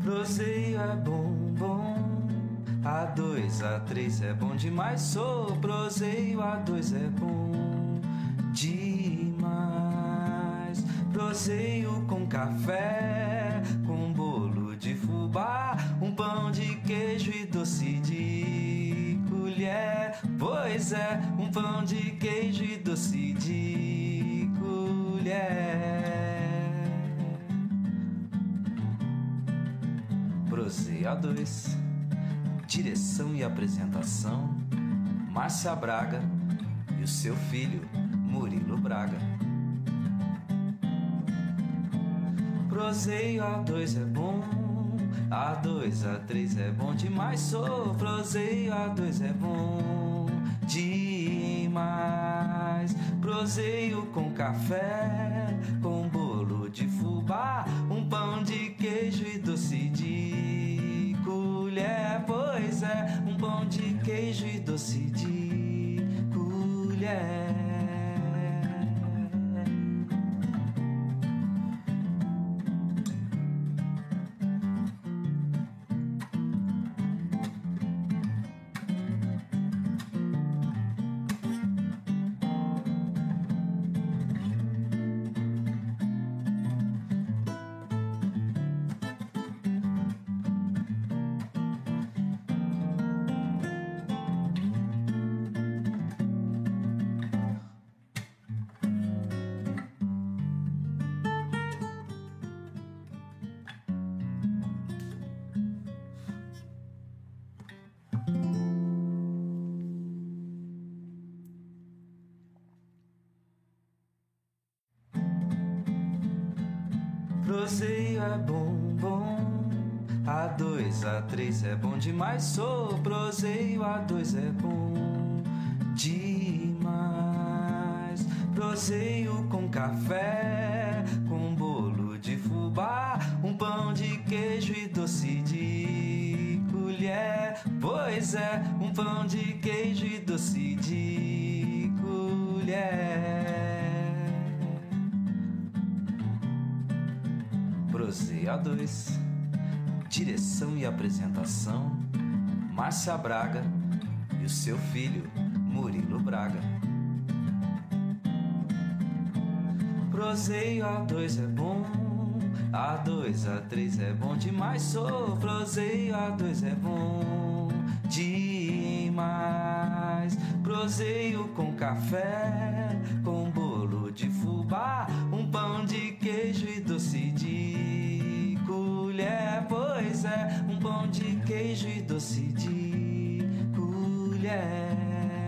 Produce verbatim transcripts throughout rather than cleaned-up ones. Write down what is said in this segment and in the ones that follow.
Proseio é bom, bom. A dois, a três é bom demais. Sou proseio, a dois é bom demais. Proseio com café, com bolo de fubá, um pão de queijo e doce de colher. Pois é, um pão de queijo e doce de colher. Proseio a dois. Direção e apresentação: Márcia Braga e o seu filho Murilo Braga. Proseio a dois é bom, a dois, a três é bom demais. Sou proseio a dois é bom demais. Proseio com café, com bolo de fubá, um pão de queijo e doce de colher. Pois é, um pão de queijo e doce de colher. Proseio é bom, bom. A dois, a três é bom demais. Sou proseio, a dois é bom demais. Proseio com café, com bolo de fubá, um pão de queijo e doce de colher. Pois é, um pão de queijo e doce de colher. Proseio a dois. Direção e apresentação: Márcia Braga e o seu filho Murilo Braga. Proseio a dois é bom, a dois, a três é bom demais. Sou proseio a dois é bom demais. Proseio com café, com bolo de fubá, um pão de queijo e doce de colher. Pois é, um pão de queijo e doce de colher.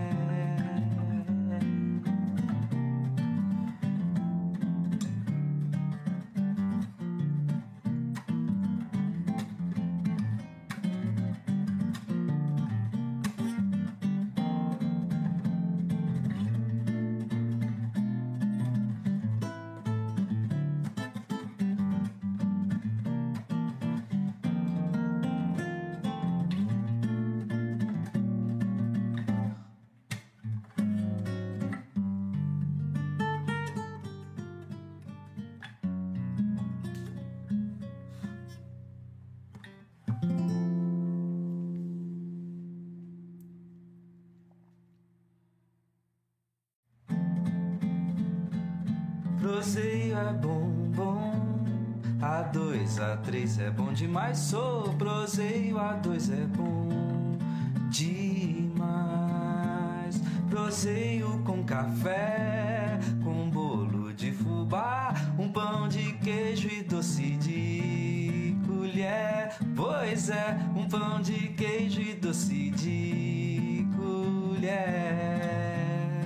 Proseio é bom, bom. A dois, a três é bom demais. Sou proseio, a dois é bom demais. Proseio com café, com bolo de fubá, um pão de queijo e doce de colher. Pois é, um pão de queijo e doce de colher.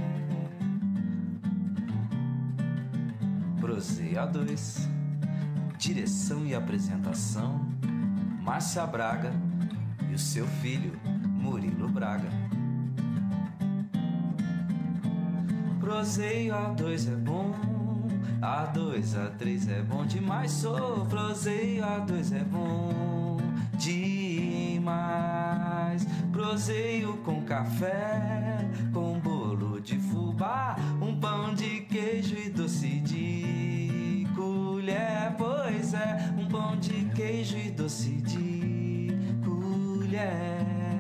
Proseio a dois. Direção e apresentação: Márcia Braga e o seu filho Murilo Braga. Proseio a dois é bom, a dois, a três é bom demais. Sou proseio, a dois é bom demais. Proseio com café, com bolo de fubá, um pão de queijo e doce de colher. Pois é, um pão de queijo e doce de colher.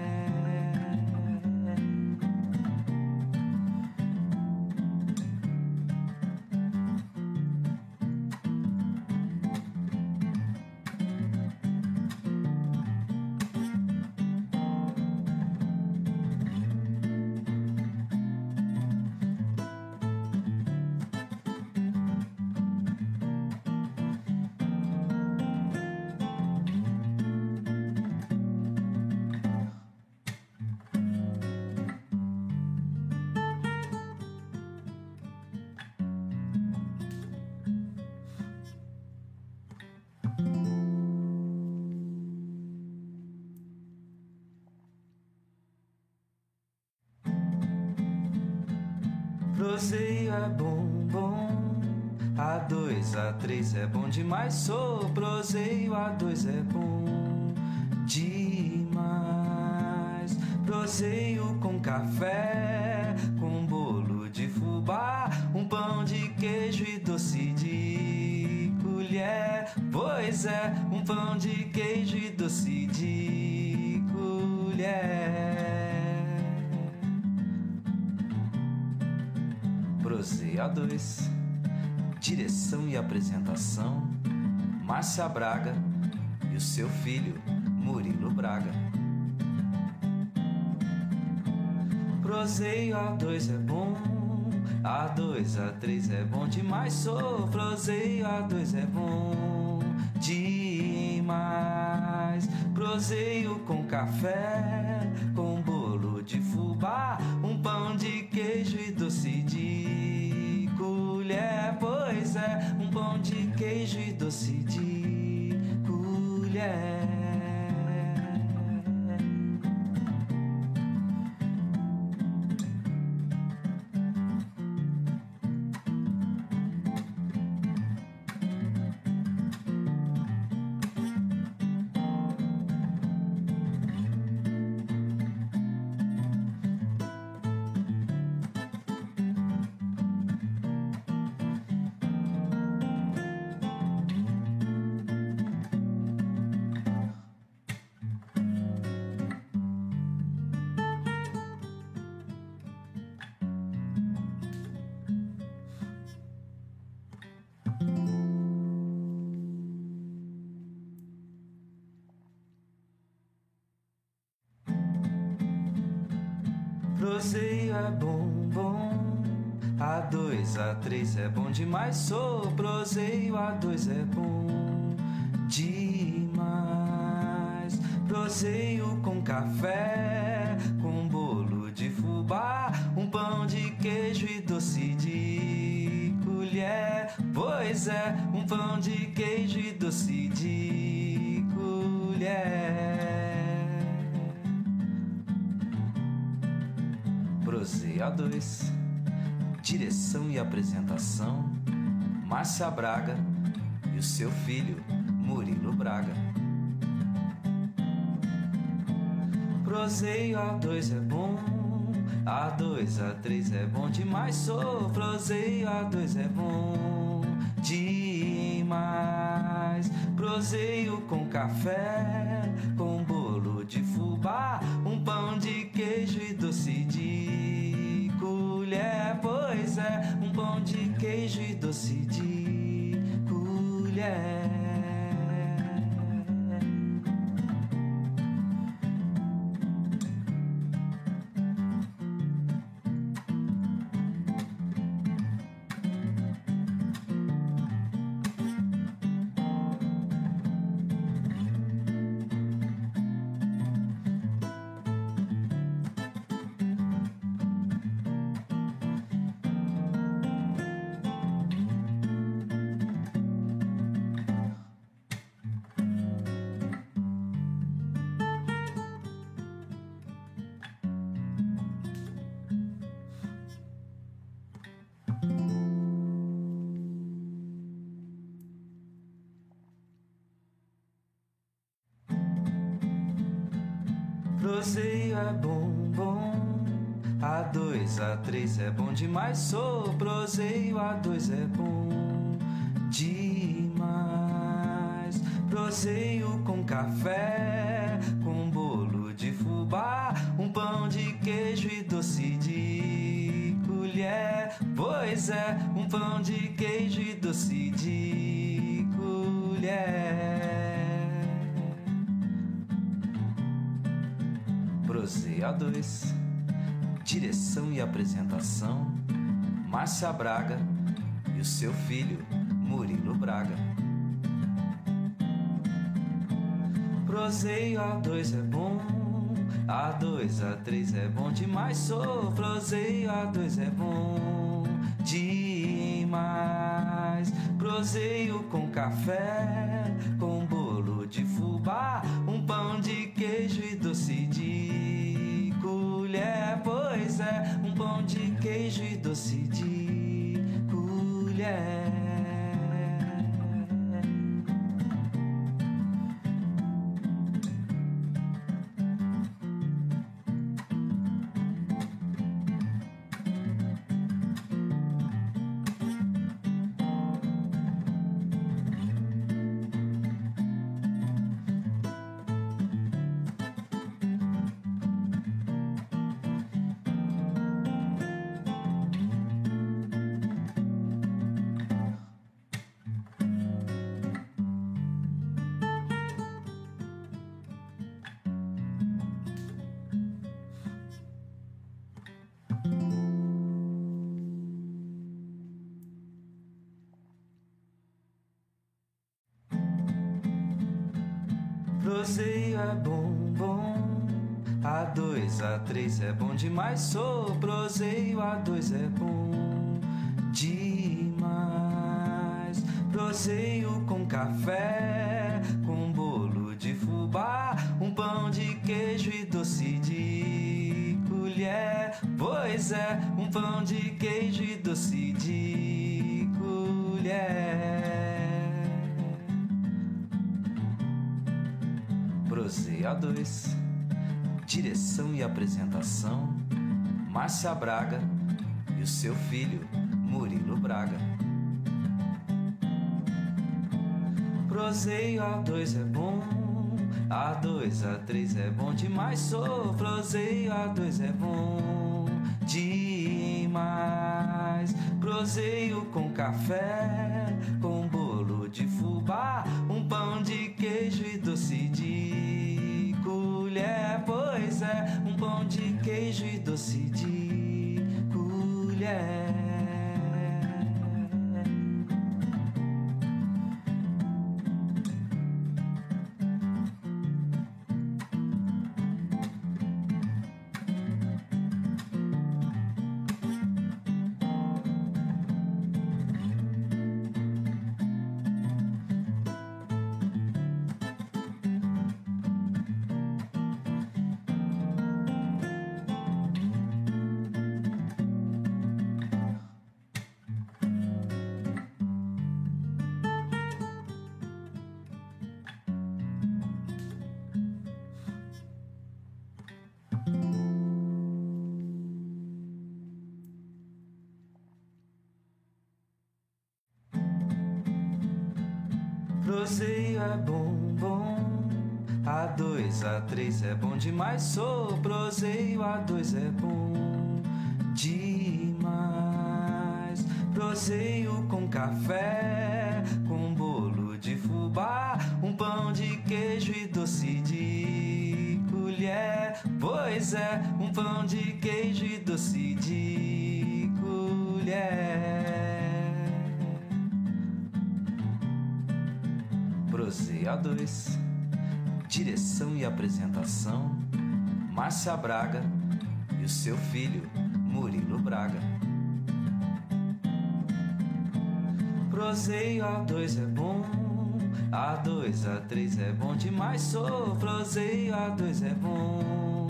Proseio é bom, bom. A dois, a três é bom demais. Sou proseio, a dois é bom demais. Proseio com café, com bolo de fubá, um pão de queijo e doce de colher. Pois é, um pão de queijo e doce de colher. Proseio A dois, direção e apresentação, Márcia Braga e o seu filho, Murilo Braga. Proseio A dois é bom, A dois, A três é bom demais. Sou proseio A dois é bom demais. Proseio com café, com bolo de fubá, um pão de queijo e doce de colher. Pois é, um pão de queijo e doce de colher. Proseio é bom, bom. A dois, A três é bom demais. Sou proseio, A dois é bom demais. Proseio com café, com bolo de fubá, um pão de queijo e doce de colher. Pois é, um pão de queijo e doce de colher. Proseio A dois, direção e apresentação, Márcia Braga e o seu filho, Murilo Braga. Proseio A dois é bom, A dois, A três é bom demais. Sou proseio A dois é bom demais. Proseio com café, com bolo de fubá, um pão de queijo e doce de colher. Pois é, um pão de queijo e doce de colher. Proseio é bom, bom. A dois, A três é bom demais. Sou proseio, A dois é bom demais. Proseio com café, com bolo de fubá, um pão de queijo e doce de colher. Pois é, um pão de queijo e doce de colher. Proseio A dois, direção e apresentação, Márcia Braga e o seu filho, Murilo Braga. Proseio A dois é bom, A dois, A três é bom demais, sou. Proseio A dois é bom demais. Proseio com café, com bolo de fubá, um pão de queijo e doce de colher. Pois é, um pão de queijo e doce de colher. Proseio é bom, bom, A dois, A três é bom demais, sou. Proseio A dois é bom demais. Proseio com café, com bolo de fubá, um pão de queijo e doce de colher. Pois é, um pão de queijo e doce de colher. Proseio A dois, direção e apresentação, Márcia Braga e o seu filho, Murilo Braga. Proseio A dois é bom, A dois, A três é bom demais, sou. Proseio A dois é bom demais. Proseio com café, com bolo de fubá, um pão de queijo e doce de colher. Pois é, um pão de queijo e doce de colher. Proseio é bom, bom, A dois, A três é bom demais, sou. Proseio A dois é bom demais. Proseio com café, com bolo de fubá, um pão de queijo e doce de colher. Pois é, um pão de queijo e doce de colher. Proseio A dois, direção e apresentação, Márcia Braga e o seu filho, Murilo Braga. Proseio A dois é bom, A dois, A três é bom demais, sou. Proseio A dois é bom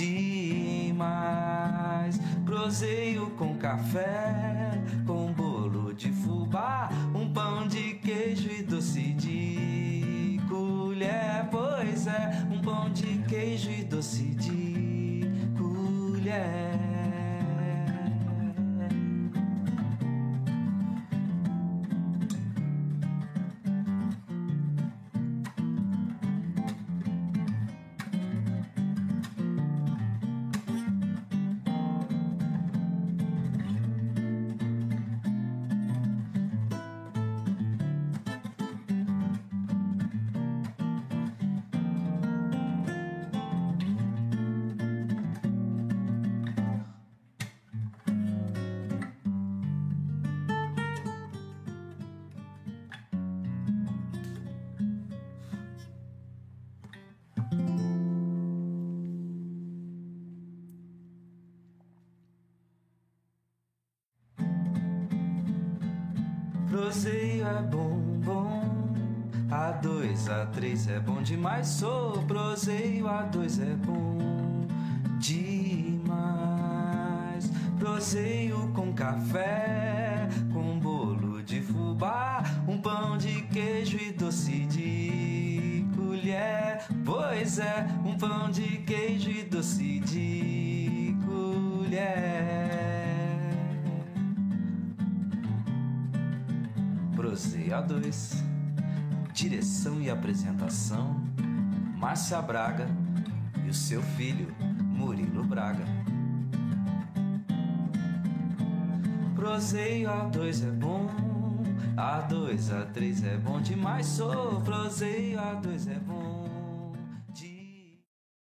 demais. Proseio com café, com bolo de fubá, um pão de queijo e doce de colher. Pois é, um pão de queijo e doce de colher. Proseio é bom, bom. A dois, a três é bom demais. Sou proseio, a dois é bom demais. Proseio com café, com bolo de fubá, um pão de queijo e doce de colher. Pois é, um pão de queijo e doce de colher. Proseio a dois. Direção e apresentação, Márcia Braga e o seu filho, Murilo Braga. Proseio a dois é bom, a dois, a três é bom demais. Sou proseio a dois é bom de...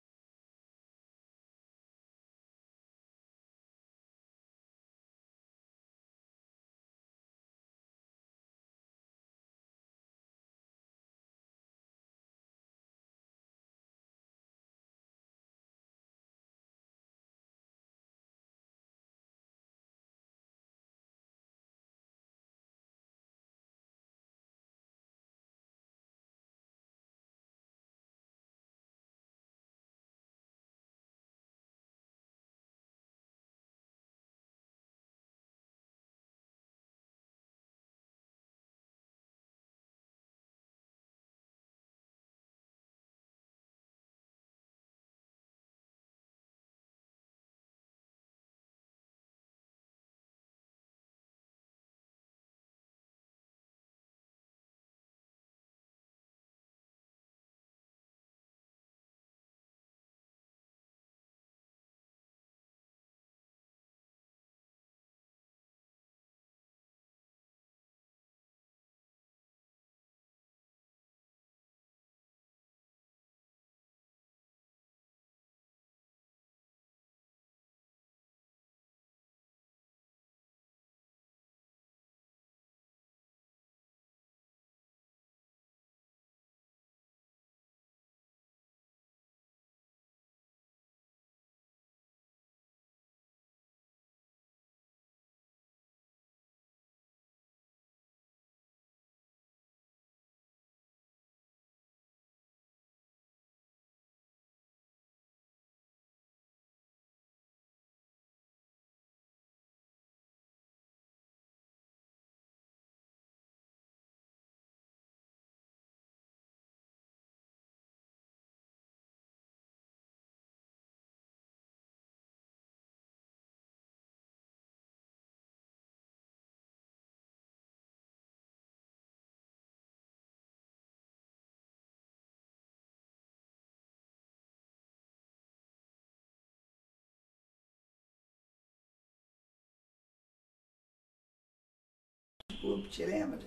Te lembra?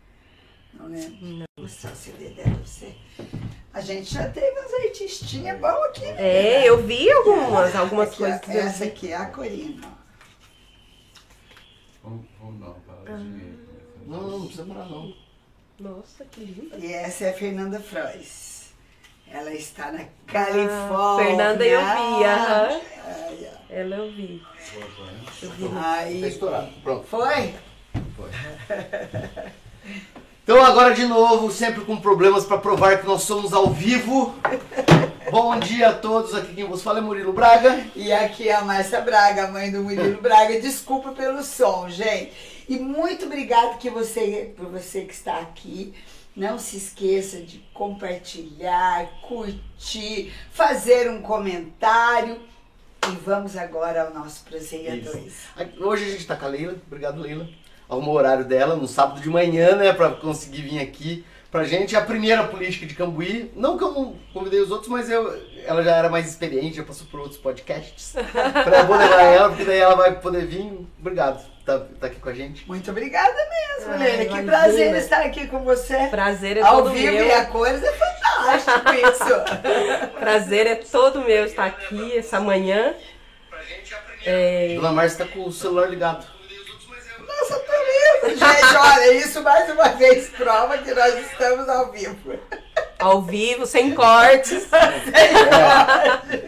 Não lembro. Não. Vou mostrar o C D dela pra você. A gente já teve uns artistinhas bons aqui. Né? É, eu vi algumas, algumas aqui, coisas. Que essa aqui é a Corina. Vamos, vamos não, para de dinheiro. Não, não, não precisa parar não. Nossa, que linda. E essa é a Fernanda Frois. Ela está na Califórnia. Ah, Fernanda eu vi, aham. Ai, ai. Ela eu vi. Eu vi. Aí, Tá estourado, pronto. foi? Foi. Então agora de novo, sempre com problemas para provar que nós somos ao vivo. Bom dia a todos, aqui quem vos fala é Murilo Braga. E aqui é a Márcia Braga, a mãe do Murilo Braga. Desculpa pelo som, gente. E muito obrigada que você, por você que está aqui. Não se esqueça de compartilhar, curtir, fazer um comentário. E vamos agora ao nosso Proseio dois. Hoje a gente tá com a Leila, obrigado Leila. Arrumou o horário dela no sábado de manhã, né, pra conseguir vir aqui pra gente. A primeira política de Cambuí, não que eu não convidei os outros, mas eu, ela já era mais experiente, já passou por outros podcasts. Falei, eu vou levar ela, porque daí ela vai poder vir. Obrigado por tá, tá aqui com a gente. Muito obrigada mesmo, Ai, Leila. Que imagina. prazer estar aqui com você. Prazer é Ao todo vivo meu. e a cores é fantástico isso. Prazer é todo meu estar aqui essa manhã. É... Dona Márcia tá com o celular ligado. Nossa, tô mesmo. Gente, olha, isso mais uma vez prova que nós estamos ao vivo. Ao vivo, sem cortes.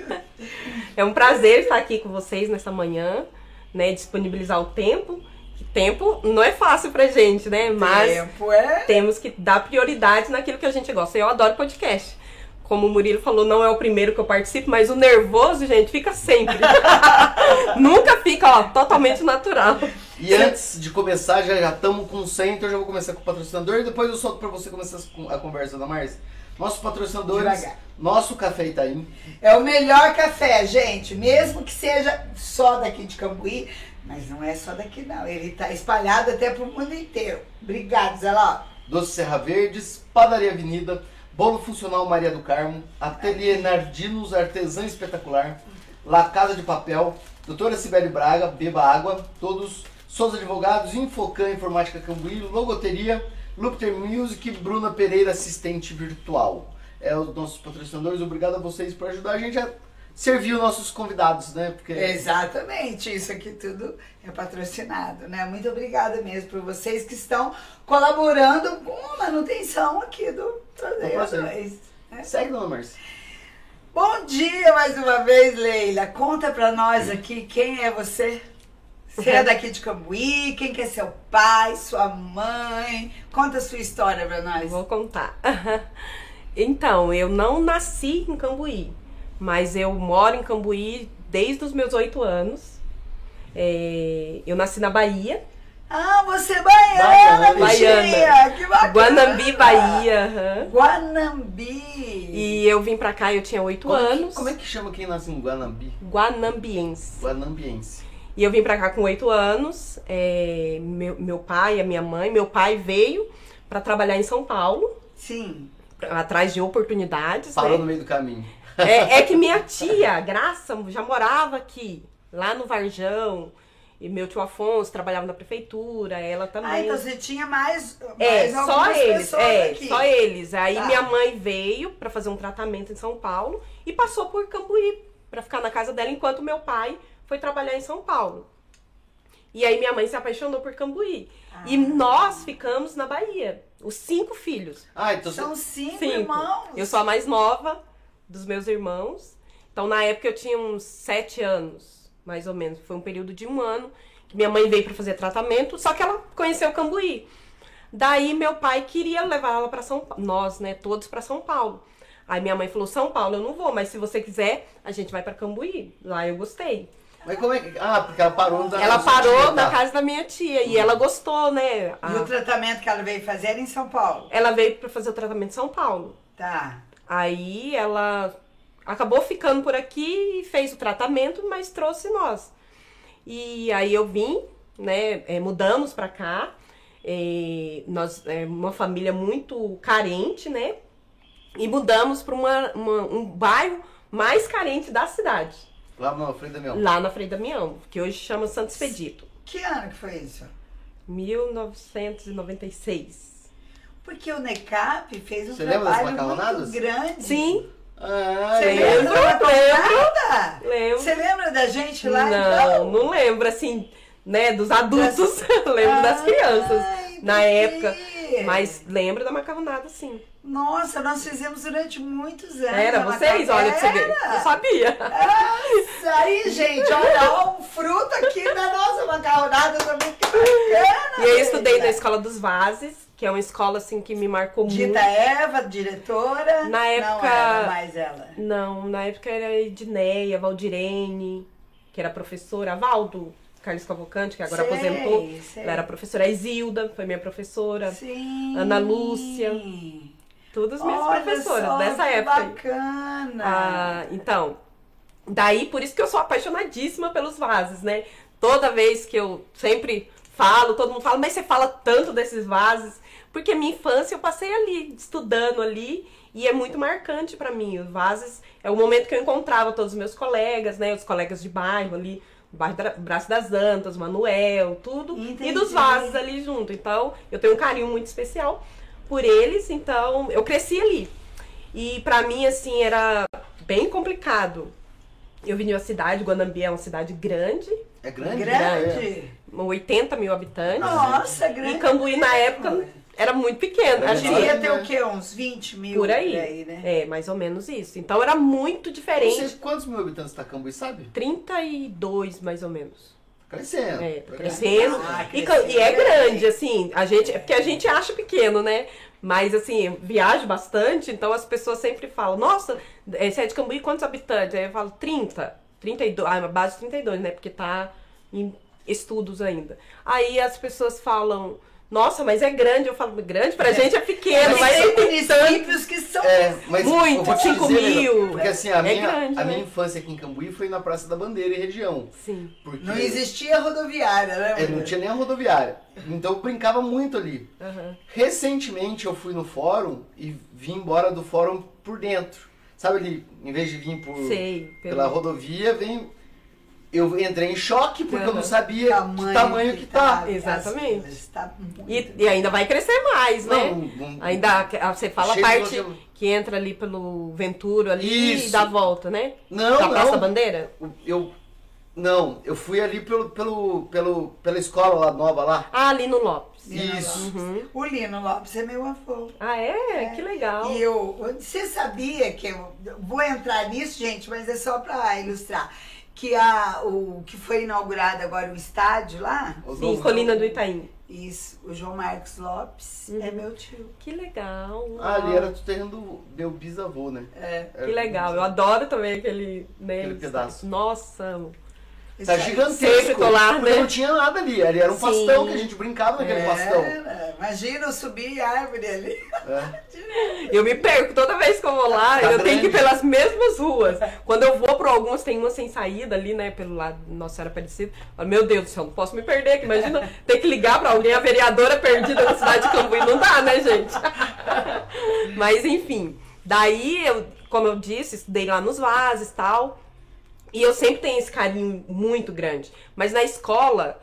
É um prazer estar aqui com vocês nessa manhã, né? Disponibilizar o tempo que tempo não é fácil pra gente, né? Mas Tempo é... temos que dar prioridade naquilo que a gente gosta. Eu adoro podcast. Como o Murilo falou, não é o primeiro que eu participo, mas o nervoso, gente, fica sempre. Nunca fica, ó, totalmente natural. E antes de começar, já estamos com cem, então eu já vou começar com o patrocinador e depois eu solto pra você começar a conversa da Márcia. Nossos patrocinadores, Devagar. nosso Café Itaim. É o melhor café, gente. Mesmo que seja só daqui de Cambuí, mas não é só daqui não. Ele tá espalhado até pro mundo inteiro. Obrigada, Zé Ló. Doce Serra Verdes, Padaria Avenida, Bolo Funcional Maria do Carmo, Ateliê Nardinos Artesã Espetacular, La Casa de Papel, Doutora Cibele Braga, Beba Água, todos, Souza Advogados, Infocan Informática Cambuí, Logoteria, Lupter Music, Bruna Pereira, assistente virtual. É os nossos patrocinadores, obrigado a vocês por ajudar a gente a servir os nossos convidados, né? Porque... Exatamente, isso aqui tudo é patrocinado, né? Muito obrigada mesmo por vocês que estão colaborando com a manutenção aqui do Trazer dois. Né? Segue, dona Márcia. Bom dia mais uma vez, Leila. Conta pra nós aqui quem é você. Você é daqui de Cambuí? Quem que é seu pai, sua mãe? Conta a sua história pra nós. Vou contar. Então, eu não nasci em Cambuí, mas eu moro em Cambuí desde os meus oito anos. É, eu nasci na Bahia. Ah, você é baiana, Baiana. bichinha! Que bacana! Guanambi, Bahia. Aham. Guanambi! E eu vim pra cá, eu tinha oito Como, anos. que, como é que chama quem nasce em Guanambi? Guanambiense. Guanambiense. E eu vim pra cá com oito anos. É, meu, meu pai e a minha mãe. Meu pai veio pra trabalhar em São Paulo, Sim. pra- atrás de oportunidades. Parou né? no meio do caminho. É, é que minha tia, Graça, já morava aqui, lá no Varjão. E meu tio Afonso trabalhava na prefeitura, ela também. Ah, então você tinha mais, É, mais só algumas eles, pessoas é, aqui. só eles. Aí Tá. minha mãe veio pra fazer um tratamento em São Paulo e passou por Cambuí pra ficar na casa dela enquanto meu pai foi trabalhar em São Paulo. E aí minha mãe se apaixonou por Cambuí. Ah. E nós ficamos na Bahia, os cinco filhos. Ah, então São você... cinco, Cinco. irmãos. Eu sou a mais nova dos meus irmãos. Então na época eu tinha uns sete anos, mais ou menos. Foi um período de um ano que minha mãe veio pra fazer tratamento, só que ela conheceu Cambuí. Daí meu pai queria levar ela para São Paulo, nós, né, todos pra São Paulo. Aí minha mãe falou: São Paulo eu não vou, mas se você quiser, a gente vai pra Cambuí. Lá eu gostei. Mas como é que... Ah, porque ela parou da... Ela da sua parou tia, na tá. casa da minha tia e ela gostou, né? E A- o tratamento que ela veio fazer era em São Paulo. Ela veio pra fazer o tratamento em São Paulo. Tá. Aí ela acabou ficando por aqui e fez o tratamento, mas trouxe nós. E aí eu vim, né, é, mudamos pra cá. É, nós é uma família muito carente, né? E mudamos pra uma, uma- um bairro mais carente da cidade, Lá no Frei Damião. lá na Frei Damião, que hoje chama Santo Expedito. Que ano que foi isso? mil novecentos e noventa e seis. Porque o NECAP fez um Você lembra das trabalho macarronadas? muito grande. Sim, Ah, Você lembro. lembra da macarronada? lembro. Você lembra da gente lá, Não, então? não lembro, assim, né, dos adultos. lembro das crianças. Ai, Na entendi. época. Mas lembro da macarronada, sim. Nossa, nós fizemos durante muitos anos. Era a vocês? macarronada. Olha pra você ver. Era. Eu sabia. Isso aí, gente, olha, um fruto aqui da nossa macarronada também, que bacana. E eu estudei Leila. na Escola dos Vases, que é uma escola, assim, que me marcou Dita muito. Eva, diretora. Na época- Não era mais ela. Não, na época era Edneia, Valdirene, que era professora, a Valdo Carlos Cavalcante, que agora Sei, aposentou. sei. Ela era professora, a Isilda foi minha professora. Sim. Ana Lúcia. Todas minhas Olha professoras só, dessa que época. aí. Bacana. Ah, então, daí por isso que eu sou apaixonadíssima pelos vasos, né? Toda vez que eu sempre falo, todo mundo fala, mas você fala tanto desses vasos, porque minha infância eu passei ali, estudando ali, e é muito marcante pra mim. Os vasos é o momento que eu encontrava todos os meus colegas, né? Os colegas de bairro ali, o bairro da Braço das Antas, Manuel, tudo, Entendi. e dos vasos ali junto. Então, eu tenho um carinho muito especial por eles, então eu cresci ali. E pra mim, assim, era bem complicado. Eu vim de uma cidade, Guanambi é uma cidade grande, É grande? É. Grande. oitenta mil habitantes. Nossa, grande. E Cambuí, na época, era muito pequeno. É Acho que Devia enorme, ter né? o quê? Uns vinte mil por aí. né? É, mais ou menos isso. Então era muito Não diferente. sei quantos mil habitantes tá Cambuí, sabe? trinta e dois, mais ou menos. Crescendo. É, tá crescendo. Ah, E, crescendo e é é grande, bem. assim, a gente, é porque a gente acha pequeno, né? Mas, assim, eu viajo bastante, então as pessoas sempre falam, nossa, você é de Cambuí, quantos habitantes? Aí eu falo, trinta, trinta e dois, ah, base trinta e dois, né? Porque tá em estudos ainda. Aí as pessoas falam, nossa, mas é grande. Eu falo, grande pra gente é pequeno, mas tem tem tanto. municípios que são... É, mas Muito, eu vou te cinco dizer, Leila, mil. Porque assim, a, É minha, grande, a né? minha infância aqui em Cambuí foi na Praça da Bandeira e região. Sim. Porque Não existia rodoviária, né? é, não tinha nem a rodoviária. Então eu brincava muito ali. Aham. Recentemente eu fui no fórum e vim embora do fórum por dentro. Sabe ali, em vez de vir por, Sei. pela rodovia, vem... Eu entrei em choque porque eu não Aham. sabia que tamanho que tá. Exatamente. Está muito... E, e ainda vai crescer mais, né? Não, não- Ainda, você fala a Cheio de parte loja- que entra ali pelo Venturo ali Isso. e dá a volta, né? Não, da Praça não. da Bandeira? Eu, não, eu fui ali pelo, pelo, pelo, pela escola lá nova lá. Ah, ali no Lopes. Lino Isso. Lopes. Uhum. O Lino Lopes é meu avô. Ah, é? Que legal. E eu, você sabia que eu vou entrar nisso, gente, mas é só para ilustrar, que a o que foi inaugurado agora o estádio lá, Os Sim, novos- Colina do Itaim. isso, o João Marcos Lopes Uhum. é meu tio. Que legal. Ah, ali era do terreno do meu bisavô, né? É. Era Que legal. Eu adoro também aquele, né, Aquele pedaço. Nossa, amo. Tá Isso aí. gigantesco. Sempre tô lá, porque né? não tinha nada ali. Ali era um Sim. pastão que a gente brincava naquele pastão. Era. Imagina eu subir a árvore ali. É. Eu me perco toda vez que eu vou lá, Tá eu tenho que ir grande. pelas mesmas ruas. Quando eu vou por alguns, tem uma sem saída ali, né, pelo lado de Nossa Senhora Aparecida. Eu falo, meu Deus do céu, não posso me perder aqui. Imagina ter que ligar pra alguém, a vereadora perdida na cidade de Cambuí. Não dá, né, gente? Mas, enfim. Daí, eu, como eu disse, estudei lá nos Vases e tal. E eu sempre tenho esse carinho muito grande. Mas na escola,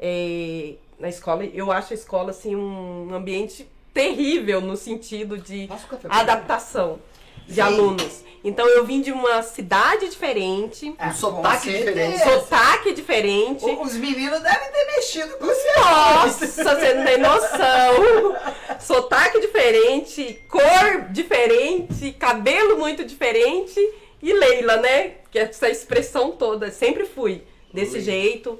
é, na escola, eu acho a escola, assim, um ambiente terrível no sentido de Passa o café pra mim. adaptação de Sim. alunos. Então eu vim de uma cidade diferente, Ah, Um sotaque com diferente. certeza. sotaque diferente. Os meninos devem ter mexido com você. Nossa, você não tem noção! Sotaque diferente, cor diferente, cabelo muito diferente e Leila, né? Que é essa expressão toda. Sempre fui desse Ui. jeito,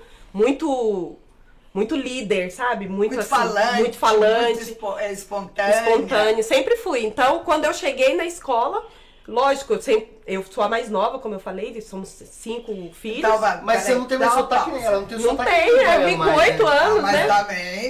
muito muito líder, sabe? Muito, Muito assim, falante. muito falante, Muito espo- é, espontânea. espontâneo, sempre fui. Então, quando eu cheguei na escola, lógico, eu, sempre, eu sou a mais nova, como eu falei, somos cinco filhos. Então, vai, Mas você peraí, não tem dá mais uma sotaque pausa. nem ela, não tem Não sotaque tem, nem eu ela vim com mais, oito né? Ah, anos, mas né? também...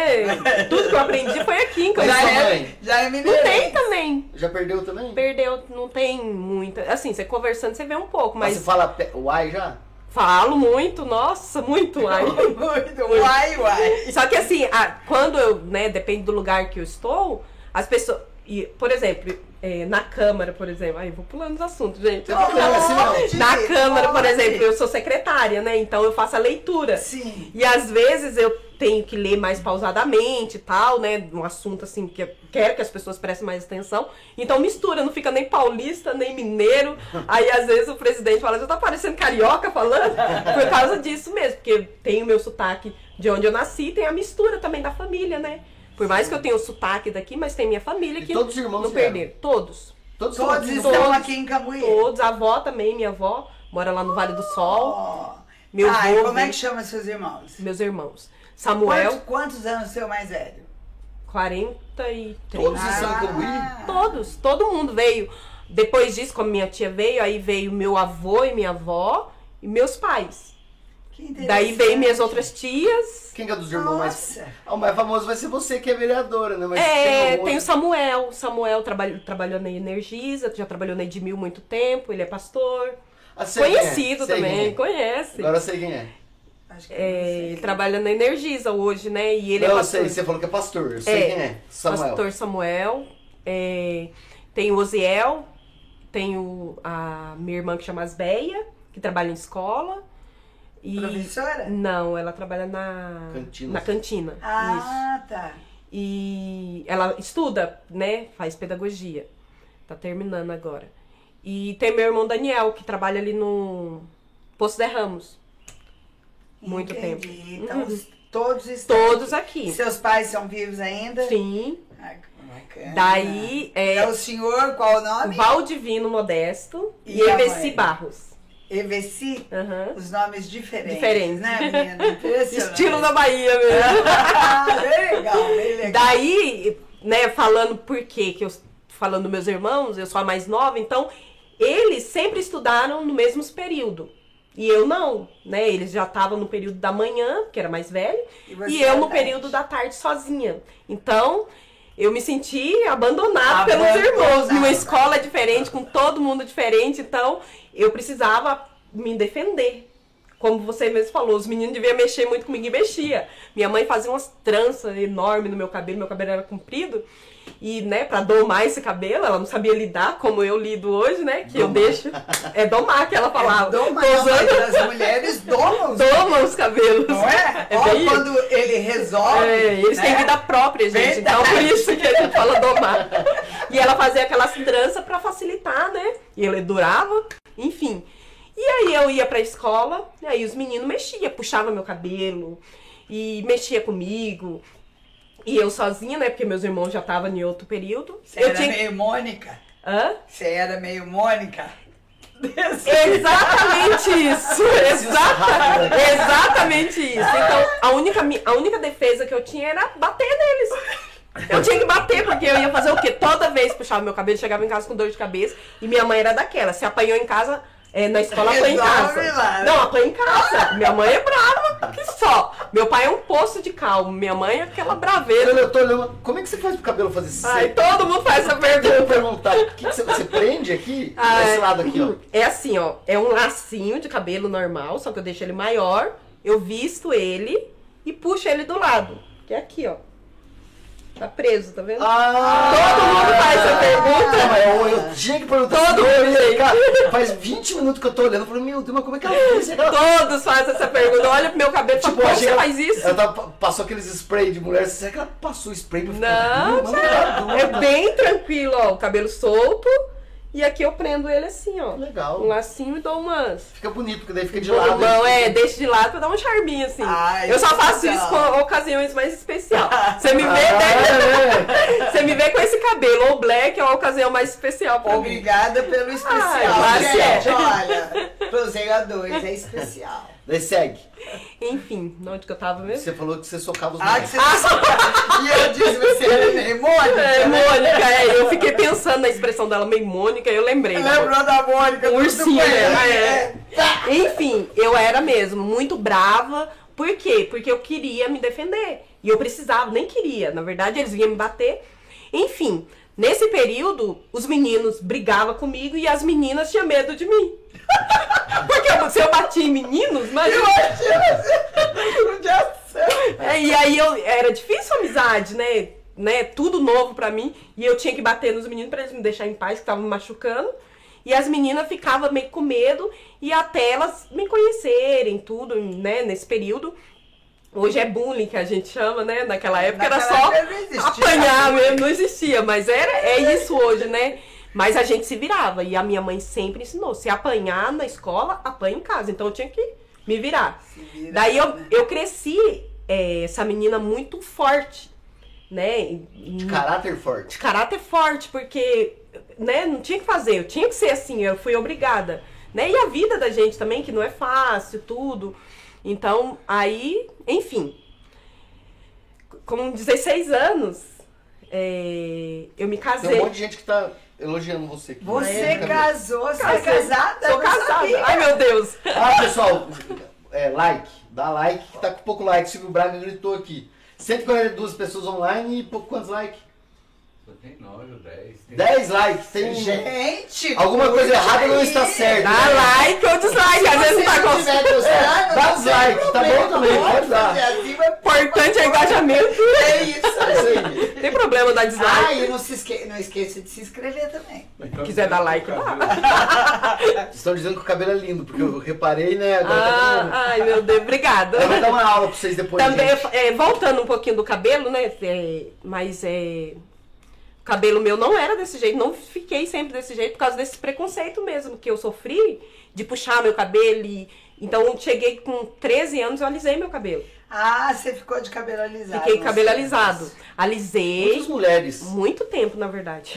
né? Tudo que eu aprendi foi aqui em Mas Já Campinas. sua é, mãe? já é Não mineira. tem também. Já perdeu também? Perdeu, não tem muita. Assim, você conversando, você vê um pouco, Mas mas você fala pe- uai já? falo muito, nossa, muito. Ai. Muito, uai, uai. Só que assim, a- quando eu, né, depende do lugar que eu estou, as pessoas. E, por exemplo, é, na Câmara, por exemplo. Ai, eu vou pulando os assuntos, gente. Eu vou Não, pulando. assim não. Pode, Na Câmara, por pode. exemplo, eu sou secretária, né? Então eu faço a leitura. Sim. E às vezes eu tenho que ler mais pausadamente e tal, né? Um assunto assim que eu quero que as pessoas prestem mais atenção. Então mistura, não fica nem paulista, nem mineiro. Aí às vezes o presidente fala, você tá parecendo carioca falando? Por causa disso mesmo, porque tem o meu sotaque de onde eu nasci, tem a mistura também da família, né? Por mais que eu tenha o sotaque daqui, mas tem minha família E que todos os irmãos não vieram? perderam. Todos. Todos, Todos todos estão todos. aqui em Cambuí. Todos. A avó também, minha avó, mora lá no Vale do Sol. Ó. Meu ah, e avô como é veio- que chama seus irmãos? Meus irmãos. Samuel, Quantos, quantos anos seu mais velho? quarenta e três. Todos Vocês são em Cambuí? Todos, todo mundo veio. Depois disso, como minha tia veio, aí veio meu avô e minha avó e meus pais. Que interessante. Daí veio minhas outras tias. Quem que é dos irmãos mais... Nossa. Ah, o mais famoso vai ser você, que é vereadora, né? Mas É, algum tem o outro? Samuel. Samuel trabalhou, trabalhou na Energisa, já trabalhou na Edmil muito tempo, ele é pastor. Ah, sei quem é, Conhecido sei também, quem é. conhece. Agora eu sei quem é. Acho que eu É, não ele sei. trabalha na Energisa hoje, né? E ele Não, é eu pastor. sei, você falou que é pastor, eu sei É, quem é. Samuel. Pastor Samuel. É, tem o Oziel, tem o, a minha irmã que chama Asbeia, que trabalha em escola. E, Professora? Não, ela trabalha na Cantina. na cantina. Isso. Ah, tá. E ela estuda, né? Faz pedagogia. Tá terminando agora. E tem meu irmão Daniel, que trabalha ali no Poço de Ramos. Muito Entendi. tempo. Então, Uhum. os- todos estão Todos aqui. aqui. Seus pais são vivos ainda? Sim. Ah, que bacana. Daí, é, É o senhor, qual o nome? Valdivino Modesto E e a Ebeci mãe? Barros. Eveci, Aham. os nomes diferentes. Diferentes. Né, menina? Impressionante. Estilo da Bahia mesmo. Ah, bem legal, bem legal. Daí, né, falando por quê, que eu falando dos meus irmãos, eu sou a mais nova, então eles sempre estudaram no mesmo período. E eu não, né? Eles já estavam no período da manhã, que era mais velho, E você e eu à no tarde. período da tarde sozinha. Então, eu me senti abandonada pelos Abandonada. irmãos, numa escola diferente, com todo mundo diferente, então eu precisava me defender. Como você mesmo falou, os meninos deviam mexer muito comigo e mexia. Minha mãe fazia umas tranças enormes no meu cabelo, meu cabelo era comprido. E, né, pra domar esse cabelo, ela não sabia lidar como eu lido hoje, né? Que eu Domar. deixo. É domar que ela falava. É, doma, Tô não, usando- mas as mulheres domam os Doma os cabelos. Não é? É Ó, bem isso. quando ele resolve. É, eles né? têm vida própria, gente. Verdade. Então, por isso que a gente fala domar. E ela fazia aquelas tranças pra facilitar, né? E ele durava, enfim. E aí eu ia pra escola, e aí os meninos mexiam, puxavam meu cabelo e mexia comigo. E eu sozinha, né? Porque meus irmãos já estavam em outro período. Você eu era tinha... meio Mônica? Hã? Você era meio Mônica? Desse- Exatamente isso! Exata, exatamente isso. Então, a única, mi- a única defesa que eu tinha era bater neles. Eu tinha que bater, porque eu ia fazer o quê? Toda vez que puxava meu cabelo, chegava em casa com dor de cabeça. E minha mãe era daquela. Se apanhou em casa, é, na escola apanha em casa. Resolve lá, né? Não, apanha em casa. Minha mãe é brava, que só. Meu pai é um poço de calmo. Minha mãe é aquela braveira. Eu tô olhando, como é que você faz pro cabelo fazer isso? Ai, todo mundo faz essa Eu quero pergunta. perguntar, o que que você, você prende aqui? Ah, Esse lado aqui, ó. É assim, ó. É um lacinho de cabelo normal, só que eu deixo ele maior. Eu visto ele e puxo ele do lado. Que é aqui, ó. Tá preso, tá vendo? Ah! Todo mundo faz essa pergunta. Não, mas eu, eu tinha que perguntar. Todo senão eu mundo ia tem. ficar- Faz vinte minutos que eu tô olhando. Eu falei, meu Deus, mas como é que ela fez isso? Todos fazem essa pergunta. Olha pro meu cabelo e fala, Tipo, como achei você que faz isso? Ela tava- passou aqueles spray de mulher. Será que ela passou spray pra ficar Não, Mano, tá É doida. bem tranquilo, ó. O cabelo solto. E aqui eu prendo ele assim, ó. Legal. Um lacinho e dou umas. Fica bonito, porque daí fica de lado. Não, é, deixa de lado pra dar um charminho, assim. Ai, eu só que faço legal. isso com ocasiões mais especiais. Você me vê, né? Ah, é. Você me vê com esse cabelo ou black é uma ocasião mais especial pra mim. Obrigada pelo especial. Ai, gente, é. olha, Cruzeiro dois é especial. Daí segue. Enfim, onde que eu tava mesmo? Você falou que você socava os Ah, moleques. que você... E eu disse, você era meio Mônica? É, né? Mônica, é. Eu fiquei pensando na expressão dela, meio Mônica, e eu lembrei. né? Lembrou da Mônica? Um tudo ursinho, bem, né? é. Tá. Enfim, eu era mesmo muito brava. Por quê? Porque eu queria me defender. E eu precisava, nem queria. Na verdade, eles vinham me bater. Enfim, nesse período, os meninos brigavam comigo e as meninas tinham medo de mim. Porque se eu batia em meninos, mas É, e aí eu, era difícil a amizade, né? né? Tudo novo pra mim. E eu tinha que bater nos meninos pra eles me deixarem em paz, que estavam me machucando. E as meninas ficavam meio com medo. E até elas me conhecerem, tudo, né? Nesse período. Hoje é bullying que a gente chama, né? Naquela época Naquela era só época não existia apanhar bullying. mesmo, não existia. Mas era, é isso hoje, né? Mas a gente se virava. E a minha mãe sempre ensinou. Se apanhar na escola, apanha em casa. Então eu tinha que me virar. Se vira, Daí eu, né? eu cresci é, essa menina muito forte, né? E- De caráter forte. de caráter forte, porque né, não tinha que fazer, eu tinha que ser assim, eu fui obrigada. Né? E a vida da gente também, que não é fácil, tudo. Então, aí, enfim. Com dezesseis anos, é, eu me Tem um casei. monte de gente que tá elogiando você aqui. Você É, casou, você é Casei. casada? Sou Não casada. sabia. Ai, meu Deus. Ah, pessoal, é, like, dá like, que tá com pouco like. Silvio Braga gritou aqui. cento e quarenta e duas pessoas online e pouco quantos likes? Só tem nove ou dez. Tem- dez likes. Tem Gente, alguma coisa cuida errada não aí. está certa. Dá like ou dislike, às vezes não tá Se não gostando. tiver gostando, Dá não tem dislike, tá problema, bom também, pode dar. fazer assim, mas- O importante é engajamento. É isso. É isso aí. Tem problema dar dislike. Ah, e não, se esque... não esqueça de se inscrever também. Então, quiser dar like, o dá. cabelo- Vocês estão dizendo que o cabelo é lindo, porque eu reparei, né? Agora tá Ah, todo... ai, meu Deus, obrigada. Ela vai dar uma aula pra vocês depois. Também, gente. é, voltando um pouquinho do cabelo, né? é, mas é, o cabelo meu não era desse jeito, não fiquei sempre desse jeito por causa desse preconceito mesmo que eu sofri de puxar meu cabelo. E, então, eu cheguei com treze anos, eu alisei meu cabelo. Ah, você ficou de cabelo alisado. Fiquei não cabelo sei. alisado. Alisei Muitas mulheres. muito tempo, na verdade.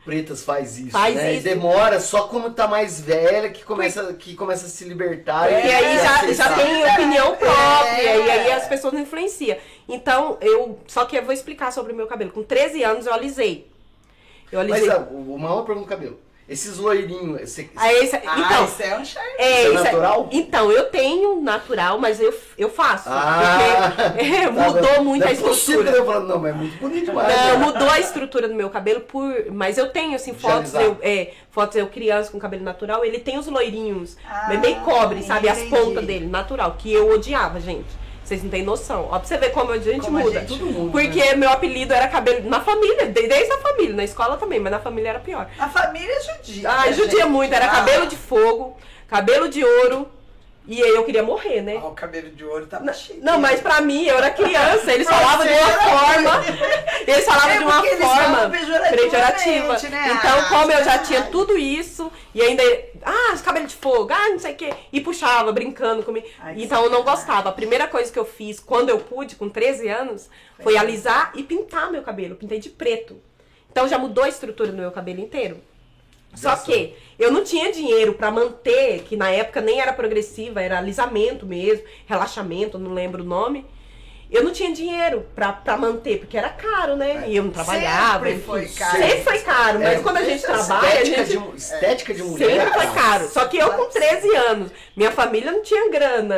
Pretas faz isso, Faz né? isso. E demora, só quando tá mais velha que começa, que começa a se libertar. Porque aí já, já tem opinião própria, É. e aí as pessoas não influenciam. Então, eu. Só que eu vou explicar sobre o meu cabelo. Com treze anos eu alisei. Eu alisei. Mas ah, uma uma pergunta do cabelo. Esses loirinhos. Esse, Aí, esse- Ah, então, isso é um charme. é, isso é isso é- natural? então, eu tenho natural, mas eu, eu faço. Ah, porque é, tá mudou vendo? muito Não a é possível, estrutura. né? Eu falando, não, mas é muito bonito demais. Não, né? mudou a estrutura do meu cabelo, por, mas eu tenho, assim, fotos alisar. eu, é, fotos eu criança com cabelo natural, ele tem os loirinhos, Ah, é meio cobre, sabe? As entendi. pontas dele, natural, que eu odiava, gente. Vocês não têm noção. Ó, pra você ver como a gente Como a muda. gente Tudo muda, Porque meu apelido era cabelo na família, de- desde a família, na escola também, mas na família era pior. A família judia. Ai, né, judia gente? muito, era Ah, cabelo de fogo, cabelo de ouro, e aí eu queria morrer, né? ó, o cabelo de ouro tava chique. Não, mas pra mim, eu era criança, eles Pra falavam você de uma era forma. Eles falavam É de uma porque eles forma falam pejorativamente, pejorativa. né? Então, Ah, como eu já verdade. tinha tudo isso, e ainda. Ah, cabelo de fogo, ah, não sei o quê. E puxava, brincando comigo. Ai, que Então eu não sacanagem. gostava. A primeira coisa que eu fiz quando eu pude, com treze anos, foi alisar e pintar meu cabelo. Pintei de preto. Então já mudou a estrutura do meu cabelo inteiro. Só Já só. que eu não tinha dinheiro pra manter, que na época nem era progressiva, era alisamento mesmo, relaxamento, não lembro o nome. Eu não tinha dinheiro pra, pra manter, porque era caro, né? E eu não trabalhava. Sempre enfim. foi caro. Sempre foi caro, mas É, quando a gente trabalha, a estética, gente... de, estética de mulher. Sempre foi nossa. caro. Só que eu com treze anos, minha família não tinha grana.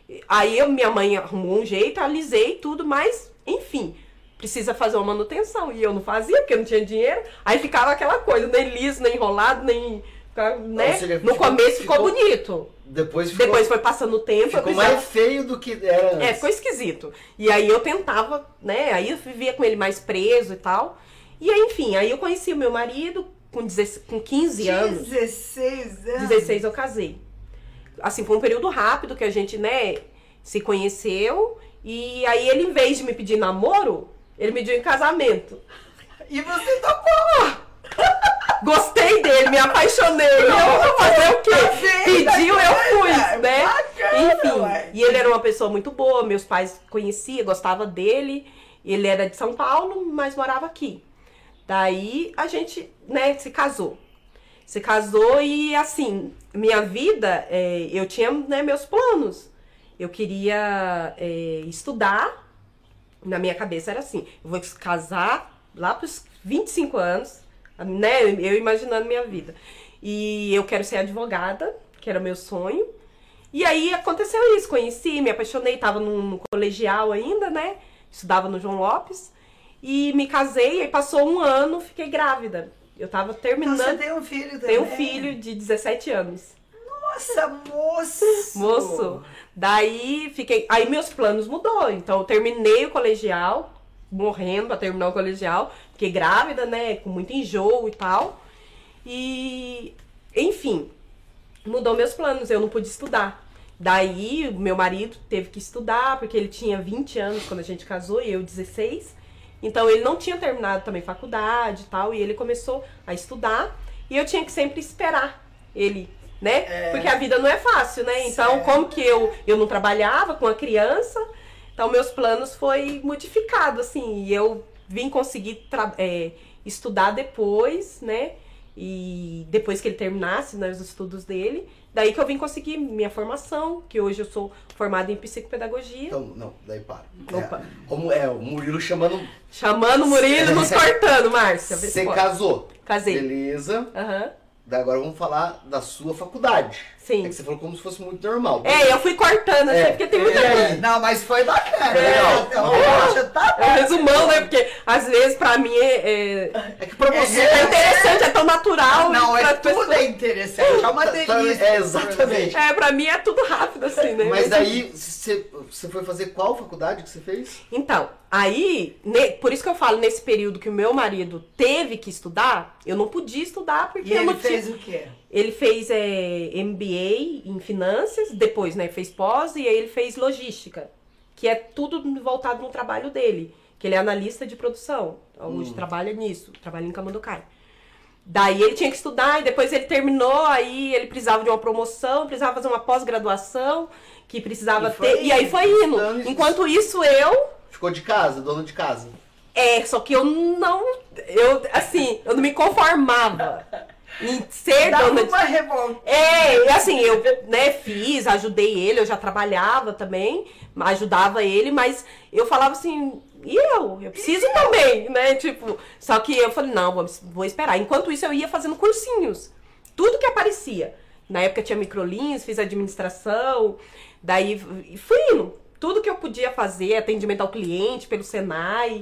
Aí eu, minha mãe arrumou um jeito, alisei tudo, mas, enfim, precisa fazer uma manutenção. E eu não fazia, porque eu não tinha dinheiro. Aí ficava aquela coisa, nem liso, nem enrolado, nem... Né? Ou seja, No ficou- começo ficou, ficou- bonito. Depois ficou, Depois foi passando o tempo, eu ficou precisava- mais feio do que era antes. é, ficou esquisito. E aí eu tentava, né? Aí eu vivia com ele mais preso e tal. E aí, enfim, aí eu conheci o meu marido com, dezesseis, com quinze anos. dezesseis anos. dezesseis eu casei. Assim, foi um período rápido que a gente, né, se conheceu. E aí ele, em vez de me pedir namoro, ele me pediu em casamento. E você topou. Gostei dele, me apaixonei. Eu vou fazer o quê? Tá Pediu, eu fui, coisa. né? Bacana, Enfim, ué. e ele era uma pessoa muito boa, meus pais conheciam, gostavam dele. Ele era de São Paulo, mas morava aqui. Daí a gente, né, se casou. Se casou e, assim, minha vida, é, eu tinha, né, meus planos. Eu queria é, estudar. Na minha cabeça era assim, eu vou casar lá pros vinte e cinco anos, né, eu imaginando minha vida. E eu quero ser advogada, que era o meu sonho. E aí aconteceu isso, conheci, me apaixonei, tava no, no colegial ainda, né, estudava no João Lopes. E me casei, aí passou um ano, fiquei grávida. Eu tava Então terminando, você tem um filho também. tenho um filho de dezessete anos. Nossa, moço. Moço, daí fiquei. Aí meus planos mudou. Então eu terminei o colegial, morrendo pra terminar o colegial. Fiquei grávida, né? Com muito enjoo e tal. E, enfim, mudou meus planos. Eu não pude estudar. Daí o meu marido teve que estudar, porque ele tinha vinte anos quando a gente casou e eu dezesseis. Então ele não tinha terminado também faculdade e tal. E ele começou a estudar. E eu tinha que sempre esperar ele, né? É. Porque a vida não é fácil, né? Então, Certo. como que eu, eu não trabalhava com a criança, então meus planos foi modificado, assim. E eu vim conseguir tra- é, estudar depois, né? E depois que ele terminasse, né, os estudos dele, daí que eu vim conseguir minha formação, que hoje eu sou formada em psicopedagogia. Então, não, daí para. Opa. É, como é, o Murilo chamando. Chamando o Murilo e nos cortando, Márcia. vê se Você pode. casou. Casei. Beleza. Aham. Daí agora vamos falar da sua faculdade. Sim. É que você falou como se fosse muito normal. É, eu fui cortando, assim, É. porque tem muita E aí? coisa. Não, mas foi bacana. Foi legal. Então, Foi legal. poxa, tá É um resumão, né? Porque às vezes pra mim é, é, É que pra você. é interessante, é tão natural. Não, e é pra tudo pessoa- é interessante. É uma Tá- tá- delícia. é, exatamente. É, pra mim é tudo rápido, assim, né? Mas daí, você, você foi fazer qual faculdade que você fez? Então, aí, ne- por isso que eu falo, nesse período que o meu marido teve que estudar, eu não podia estudar porque E eu ele não tinha... fez o quê? Ele fez é, M B A em finanças, depois, né, fez pós e aí ele fez logística, que é tudo voltado no trabalho dele, que ele é analista de produção, hoje trabalha nisso, trabalha em Camanducaia. Daí ele tinha que estudar e depois ele terminou, aí ele precisava de uma promoção, precisava fazer uma pós-graduação, que precisava E foi ter, e aí foi indo, indo. estudando e- Enquanto isso eu... Ficou de casa, dono de casa. É, só que eu não, eu, assim, eu não me conformava em ser Dá dona de... uma revolta. É, e assim, eu, né, fiz, ajudei ele, eu já trabalhava também, ajudava ele, mas eu falava assim, e eu? Eu preciso também, né, tipo, só que eu falei, não, vou, vou esperar. Enquanto isso, eu ia fazendo cursinhos, tudo que aparecia. Na época tinha microlinhas, fiz administração, daí fui indo. Tudo que eu podia fazer, atendimento ao cliente pelo Senai,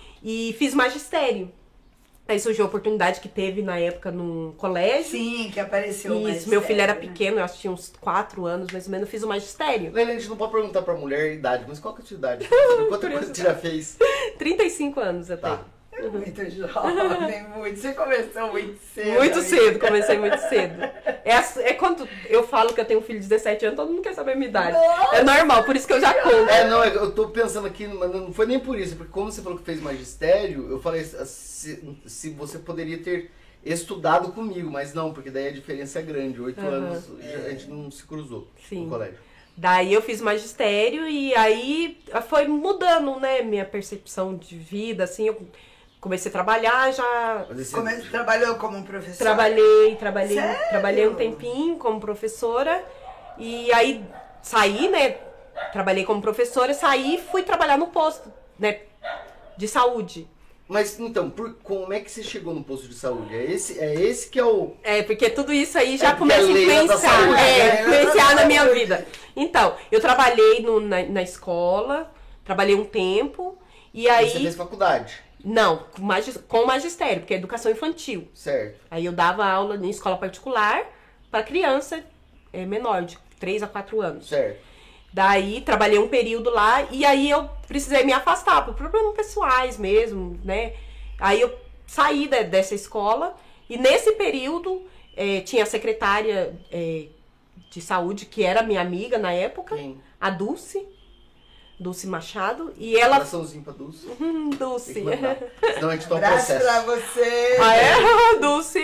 e fiz magistério. Aí surgiu a oportunidade que teve na época num colégio. Sim, que apareceu o Isso, meu filho era magistério, né? pequeno, eu acho que tinha uns quatro anos mais ou menos, eu fiz o magistério. Leila, a gente não pode perguntar pra mulher a idade, mas qual que é a sua idade? Quanta coisa você já fez? trinta e cinco anos eu tenho. Tá. É muito jovem, muito. Você começou muito cedo. Muito amiga. cedo, comecei muito cedo. É, ass- é quando eu falo que eu tenho um filho de dezessete anos, todo mundo quer saber a minha idade. Nossa! É normal, por isso que eu já conto. É, não, eu tô pensando aqui, mas não foi nem por isso, porque como você falou que fez magistério, eu falei se, se você poderia ter estudado comigo, mas não, porque daí a diferença é grande. Oito Aham. anos já- a gente não se cruzou Sim. no colégio. Daí eu fiz magistério e aí foi mudando, né, minha percepção de vida, assim, eu comecei a trabalhar, já Mas esse- Como é que trabalhou como professor? trabalhei, trabalhei, Sério? trabalhei um tempinho como professora e aí saí, né, trabalhei como professora, saí e fui trabalhar no posto, né, de saúde. Mas então, por- como é que você chegou no posto de saúde? É esse, é esse que é o. É, porque tudo isso aí já É porque começa a a lei da influenciar, saúde, é, né? influenciar na minha Saúde. vida. Então, eu trabalhei no- na, na escola, trabalhei um tempo, e Você aí... fez faculdade, Não, com, magis, com magistério, porque é educação infantil. certo? Aí eu dava aula em escola particular para criança é, menor, de três a quatro anos. Certo. Daí trabalhei um período lá e aí eu precisei me afastar por problemas pessoais mesmo, né? Aí eu saí de- dessa escola e nesse período eh, tinha a secretária eh, de saúde, que era minha amiga na época, Quem? a Dulce, Dulce Machado, e ela... Coraçãozinho pra Dulce. Hum, Tem que Dulce. mandar. Senão a gente toma Abraço processo. pra você. Ah, é? Dulce.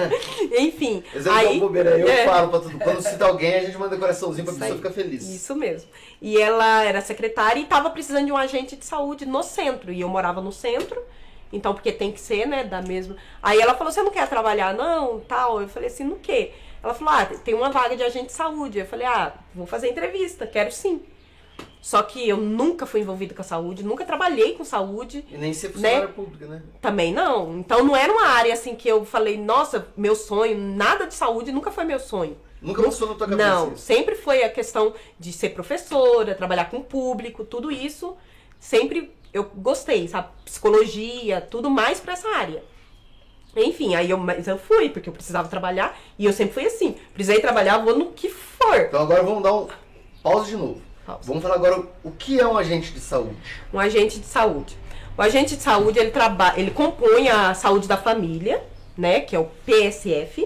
Enfim. Mas eu não bobeira, eu é. falo pra tudo. Quando cita alguém, a gente manda coraçãozinho pra Isso pessoa aí. ficar feliz. Isso mesmo. E ela era secretária e tava precisando de um agente de saúde no centro. E eu morava no centro, então porque tem que ser, né, da mesma... Aí ela falou, você não quer trabalhar não, tal? Eu falei assim, no quê? Ela falou, ah, tem uma vaga de agente de saúde. Eu falei, ah, vou fazer entrevista, quero sim. Só que eu nunca fui envolvida com a saúde, nunca trabalhei com saúde. E nem ser funcionária Né? pública, né? Também não. Então não era uma área assim que eu falei, nossa, meu sonho, nada de saúde nunca foi meu sonho. Nunca passou na tua cabeça Não, isso. sempre foi a questão de ser professora, trabalhar com o público, tudo isso. Sempre eu gostei, sabe? Psicologia, tudo mais pra essa área. Enfim, aí eu, mas eu fui, porque eu precisava trabalhar. E eu sempre fui assim, precisei trabalhar, vou no que for. Então agora vamos dar um pause de novo. Pausa. Vamos falar agora o que é um agente de saúde. Um agente de saúde. O agente de saúde, ele trabalha, ele compõe a saúde da família, né, que é o P S F.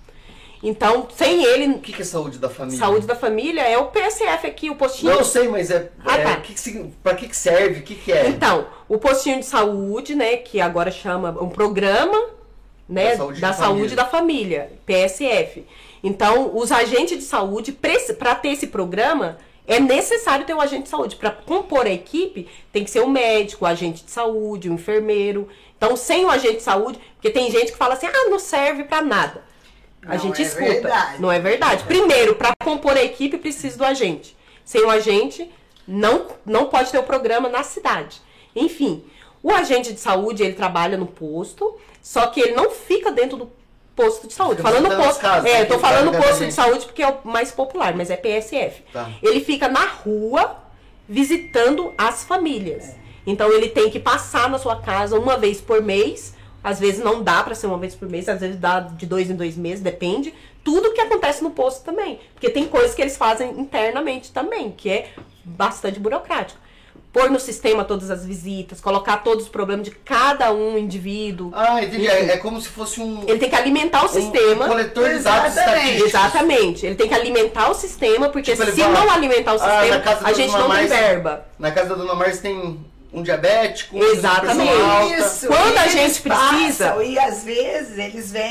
Então, sem ele, O que que é saúde da família? saúde da família é o P S F aqui, o postinho. Não, eu sei, mas é, Ah, é tá. que que signi- pra que que serve? O que que é? Então, o postinho de saúde, né, que agora chama um programa, né, Da saúde da da saúde família. da família, P S F. Então, os agentes de saúde, para ter esse programa, é necessário ter um agente de saúde. Para compor a equipe, tem que ser o médico, o agente de saúde, o enfermeiro. Então, sem o agente de saúde, porque tem gente que fala assim, ah, não serve para nada. A Não gente é escuta. verdade. Não é verdade. Primeiro, para compor a equipe, precisa do agente. Sem o agente, não, não pode ter o programa na cidade. Enfim, o agente de saúde, ele trabalha no posto, só que ele não fica dentro do posto de saúde. Fica Falando visitando posto, as casas, é, né, eu tô que falando fica posto cada de gente. saúde porque é o mais popular, mas é P S F. Tá. Ele fica na rua visitando as famílias. Então ele tem que passar na sua casa uma vez por mês. Às vezes não dá pra ser uma vez por mês, às vezes dá de dois em dois meses, depende. Tudo que acontece no posto também. Porque tem coisas que eles fazem internamente também, que é bastante burocrático. Pôr no sistema todas as visitas, colocar todos os problemas de cada um indivíduo. Ah, entendi. Enfim. É, é como se fosse um, Ele tem que alimentar o sistema. um coletor de dados Exatamente. estatísticos. Exatamente. Ele tem que alimentar o sistema, porque Tipo, ele se fala, não alimentar o "Ah, na sistema, casa da a gente dona não tem Márcia- verba. Na casa da dona Márcia tem um diabético, um Exatamente. pressão alta. Isso. Quando e a eles gente precisa- passam, e às vezes eles vêm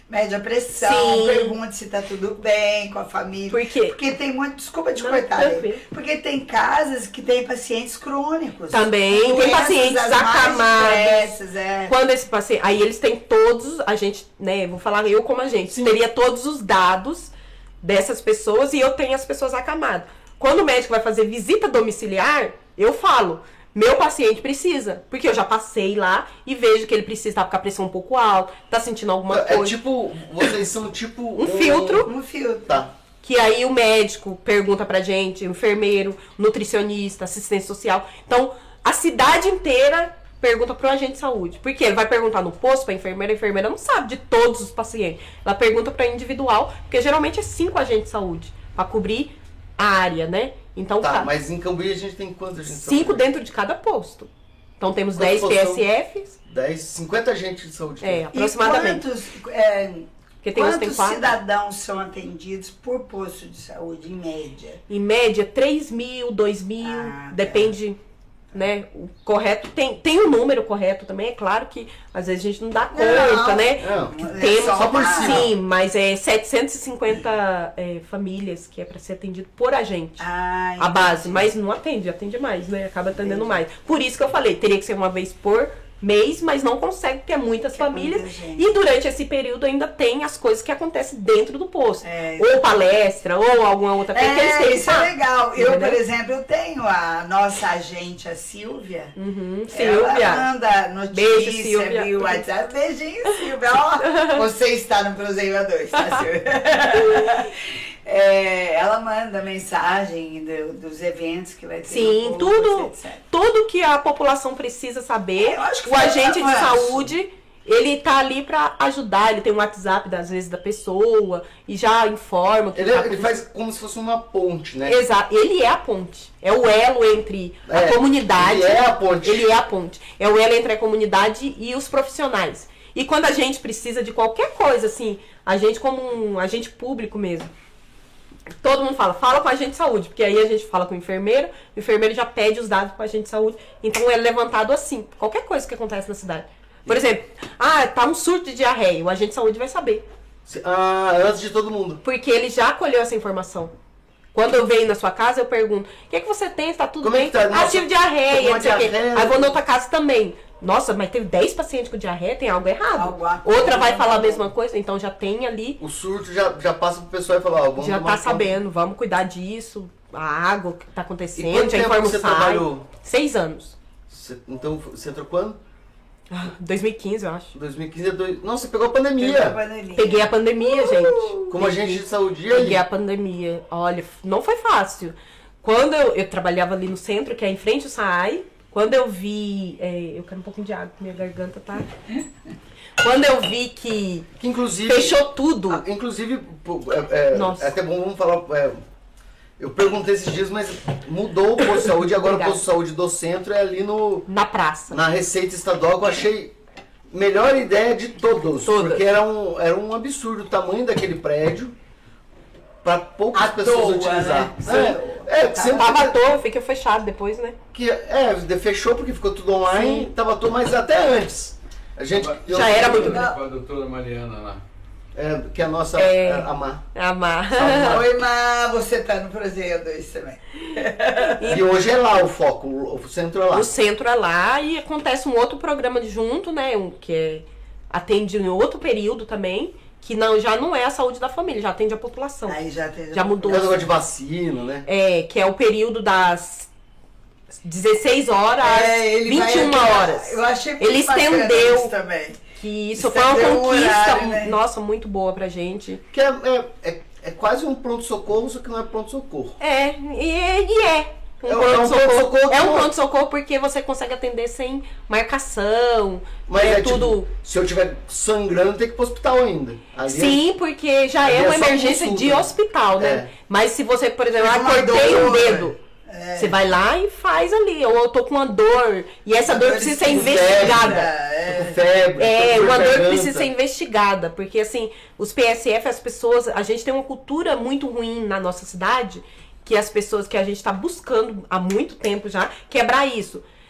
mede a pressão, Sim. pergunta se tá tudo bem com a família. Por quê? Porque tem muito, desculpa te Não, cortar, tranquilo. aí, porque tem casas que tem pacientes crônicos. Também, tem Doenças pacientes as mais acamados. diversas, é. Quando esse paciente. Aí eles têm todos, a gente, né? Vou falar eu como agente, Sim. teria todos os dados dessas pessoas e eu tenho as pessoas acamadas. Quando o médico vai fazer visita domiciliar, eu falo. Meu paciente precisa, porque eu já passei lá e vejo que ele precisa estar com a pressão um pouco alta, tá sentindo alguma É coisa. tipo, vocês são tipo... Um filtro. Um filtro. Tá. Que aí o médico pergunta pra gente, o enfermeiro, nutricionista, assistente social. Então, a cidade inteira pergunta pro agente de saúde. Porque ele vai perguntar no posto pra enfermeira, a enfermeira não sabe de todos os pacientes. Ela pergunta pra individual, porque geralmente é cinco agentes de saúde, pra cobrir a área, né? Então, Tá, tá. mas em Cambuí a gente tem quantos agentes de Cinco saúde? dentro de cada posto. Então temos Quantos dez P postos S Fs, dez, cinquenta agentes de saúde. é, E aproximadamente. quantos, é, Porque tem uns que tem quantos quatro. cidadãos são atendidos por posto de saúde, em média? Em média, três mil, dois mil, Ah, tá. depende, né? O correto, tem, tem um número correto também, é claro que às vezes a gente não dá conta, né? Não, Que é temos, só por cima. sim, mas é setecentas e cinquenta é, famílias que é para ser atendido por agente. Ah, A base, mas não atende, atende mais, né? Acaba atendendo Entendi. mais. Por isso que eu falei, teria que ser uma vez por mês, mas não consegue, porque é muitas Que é famílias. muita gente. E durante esse período ainda tem as coisas que acontecem dentro do posto. É. Ou palestra, ou alguma outra coisa que eles têm É, que isso é falar. legal. Eu, Entendeu? por exemplo, eu tenho a nossa agente, a Silvia. Uhum, Ela Silvia. manda notícia Beijo, Silvia. via WhatsApp. Beijinho, Silvia. Ó, você está no Proseima dois, tá, Silvia? É, ela manda mensagem do- dos eventos que vai ter. Sim, no tudo, posto, etcétera. tudo que a população precisa saber, Eu acho que o foi agente um de avanço. saúde, ele tá ali pra ajudar, ele tem um WhatsApp, às vezes, da pessoa, e já informa o que Ele, tá ele faz como se fosse uma ponte, né? Exato, ele é a ponte. É o elo entre a É, comunidade. ele é a ponte. Ele é a ponte. É o elo entre a comunidade e os profissionais. E quando a gente precisa de qualquer coisa, assim, a gente como um agente público mesmo, todo mundo fala, fala com a agente de saúde, porque aí a gente fala com o enfermeiro, o enfermeiro já pede os dados para o agente de saúde, então é levantado assim, qualquer coisa que acontece na cidade. Por exemplo, ah, tá um surto de diarreia, o agente de saúde vai saber. Ah, antes de todo mundo. Porque ele já colheu essa informação. Quando eu venho na sua casa, eu pergunto, o que é que você tem? Tá tudo Como é bem? que tá? Ah, Nossa, tive diarreia, uma não sei o quê. diarreia. Aí vou na outra casa também. Nossa, mas teve dez pacientes com diarreia, tem algo errado. Alguma Outra vai coisa falar a não. mesma coisa, então já tem ali, O surto já, já passa pro pessoal e fala, ó, vamos já tomar tá conta. sabendo, vamos cuidar disso, a água, o que tá E acontecendo, quanto já tempo informa o você S A I. trabalhou? Seis anos. Você- então, você entrou quando? Ah, dois mil e quinze, eu acho. dois mil e quinze, dois... Nossa, você pegou a Pegou a pandemia. pandemia. Peguei a pandemia, gente. Como agente de saúde. E aí? Peguei a pandemia. Olha, não foi fácil. Quando eu, eu trabalhava ali no centro, que é em frente ao S A I, quando eu vi... é, eu quero um pouquinho de água, minha garganta tá... Quando eu vi que Que inclusive... fechou tudo... Ah, inclusive, pô, é, é, Nossa. é até bom, vamos falar... é, eu perguntei esses dias, mas mudou o posto de saúde. Agora Obrigada. o posto de saúde do centro é ali no, na praça. na Receita Estadual, que eu achei melhor ideia de todos. Todas. Porque era um, era um absurdo o tamanho daquele prédio para poucas À pessoas toa, utilizar. né? É, é, que sempre Tava à toa, fica fechado depois, né? que é, fechou porque ficou tudo online, Sim. tava todo, mas até antes. A gente eu- Já era muito Com a doutora Mariana lá. é, que a nossa É. é, a Má. Amar. Oi, Má, você tá no Proseia dois também. E hoje é lá o foco, o, o centro é lá. O centro é lá e acontece um outro programa de junto, né? Um, que é, atende em outro período também, que não, já não é a saúde da família, já atende a população. Aí já tem. Já mudou. É negócio de vacina, né? É, que é o período das dezesseis horas É, às ele vinte e uma vai- horas. Eu achei muito Ele bacana estendeu. isso também. Que isso foi uma Estendeu o conquista, horário, né? nossa, muito boa pra gente. Que é, é, é, é quase um pronto-socorro, só que não é pronto-socorro. É, e, e é. Um É um- é um pronto-socorro. pronto-socorro É um que- pronto-socorro porque você consegue atender sem marcação. Mas é, é, tudo. tipo, se eu estiver sangrando, tem que ir pro hospital ainda. Ali Sim, porque já ali é é uma só emergência consulta, de né? hospital, né? É. Mas se você, por exemplo, Tem ah, uma cortei dor, um dedo. É. Você vai lá e faz ali. Ou eu tô com uma dor. E essa dor Dor precisa ser esquisita, investigada. é, é. com febre, É, com uma dor garganta. precisa ser investigada, porque assim, os P S F, as pessoas, a gente tem uma cultura muito ruim na nossa cidade, que as pessoas que a gente tá buscando há muito tempo já, quebrar isso.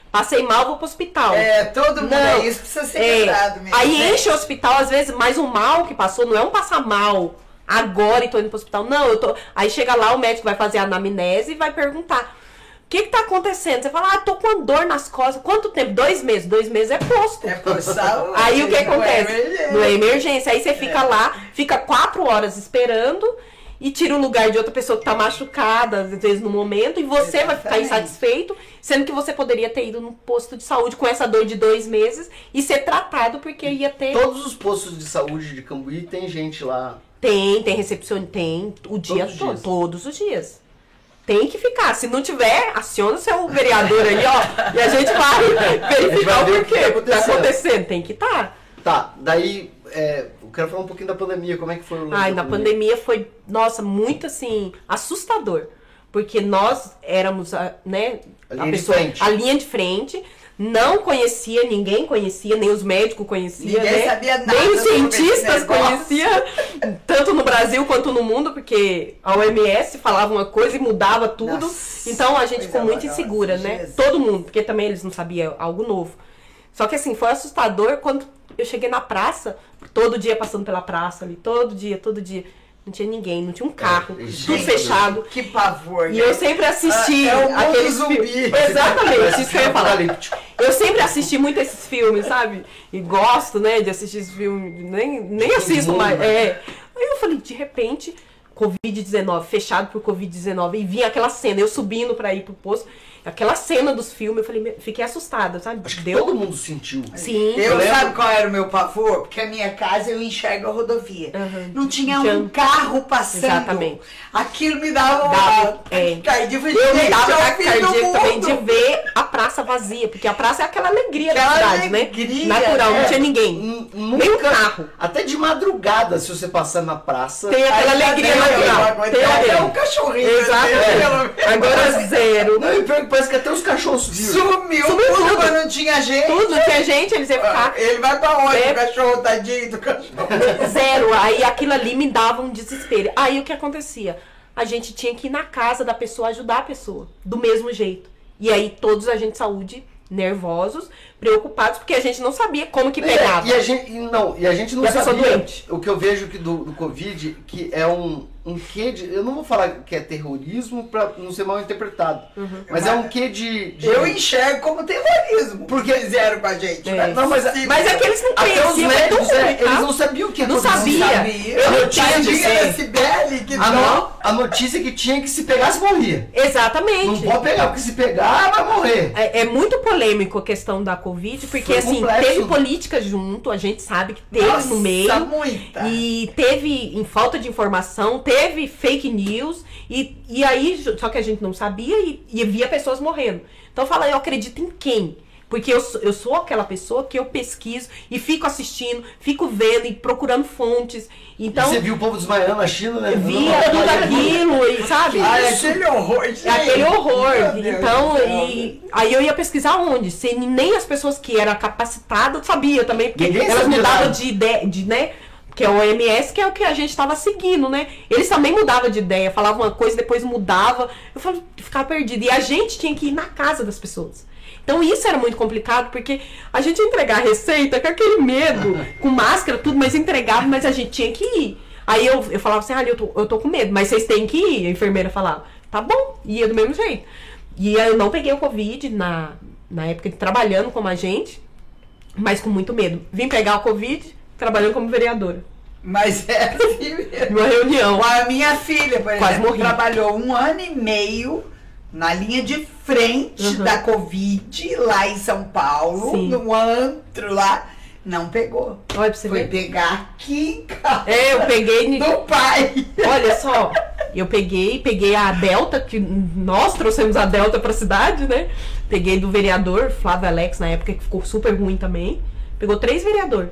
Passei mal, vou pro hospital. É, todo mundo Não, é isso, precisa ser é, lembrado mesmo. Aí né? enche o hospital, às vezes, mas o mal que passou não é um passar mal agora e tô indo pro hospital. Não, eu tô. Aí chega lá, o médico vai fazer a anamnese e vai perguntar: o que que tá acontecendo? Você fala, ah, tô com dor nas costas. Quanto tempo? Dois meses. Dois meses é posto. É por saúde. Aí o que não acontece? É emergência. Não é emergência. Aí você fica lá, fica quatro horas esperando e tira o lugar de outra pessoa que tá machucada, às vezes no momento, e você vai ficar Exatamente. insatisfeito, sendo que você poderia ter ido no posto de saúde com essa dor de dois meses e ser tratado, porque ia ter. Todos os postos de saúde de Cambuí tem gente lá. Tem, tem recepção, tem o dia Todos os todo, dias. todos os dias. Tem que ficar. Se não tiver, aciona o seu vereador aí, ó. E a gente vai verificar vai ver o o que porquê. tá O que tá acontecendo. acontecendo. Tem que estar. Tá, daí é, eu quero falar um pouquinho da pandemia, como é que foi o lance Ai, da na pandemia foi, nossa, muito assim, assustador. Porque nós éramos, a, né, A linha de frente. a linha de frente, não conhecia, ninguém conhecia, nem os médicos conheciam, Ninguém né? sabia nada Nem os sobre esse cientistas negócio. conheciam, tanto no Brasil quanto no mundo, porque a O M S falava uma coisa e mudava tudo. Nossa, Então a gente coisa ficou muito horrorosa, insegura, né? Jesus. Todo mundo, porque também eles não sabiam algo novo. Só que assim, foi assustador quando eu cheguei na praça, todo dia passando pela praça ali, todo dia, todo dia. Não tinha ninguém, não tinha um carro, É, tudo gente, fechado. Que pavor. E né? eu sempre assisti Ah, é o mundo aqueles zumbi. filmes. Exatamente, Parece isso que eu ia falar. apocalíptico. Eu sempre assisti muito esses filmes, sabe? E gosto, né, de assistir esses filmes. Nem, nem assisto mundo, mais. né? É. Aí eu falei, de repente, covid dezenove, fechado por covid dezenove. E vinha aquela cena, eu subindo pra ir pro posto. Aquela cena dos filmes, eu falei, me- fiquei assustada, sabe? Acho que Deu. todo mundo sentiu. Sim. Eu lembro- sabe qual era o meu pavor? Porque a minha casa eu enxergo a rodovia. Uhum. Não tinha Tinha- um carro passando. Exatamente. Aquilo me dava uma Dava, é. taquicardia. falei, Eu me gente, dava é o ataque fim do cardíaco também de mundo. ver a praça vazia, porque a praça é aquela alegria da Aquela cidade, alegria, né? Natural, né? não tinha ninguém. N- Nem um Nunca, carro. até de madrugada, se você passar na praça. Tem aquela Aí já alegria deu, natural. eu Tem aguentei até alguém. um cachorrinho. né? Exatamente. Agora zero. Não, e pior que parece que até os cachorros subiram. Sumiu, Sumiu tudo, tudo. mas não tinha gente. Tudo, não tinha gente, eles iam ficar Ele vai pra onde? É. O cachorro, tadinho do cachorro. zero. Aí aquilo ali me dava um desespero. Aí o que acontecia? A gente tinha que ir na casa da pessoa, ajudar a pessoa, do mesmo jeito. E aí todos os agentes de saúde nervosos, preocupados, porque a gente não sabia como que pegava. É, e a gente e não, e a gente não E a pessoa sabia. doente. O que eu vejo que do, do Covid, que é um, um quê de. Eu não vou falar que é terrorismo pra não ser mal interpretado. Mas é um quê de. de- Eu enxergo como terrorismo. Porque fizeram com a gente. É. Não, mas, Mas é que eles não até os conheciam, é tão médicos, é, complicado. eles não sabiam o que ia Não acontecer. sabia. Eu não não tinha tinha de diga da ser. Cibele que A, não. no- a notícia que tinha que se pegasse, morria. Exatamente. Não pode pegar, porque se pegar, vai morrer. É, é muito polêmico a questão da Covid, porque Foi assim, complexo. teve política junto, a gente sabe que teve Nossa, no meio. muita. E teve em falta de informação, teve fake news, e, e aí, só que a gente não sabia e, e via pessoas morrendo. Então fala, eu acredito em quem? Porque eu, sou- eu sou aquela pessoa que eu pesquiso e fico assistindo, fico vendo e procurando fontes. Então, E você viu o povo desmaiando na China, né? via Não, tudo não, aquilo, e sabe? Ai, aquele horror, gente. É aquele horror. Meu Deus Então, do céu. e, aí eu ia pesquisar onde? Se nem as pessoas que eram capacitadas sabiam também, porque Ninguém elas sabia mudavam nada. de ideia, de, né? Que é o O M S, que é o que a gente estava seguindo, né? Eles também mudavam de ideia, falavam uma coisa, depois mudava. Eu falava, ficava perdida. E a gente tinha que ir na casa das pessoas. Então isso era muito complicado, porque a gente ia entregar a receita com aquele medo, com máscara, tudo, mas entregava, mas a gente tinha que ir. Aí eu, eu falava assim, ah, eu tô, eu tô com medo, mas vocês têm que ir. A enfermeira falava, tá bom, ia do mesmo jeito. E aí eu não peguei o Covid na, na época de trabalhando como agente, mas com muito medo. Vim pegar o Covid trabalhando como vereadora. Mas é assim mesmo. Numa reunião. A minha filha, por Quase exemplo, morri. trabalhou um ano e meio na linha de frente Uhum. da Covid, lá em São Paulo, Sim. no antro lá. Não pegou. Olha pra você Foi ver. pegar aqui em casa É, eu peguei. do pai. Olha só, eu peguei, peguei a Delta, que nós trouxemos a Delta pra cidade, né? Peguei do vereador, Flávio Alex, na época, que ficou super ruim também. Pegou três vereadores.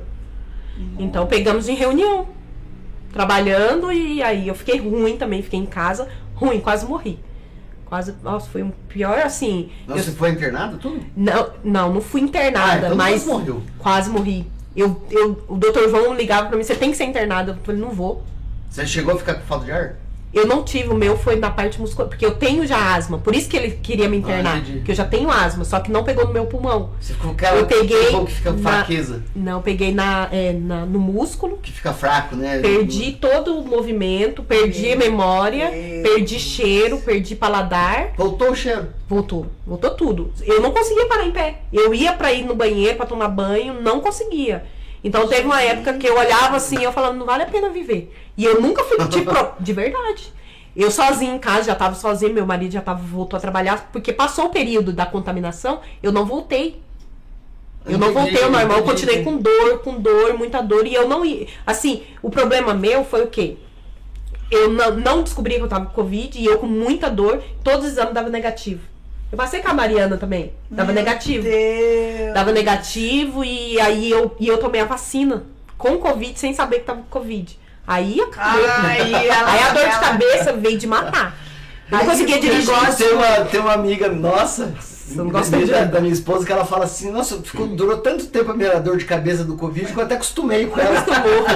Então pegamos em reunião, trabalhando, e aí eu fiquei ruim também, fiquei em casa, ruim, quase morri. Quase, nossa, foi um pior assim. Não, eu- você foi internado tudo? não, não, não fui internada, Ah, então mas quase morreu. quase morri. Eu, eu, o doutor João ligava pra mim, você tem que ser internada. Eu falei, não vou. Você chegou a ficar com falta de ar? Eu não tive, o meu foi na parte muscular, porque eu tenho já asma, por isso que ele queria me internar, Ah, entendi. porque eu já tenho asma, só que não pegou no meu pulmão. Você ficou cara, Eu peguei que fica na- fraqueza, Não, peguei na, é, na- no músculo, que fica fraco, né? perdi todo o movimento, perdi a memória, Deus. perdi cheiro, perdi paladar, Voltou o cheiro. voltou, voltou tudo. Eu não conseguia parar em pé. Eu ia pra ir no banheiro, pra tomar banho, não conseguia. Então teve uma época que eu olhava assim, eu falava, não vale a pena viver. E eu nunca fui de, pro... de verdade. Eu sozinha em casa, já tava sozinha, meu marido já tava, voltou a trabalhar, porque passou o período da contaminação, eu não voltei. Eu não Entendi, voltei ao normal, eu entendi, continuei entendi. com dor, com dor, muita dor, e eu não ia. Assim, o problema meu foi o quê? Eu não, não descobri que eu tava com Covid, e eu com muita dor, todos os exames davam negativo. Eu passei com a Mariana também, dava Meu negativo. Deus. Dava negativo, e aí eu, e eu tomei a vacina com Covid, sem saber que tava com Covid. Aí acabou. Aí, ela- Aí a dor de ela- cabeça veio de matar. Eu não Aí conseguia o dirigir. negócio- Tem uma, tem uma amiga nossa, não gosta da, de- da minha esposa, que ela fala assim, nossa, ficou, durou tanto tempo a minha dor de cabeça do Covid que eu até acostumei com ela.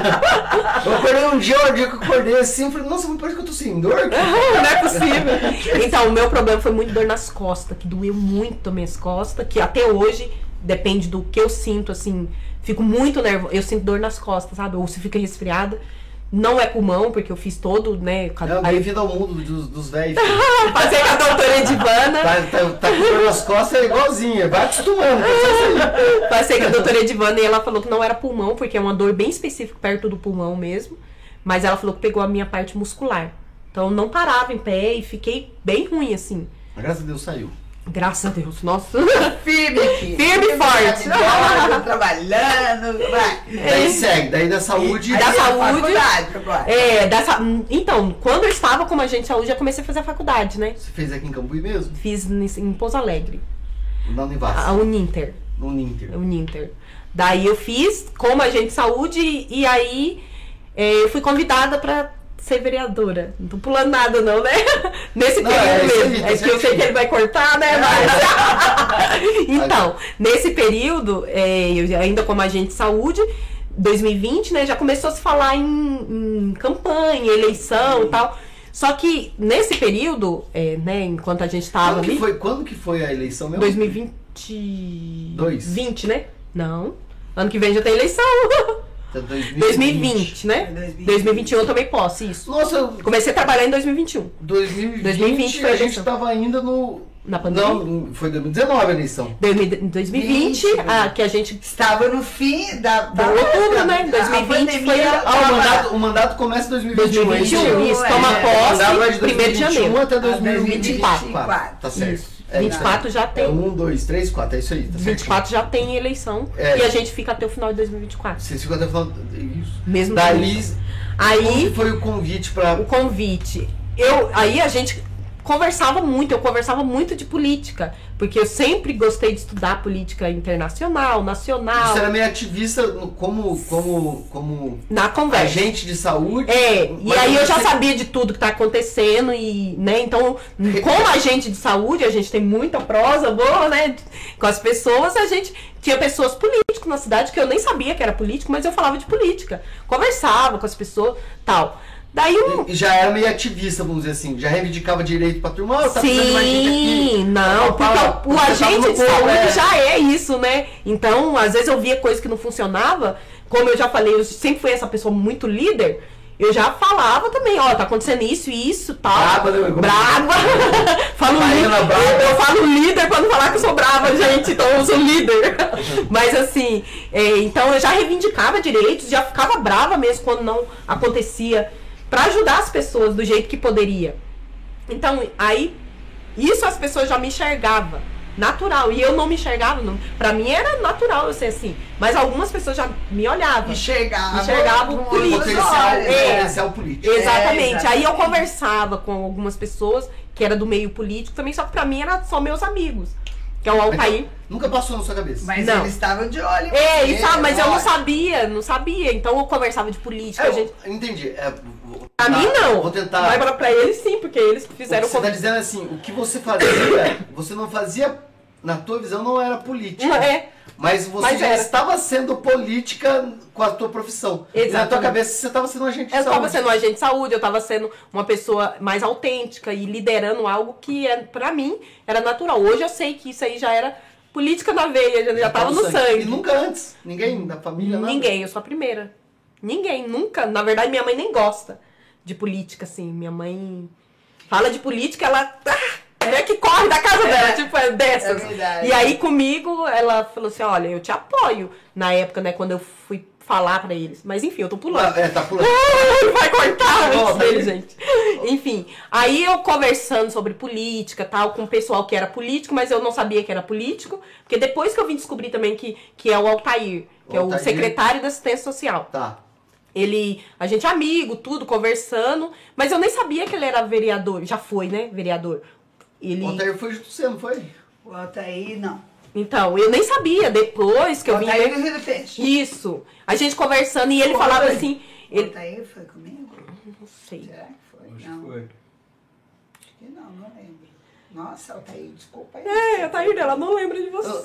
Eu acordei um dia, um dia que eu acordei assim, eu falei, nossa, mas parece que eu tô sem dor. Não é possível. Então, o meu problema foi muito dor nas costas, que doeu muito minhas costas, que até hoje, depende do que eu sinto, assim, fico muito nervosa. Eu sinto dor nas costas, sabe? Ou se fica resfriada. Não é pulmão, porque eu fiz todo, né? Não, Aí bem-vindo ao mundo dos, dos velhos. passei com a doutora Edivana. Tá, tá, tá com dor nas costas, é igualzinha, vai acostumando. Tá Passei com a doutora Edivana e ela falou que não era pulmão, porque é uma dor bem específica perto do pulmão mesmo. Mas ela falou que pegou a minha parte muscular. Então eu não parava em pé e fiquei bem ruim, assim. Mas graças a Deus saiu. Graças a Deus, nossa. Firme aqui. Firme e forte. maravilhosa, trabalhando. Vai. Daí segue, daí da saúde. Da Aí a saúde. faculdade agora. É, dessa, então, quando eu estava como agente de saúde, já comecei a fazer a faculdade, né? Você fez aqui em Cambuí mesmo? Fiz em, em Pouso Alegre, Na Univas. a Uninter. No Ninter. Uninter. Daí eu fiz como agente de saúde e aí é, eu fui convidada pra ser vereadora. Não tô pulando nada não, né? Nesse Não, período é isso aí, mesmo. tá É que eu sei certinho. que ele vai cortar, né? Mas... então, nesse período, é, eu ainda como agente de saúde, dois mil e vinte, né? Já começou a se falar em, em campanha, eleição e tal. Só que nesse período, é, né, enquanto a gente tava Quando que, ali... foi, quando que foi a eleição mesmo? dois mil e vinte... Dois. vinte, né? Não. Ano que vem já tem eleição. Até dois mil e vinte, né? dois mil e vinte. dois mil e vinte e um eu tomei posse, isso. Nossa, eu- Comecei a trabalhar em dois mil e vinte e um. dois mil e vinte, dois mil e vinte foi a a gente eleição. tava ainda no... Na pandemia. Não, foi dois mil e dezenove a eleição. dois mil e dois mil e vinte, vinte. ah, que a gente... Estava no fim da... da Do outubro, da- né? dois mil e vinte a foi pandemia a- Ah, o tava- mandato, o mandato começa em dois mil e vinte e um. dois mil e vinte e um, é isso. é, Toma é, O mandato é posse, de primeiro de janeiro. até dois mil e vinte e quatro. dois mil e vinte e quatro. Tá certo. Isso. É vinte e quatro já É tem. um, dois, três, quatro, é isso aí. Tá vinte e quatro já tem eleição. É. E a gente fica até o final de dois mil e vinte e quatro. Vocês ficam até falando. Isso. Mesmo Daí, tempo. como Aí, que foi o convite pra. o convite. Eu, aí a gente conversava muito, eu conversava muito de política. Porque eu sempre gostei de estudar política internacional, nacional. Você era meio ativista no- como, como, como Na conversa. agente de saúde. É, e Mas aí eu já você- sabia de tudo que tá acontecendo e, né, então, como agente de saúde, a gente tem muita prosa boa, né, com as pessoas, a gente tinha pessoas políticos na cidade que eu nem sabia que era político, mas eu falava de política, conversava com as pessoas, tal. Daí um... E já era meio ativista, vamos dizer assim. Já reivindicava direito pra turma. Ó, tá precisando de mais gente aqui. Sim, não, Fala, fala, porque o você tava agente no de povo, saúde é. já é isso, né? Então, às vezes eu via coisa que não funcionava, como eu já falei, eu sempre fui essa pessoa muito líder, eu já falava também, ó, tá acontecendo isso e isso, tal. Braba, né? Como- Brava. falo Baiana líder. brava. Eu, eu falo líder pra não falar que eu sou brava, gente, então eu sou líder. Mas assim, é, então eu já reivindicava direitos, já ficava brava mesmo quando não acontecia, pra ajudar as pessoas do jeito que poderia. Então, aí, isso as pessoas já me enxergavam. Natural. E eu não me enxergava. Não. Pra mim era natural eu ser assim. Mas algumas pessoas já me olhavam. Enxergava. Enxergava o com político. outros Potencial, olhos, É. né? potencial político. Exatamente. É, Aí eu exatamente. conversava com algumas pessoas que era do meio político também, só que pra mim era só meus amigos. Que é o Altair. Nunca passou na sua cabeça. Mas Não. eles estavam de olho. em É, você, e sabe, mas eu não olha. sabia, não sabia. Então eu conversava de política. É, a gente... eu entendi. É, vou Pra tentar- mim não. Vou tentar. Mas pra, pra eles sim, porque eles O que fizeram você tá dizendo é assim, o que você fazia, você não fazia na tua visão, não era política. Não é. Mas você Mas já era. estava sendo política com a tua profissão. E na tua Exatamente. cabeça você estava sendo um agente de Eu saúde. estava sendo um agente de saúde, eu estava sendo uma pessoa mais autêntica e liderando algo que, é, pra mim, era natural. Hoje eu sei que isso aí já era política na veia, já, já estava no sangue. E nunca antes? Ninguém da família, nada? Ninguém, eu sou a primeira. Ninguém, nunca. Na verdade, minha mãe nem gosta de política, assim. Minha mãe fala de política, ela... É que corre da casa dela, É, tipo, é dessas. é verdade. E aí comigo, ela falou assim, olha, eu te apoio. Na época, né, quando eu fui falar pra eles. Mas enfim, eu tô pulando. É, tá pulando. Não vai cortar antes Volta dele, aí. gente. Enfim, aí eu conversando sobre política, tal, com o pessoal que era político, mas eu não sabia que era político. Porque depois que eu vim descobrir também que, que é o Altair, que é o Altair. secretário da assistência social. Tá. Ele, a gente é amigo, tudo, conversando, mas eu nem sabia que ele era vereador. Já foi, né, vereador. Ele... O Altair foi junto com você, não foi? O Altair, não. Então, eu nem sabia, depois que O eu vim... Altair do Rio do Peixe. Isso. A gente conversando e ele Foi. falava assim... O Ele... Altair foi comigo? Não sei. Será que foi? Acho Não. que foi. Acho que não, não lembro. Nossa, Altair, desculpa aí. É, a Taíra, ela não lembra de você.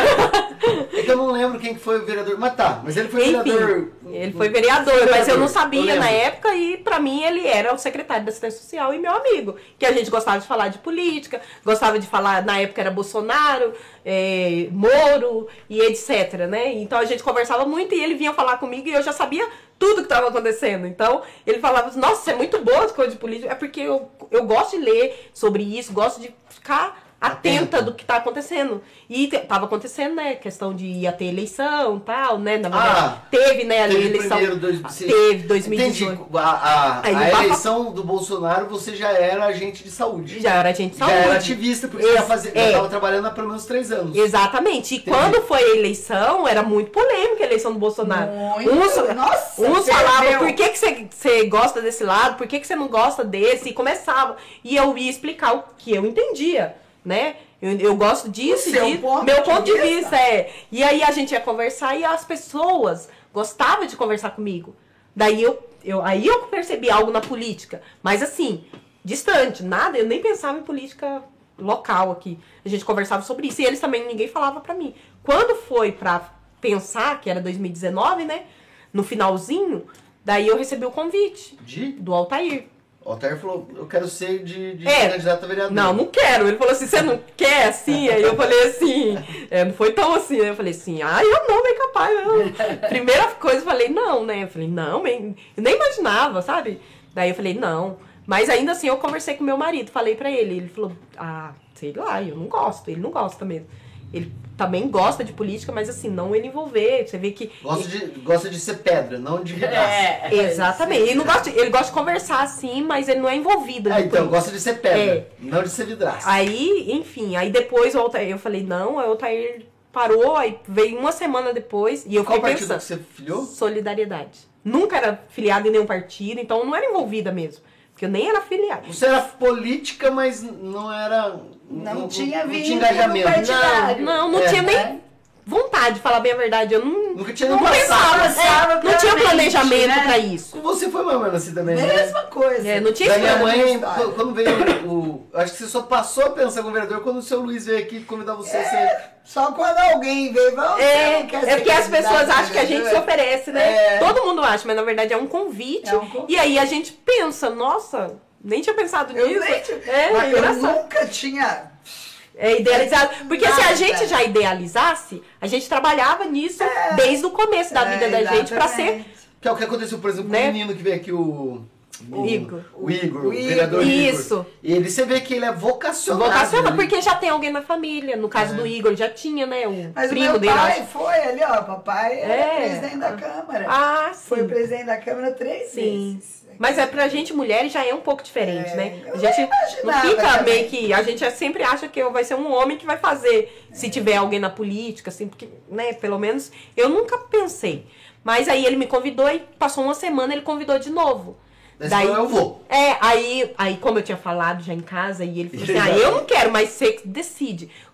É que eu não lembro quem que foi o vereador. Mas tá, mas ele foi Enfim, vereador. ele foi vereador, mas eu não sabia lembro. na época e pra mim ele era o secretário da assistência social e meu amigo. Que a gente gostava de falar de política, gostava de falar, na época era Bolsonaro, é, Moro e etc, né? Então a gente conversava muito e ele vinha falar comigo e eu já sabia tudo que estava acontecendo. Então ele falava, nossa, você é muito boa de coisa de política. É porque eu, eu gosto de ler sobre isso, gosto de ficar atenta Atenta. do que tá acontecendo. E te, tava acontecendo, né? Questão de ia ter eleição e tal, né? Na verdade, Ah, teve, né? A Teve eleição. primeiro dois, Teve, dois mil e Entendi. dezoito. A, a, Aí a não basta- eleição do Bolsonaro você já era agente de saúde. Já era agente de Já saúde. era ativista, porque você já, Ex- fazia, já é. tava trabalhando há pelo menos três anos. Exatamente. E Entendi. quando foi a eleição, era muito polêmica a eleição do Bolsonaro. Muito. Uns, Nossa, uns perdeu. falavam por que, que você, você gosta desse lado, por que, que você não gosta desse, e começava. E eu ia explicar o que eu entendia, né? Eu, eu gosto disso, O seu disso. ponto meu de ponto de vista. vista é. E aí a gente ia conversar e as pessoas gostavam de conversar comigo. Daí eu, eu, aí eu percebi algo na política. Mas assim, distante, nada, eu nem pensava em política local aqui. A gente conversava sobre isso. E eles também, ninguém falava pra mim. Quando foi pra pensar, que era dois mil e dezenove, né? No finalzinho, daí eu recebi o convite De? do Altair. O Altair falou, eu quero ser de, de É. candidato a vereador. Não, não quero. Ele falou assim, você não quer assim? Aí eu falei assim, é, não foi tão assim, né? Eu falei assim, ah, eu não, bem capaz, não. Primeira coisa, eu falei, não, né? Eu falei, não, bem... eu nem imaginava, sabe? Daí eu falei, não. Mas ainda assim, eu conversei com meu marido, falei pra ele. Ele falou, ah, sei lá, eu não gosto. Ele não gosta mesmo. Ele também gosta de política, mas assim, não ele envolver. Você vê que... Gosta de, gosta de ser pedra, não de vidraça. É, Exatamente. Ele, não gosta, ele gosta de conversar assim, mas ele não é envolvido. É, na então, política. gosta de ser pedra, É. não de ser vidraça. Aí, enfim, aí depois o Altair, eu falei, não, aí o Altair parou, aí veio uma semana depois, e eu Qual fiquei partido pensando, que você filiou? solidariedade. Nunca era filiada em nenhum partido, então eu não era envolvida mesmo, porque eu nem era filiada. Você era política, mas não era... Não tinha não vínculo tinha engajamento. partidário. Não, não É. tinha nem vontade, de falar bem a verdade, eu não, Nunca tinha não nem pensava, passado. passava é, não pela tinha mente, planejamento né? pra isso. Com você foi mais ou menos assim também, né? Mesma coisa. É, não tinha Da minha história, mãe, história. qu- quando veio o... Acho que você só passou a pensar como vereador quando o seu Luiz veio aqui convidar você a ser... Só quando alguém veio, vamos, É, você não quer é ser porque as candidato pessoas a acham que a gente se vereador? oferece, né? É. Todo mundo acha, mas na verdade é um convite. É um convite. E aí a gente pensa, nossa, nem tinha pensado Eu, nisso. nem tinha- É, mas é eu engraçado. nunca tinha... É idealizado. Porque se a Nada. gente já idealizasse, a gente trabalhava nisso desde o começo da É, vida da gente pra ser. exatamente. Que é o que aconteceu, por exemplo, com Né? o menino que veio aqui, o... O Igor. O Igor, o, O Igor. vereador Igor. Isso. E ele, você vê que ele é vocacionado. Vocacional, ele- porque já tem alguém na família. No caso É. do Igor, já tinha, né? O Mas o primo meu dele. eu pai acho. foi ali, ó. Papai era É. presidente da Câmara. Ah, sim. Foi presidente da Câmara três Sim. vezes. Mas é pra gente mulheres já é um pouco diferente, É, né? eu A gente nem não imaginava fica também. meio que. A gente sempre acha que vai ser um homem que vai fazer, se tiver alguém na política, assim, porque, né, pelo menos eu nunca pensei. Mas aí ele me convidou e passou uma semana, ele convidou de novo. Daí você falou, eu vou. É, aí, aí como eu tinha falado já em casa, e ele falou assim, ah, eu não quero, mas você que decide.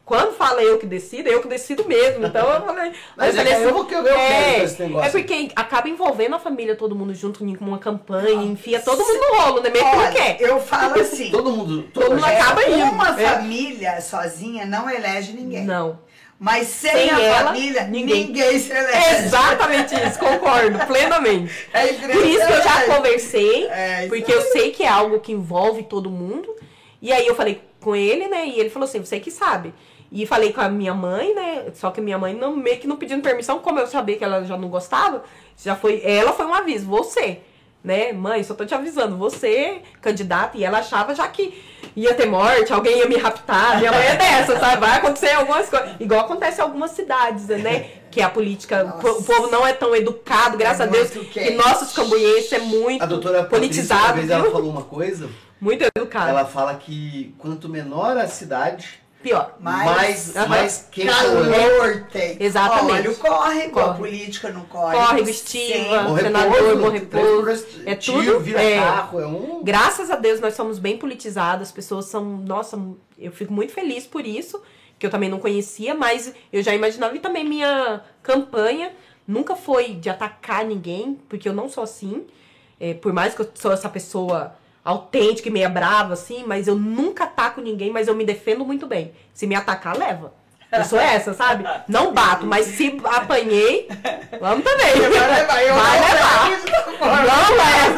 Quando fala eu que decido, eu que decido mesmo. Então eu falei. Mas eu é falei que eu vou que eu quero é, esse negócio. é porque acaba envolvendo a família, todo mundo junto com uma campanha, enfia todo mundo no rolo, né? Mesmo que não Olha, quer. eu falo assim, Todo mundo... Todo mundo gente- acaba indo. uma É. família sozinha não elege ninguém. Não. Mas sem, Sem a ela, família, ninguém. ninguém, se elege. Exatamente isso, concordo, plenamente. É Por isso que eu já impressionante. conversei, É, isso porque eu sei que é algo que envolve todo mundo. E aí eu falei com ele, né? E ele falou assim, você que sabe. E falei com a minha mãe, né? Só que a minha mãe não, meio que não pedindo permissão, como eu sabia que ela já não gostava, já foi, ela foi um aviso, você, né? Mãe, só tô te avisando, você, candidata, e ela achava já que ia ter morte, alguém ia me raptar, minha mãe é dessa, sabe? Vai acontecer algumas coisas. Igual acontece em algumas cidades, né? Que a política, Nossa. o povo não é tão educado, graças É a Deus, muito que quente. nossos cambuenses é muito A doutora Patrícia, uma politizado, vez ela viu? falou uma coisa, Muito educado. ela fala que quanto menor a cidade, Pior. mais, Aham. mais quente é. Calor tem. Exatamente. Olha, corre, igual a Corre. política não corre. Corre, Não Estiva, Bom senador, repouso, bom repouso. É tiro, tudo. vira é, carro, é um... Graças a Deus nós somos bem politizados, as pessoas são, nossa, eu fico muito feliz por isso, que eu também não conhecia, mas eu já imaginava, e também minha campanha nunca foi de atacar ninguém, porque eu não sou assim, é, por mais que eu sou essa pessoa autêntica e meia brava, assim, mas eu nunca ataco ninguém, mas eu me defendo muito bem. Se me atacar, leva. Eu sou essa, sabe? Não bato, mas se apanhei, vamos também. Vai levar, eu Vai não levar. levo isso da forma. Não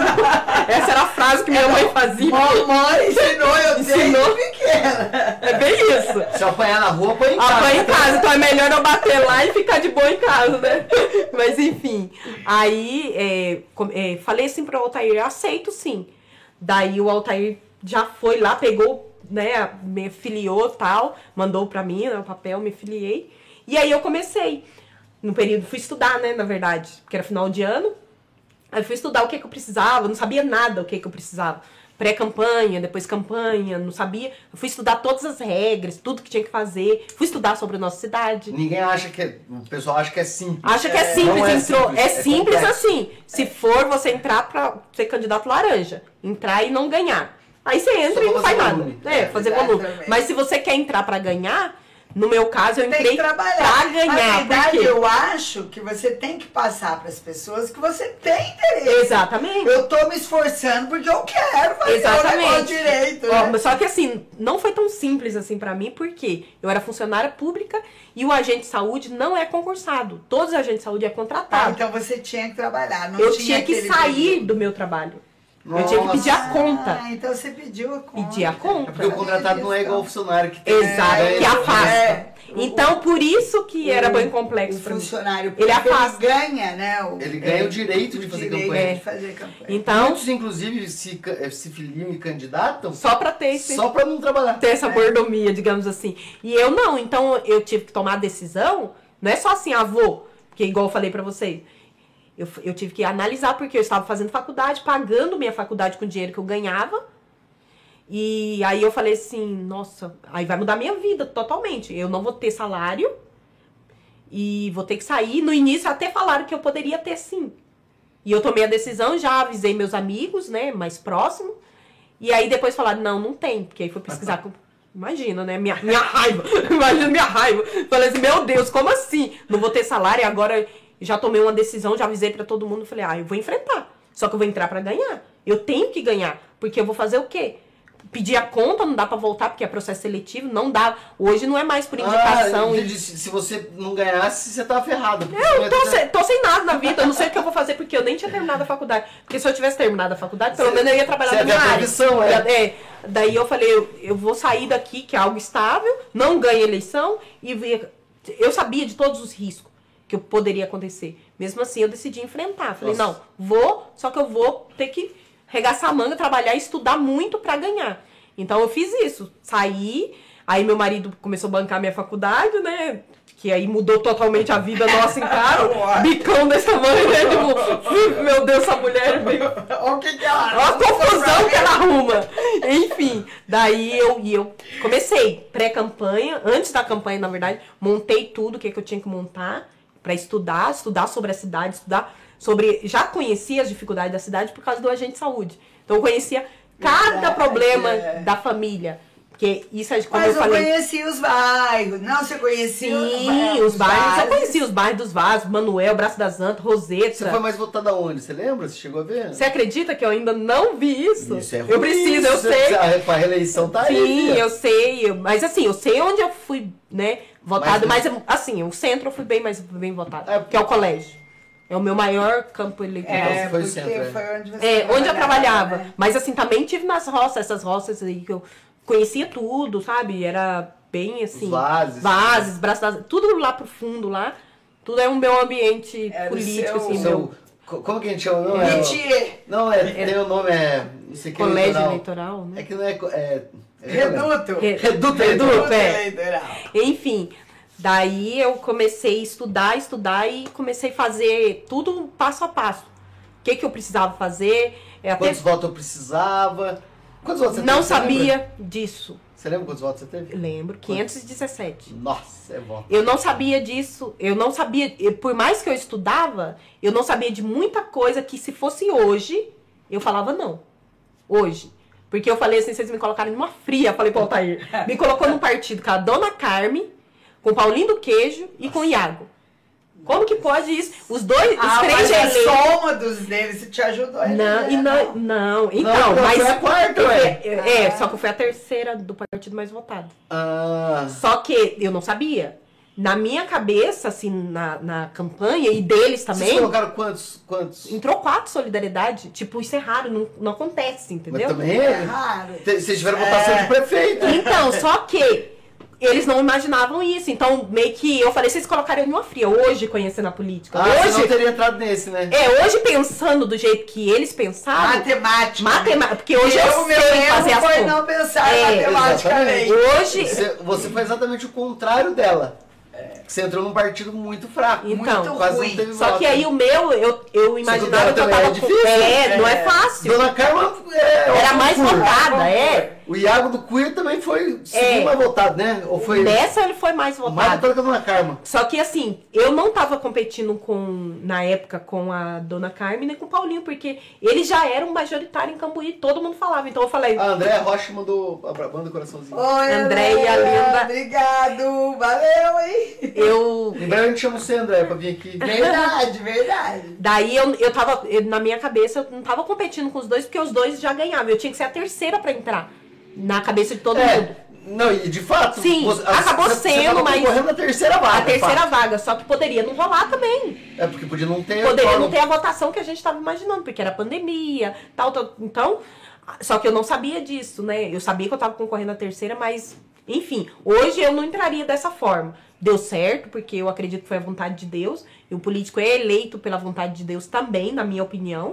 leva. Essa era a frase que minha mãe fazia. Mamãe ensinou, eu Ensinou. desde pequena. É bem isso. Se eu apanhar na rua, apanha em casa. Apanha em casa, então é melhor eu bater lá e ficar de boa em casa, né? Mas enfim, aí é, com- é, falei assim pro Altair, eu aceito sim. Daí o Altair já foi lá, pegou, né, me filiou e tal, mandou pra mim, né, o papel, me filiei. E aí eu comecei. No período, fui estudar, né, na verdade, porque era final de ano. Aí fui estudar o que, que eu precisava, não sabia nada o que, que eu precisava. Pré-campanha, depois campanha, não sabia. Eu fui estudar todas as regras, tudo que tinha que fazer. Fui estudar sobre a nossa cidade. Ninguém acha que é... O pessoal acha que é simples. Acha que é simples, não é entrou. simples, é é simples complexo. assim. Se for você entrar pra ser candidato laranja, entrar e não ganhar. Aí você entra Só e não fazer faz nada. volume. É, fazer volume. Exatamente. Mas se você quer entrar pra ganhar, no meu caso, eu Tem que entrei trabalhar. pra ganhar. Na verdade, por quê? eu acho que você tem que passar para as pessoas que você tem interesse. Exatamente. Eu tô me esforçando porque eu quero fazer o negócio Exatamente. direito. Ó, Né? mas só que assim, não foi tão simples assim pra mim, porque eu era funcionária pública e o agente de saúde não é concursado. Todos os agentes de saúde é Ah, contratado. então você tinha que trabalhar. Não eu tinha tinha que aquele sair período. do meu trabalho. Eu tinha que pedir a conta. Ah, então você pediu a conta. Pedir a É conta. porque o contratado não é igual o funcionário que tem... Exato, É, que afasta. é. Então, por isso que era bem complexo O pra mim. funcionário Ele público, afasta. ganha, né? O, Ele ganha o direito de o fazer direito campanha. de fazer campanha. Então, Muitos, inclusive, se, ca- eh, se filiam e candidatam só pra ter esse... só pra não trabalhar. ter essa mordomia, digamos assim. E eu não, então eu tive que tomar a decisão, não é só assim, avô, porque igual eu falei pra vocês, eu, eu tive que analisar porque eu estava fazendo faculdade, pagando minha faculdade com o dinheiro que eu ganhava, e aí eu falei assim, nossa, aí vai mudar minha vida totalmente, eu não vou ter salário, e vou ter que sair, no início até falaram que eu poderia ter sim, e eu tomei a decisão, já avisei meus amigos, né, mais próximos, e aí depois falaram, não, não tem, porque aí fui pesquisar com... Imagina, né? Minha, minha raiva. Imagina minha raiva. Falei assim, meu Deus, como assim? Não vou ter salário e agora já tomei uma decisão, já avisei pra todo mundo. Falei, ah, eu vou enfrentar. Só que eu vou entrar pra ganhar. Eu tenho que ganhar. Porque eu vou fazer o quê? Pedir a conta, não dá pra voltar, porque é processo seletivo. Não dá. Hoje não é mais por indicação. Ah, e- entendi. se, se você não ganhasse, você tava ferrado. Eu tô sem, tô sem nada na vida, eu não sei o que eu vou fazer, porque eu nem tinha terminado a faculdade. Porque se eu tivesse terminado a faculdade, pelo Cê- menos eu ia trabalhar cê na ia minha ter a área. profissão, é. É, daí eu falei, eu, eu vou sair daqui, que é algo estável, não ganho eleição, e ver. Eu sabia de todos os riscos que poderia acontecer. Mesmo assim, eu decidi enfrentar. Falei, Nossa. não, vou, só que eu vou ter que regaçar a manga, trabalhar e estudar muito pra ganhar. Então eu fiz isso, saí, aí meu marido começou a bancar minha faculdade, né? Que aí mudou totalmente a vida nossa em casa. Bicão desse tamanho, né? Tipo, meu Deus, essa mulher veio. Olha o que que ela... Olha a confusão que ela arruma. Enfim, daí eu, e eu comecei pré-campanha, antes da campanha, na verdade, montei tudo o que, que eu tinha que montar pra estudar, estudar sobre a cidade, estudar sobre... Já conhecia as dificuldades da cidade por causa do agente de saúde. Então eu conhecia cada Verdade, problema é. da família. Porque isso é como Mas eu eu falei. conheci os bairros. Não, você conhecia Sim, os bairros. Eu conheci os bairros dos Vasos, Manuel, Braço das Antas, Roseta. Você foi mais votada aonde? Você lembra? Você chegou a ver? Você acredita que eu ainda não vi isso? Isso é ruim. Eu preciso, eu Isso, sei. A, a reeleição tá aí. Sim, filha. eu sei. eu- Mas assim, eu sei onde eu fui, né, votado. Mas- Mas, assim, o centro eu fui bem mais bem votado. É, que é o colégio. É o meu maior campo eleitoral. É, Então, foi o porque centro, é. foi onde você É, onde eu trabalhava. né? Mas assim, também tive nas roças, essas roças aí que eu conhecia tudo, sabe? Era bem assim. Os vases. Vases, braços das... Tudo lá pro fundo lá. Tudo é um meu ambiente Era o político, seu- assim, Seu- meu co- como que a gente chama? Não é, Metier. não, é, tem o nome, é. Não sei o que, colégio eleitoral. eleitoral, né? É que não é. co- é, é Reduto. Re- Reduto Reduto, é. eleitoral. Enfim, daí eu comecei a estudar, estudar e comecei a fazer tudo passo a passo. O que, que eu precisava fazer. é, Até Quantos votos eu precisava? Quantos votos você não teve? Você lembra? sabia disso. Você lembra quantos votos você teve? Lembro, quinhentos e dezessete. Nossa, é voto. Eu não sabia disso, eu não sabia, eu- por mais que eu estudava, eu não sabia de muita coisa que se fosse hoje, eu falava não. Hoje. Porque eu falei assim, vocês me colocaram numa fria, falei pro Altair. Me colocou num partido com a Dona Carme, com o Paulinho do Queijo e com o Iago. Como que pode isso? Os dois, os Ah, três mas a eleitos. soma dos deles te ajudou. a Não, eleger, e não, não, então, Não, mas. foi a quarta, eu ué. fui- É, só que eu fui a terceira do partido mais votado. Ah, Só que eu não sabia. Na minha cabeça, assim, na, na campanha, e deles vocês também, colocaram quantos? Quantos? entrou quatro solidariedade. Tipo, isso é raro, não, não acontece, Mas entendeu? também É é. raro. Te- Vocês tiveram votação de prefeito. Então, só que eles não imaginavam isso. Então, meio que eu falei, vocês colocariam numa fria. Hoje, conhecendo a política. Ah, você não hoje, teria entrado nesse, né? é, hoje pensando do jeito que eles pensavam. Matemática. Matemática. Porque hoje eu, eu, meu sei erro fazer as foi contas. não pensar É, matematicamente. Hoje. Você, você foi exatamente o contrário dela. Você entrou num partido muito fraco. Então, Muito quase ruim. não teve Só voto. que aí o meu, eu, eu imaginava que eu também é tava com. difícil, É, não é é. fácil. Dona Carla é, Era mais fui. votada, é. O Iago do Cunha também foi segundo É. mais votado, né? Ou foi Nessa ele foi mais mais votado. votado que a Dona Carla. Só que assim, eu não tava competindo com, na época, com a Dona Carmen nem com o Paulinho, porque eles já eram majoritários em Cambuí, todo mundo falava. Então eu falei, A André Rocha mandou a banda coraçãozinho. Oi, Andréia, Andréia, linda. Obrigado. Valeu, hein? eu. Em breve a gente chama você, André, pra vir aqui. Verdade, verdade. Daí eu, eu tava, eu- na minha cabeça, eu não tava competindo com os dois, porque os dois já ganhavam. Eu tinha que ser a terceira pra entrar. Na cabeça de todo mundo. É, não, e de fato... Sim, acabou você, sendo, você tava mas- concorrendo na terceira vaga. A terceira fato. vaga, só que poderia não rolar também. É, porque podia não ter... Poderia quórum. não ter a votação que a gente estava imaginando, porque era pandemia, tal, tal. Então, só que eu não sabia disso, né? Eu sabia que eu estava concorrendo à terceira, mas, enfim, hoje eu não entraria dessa forma. Deu certo, porque eu acredito que foi a vontade de Deus. E o político é eleito pela vontade de Deus também, na minha opinião.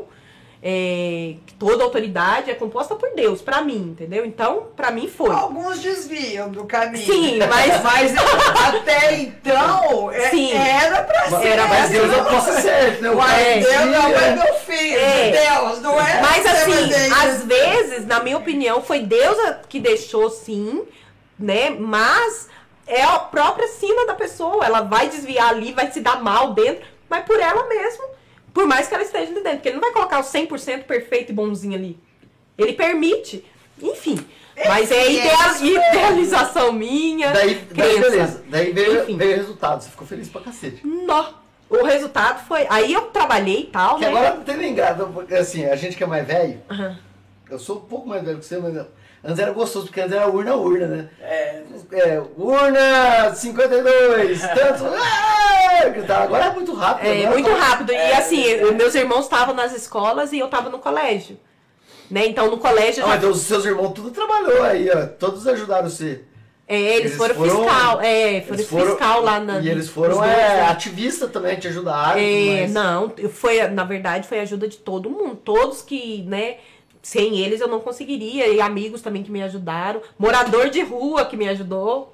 É, toda autoridade é composta por Deus, pra mim, entendeu? Então, pra mim foi. Alguns desviam do caminho. Sim, mas- Mas até então, é- Sim. era pra Mas, ser. Era mas assim. Deus é o posso certo, né? O Uai, cara Deus não dizia- é meu filho. É. Deus, não é? Mas assim, Independente. às vezes, na minha opinião, foi Deus a- que deixou sim, né? Mas é a própria sina da pessoa. Ela vai desviar ali, vai se dar mal dentro, mas por ela mesma. Por mais que ela esteja ali dentro. Porque ele não vai colocar o cem por cento perfeito e bonzinho ali. Ele permite. Enfim. Mas é Enfim, é idea- isso mesmo. idealização minha. Daí, daí crença. beleza. Daí veio, Enfim. veio o resultado. Você ficou feliz pra cacete. Nó. O resultado foi. Aí eu trabalhei e tal, Que né? agora não tem nem graça, porque assim, a gente que é mais velho, Aham. eu sou um pouco mais velho que você, mas antes era gostoso, porque antes era urna urna, né? É, É, urna cinquenta e dois, tanto. Ah, gritava. Agora é muito rápido. É, agora muito fala- rápido. E assim, eu- meus irmãos estavam nas escolas e eu tava no colégio. Né? Então no colégio Ah, já. então os seus irmãos tudo trabalhou aí, ó. Todos ajudaram você. É, eles, eles foram, foram- fiscal. É, foram Eles foram- fiscal lá na. E eles foram os dois, é, né? ativistas também, te ajudaram. e tudo É, mais. não, foi, na verdade, foi a ajuda de todo mundo. Todos que, né, sem eles eu não conseguiria. E amigos também que me ajudaram. Morador de rua que me ajudou.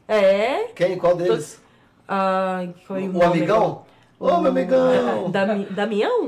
É. Quem? Qual deles? Ai, foi O, nome amigão? Ô, meu amigão! Dami, Damião?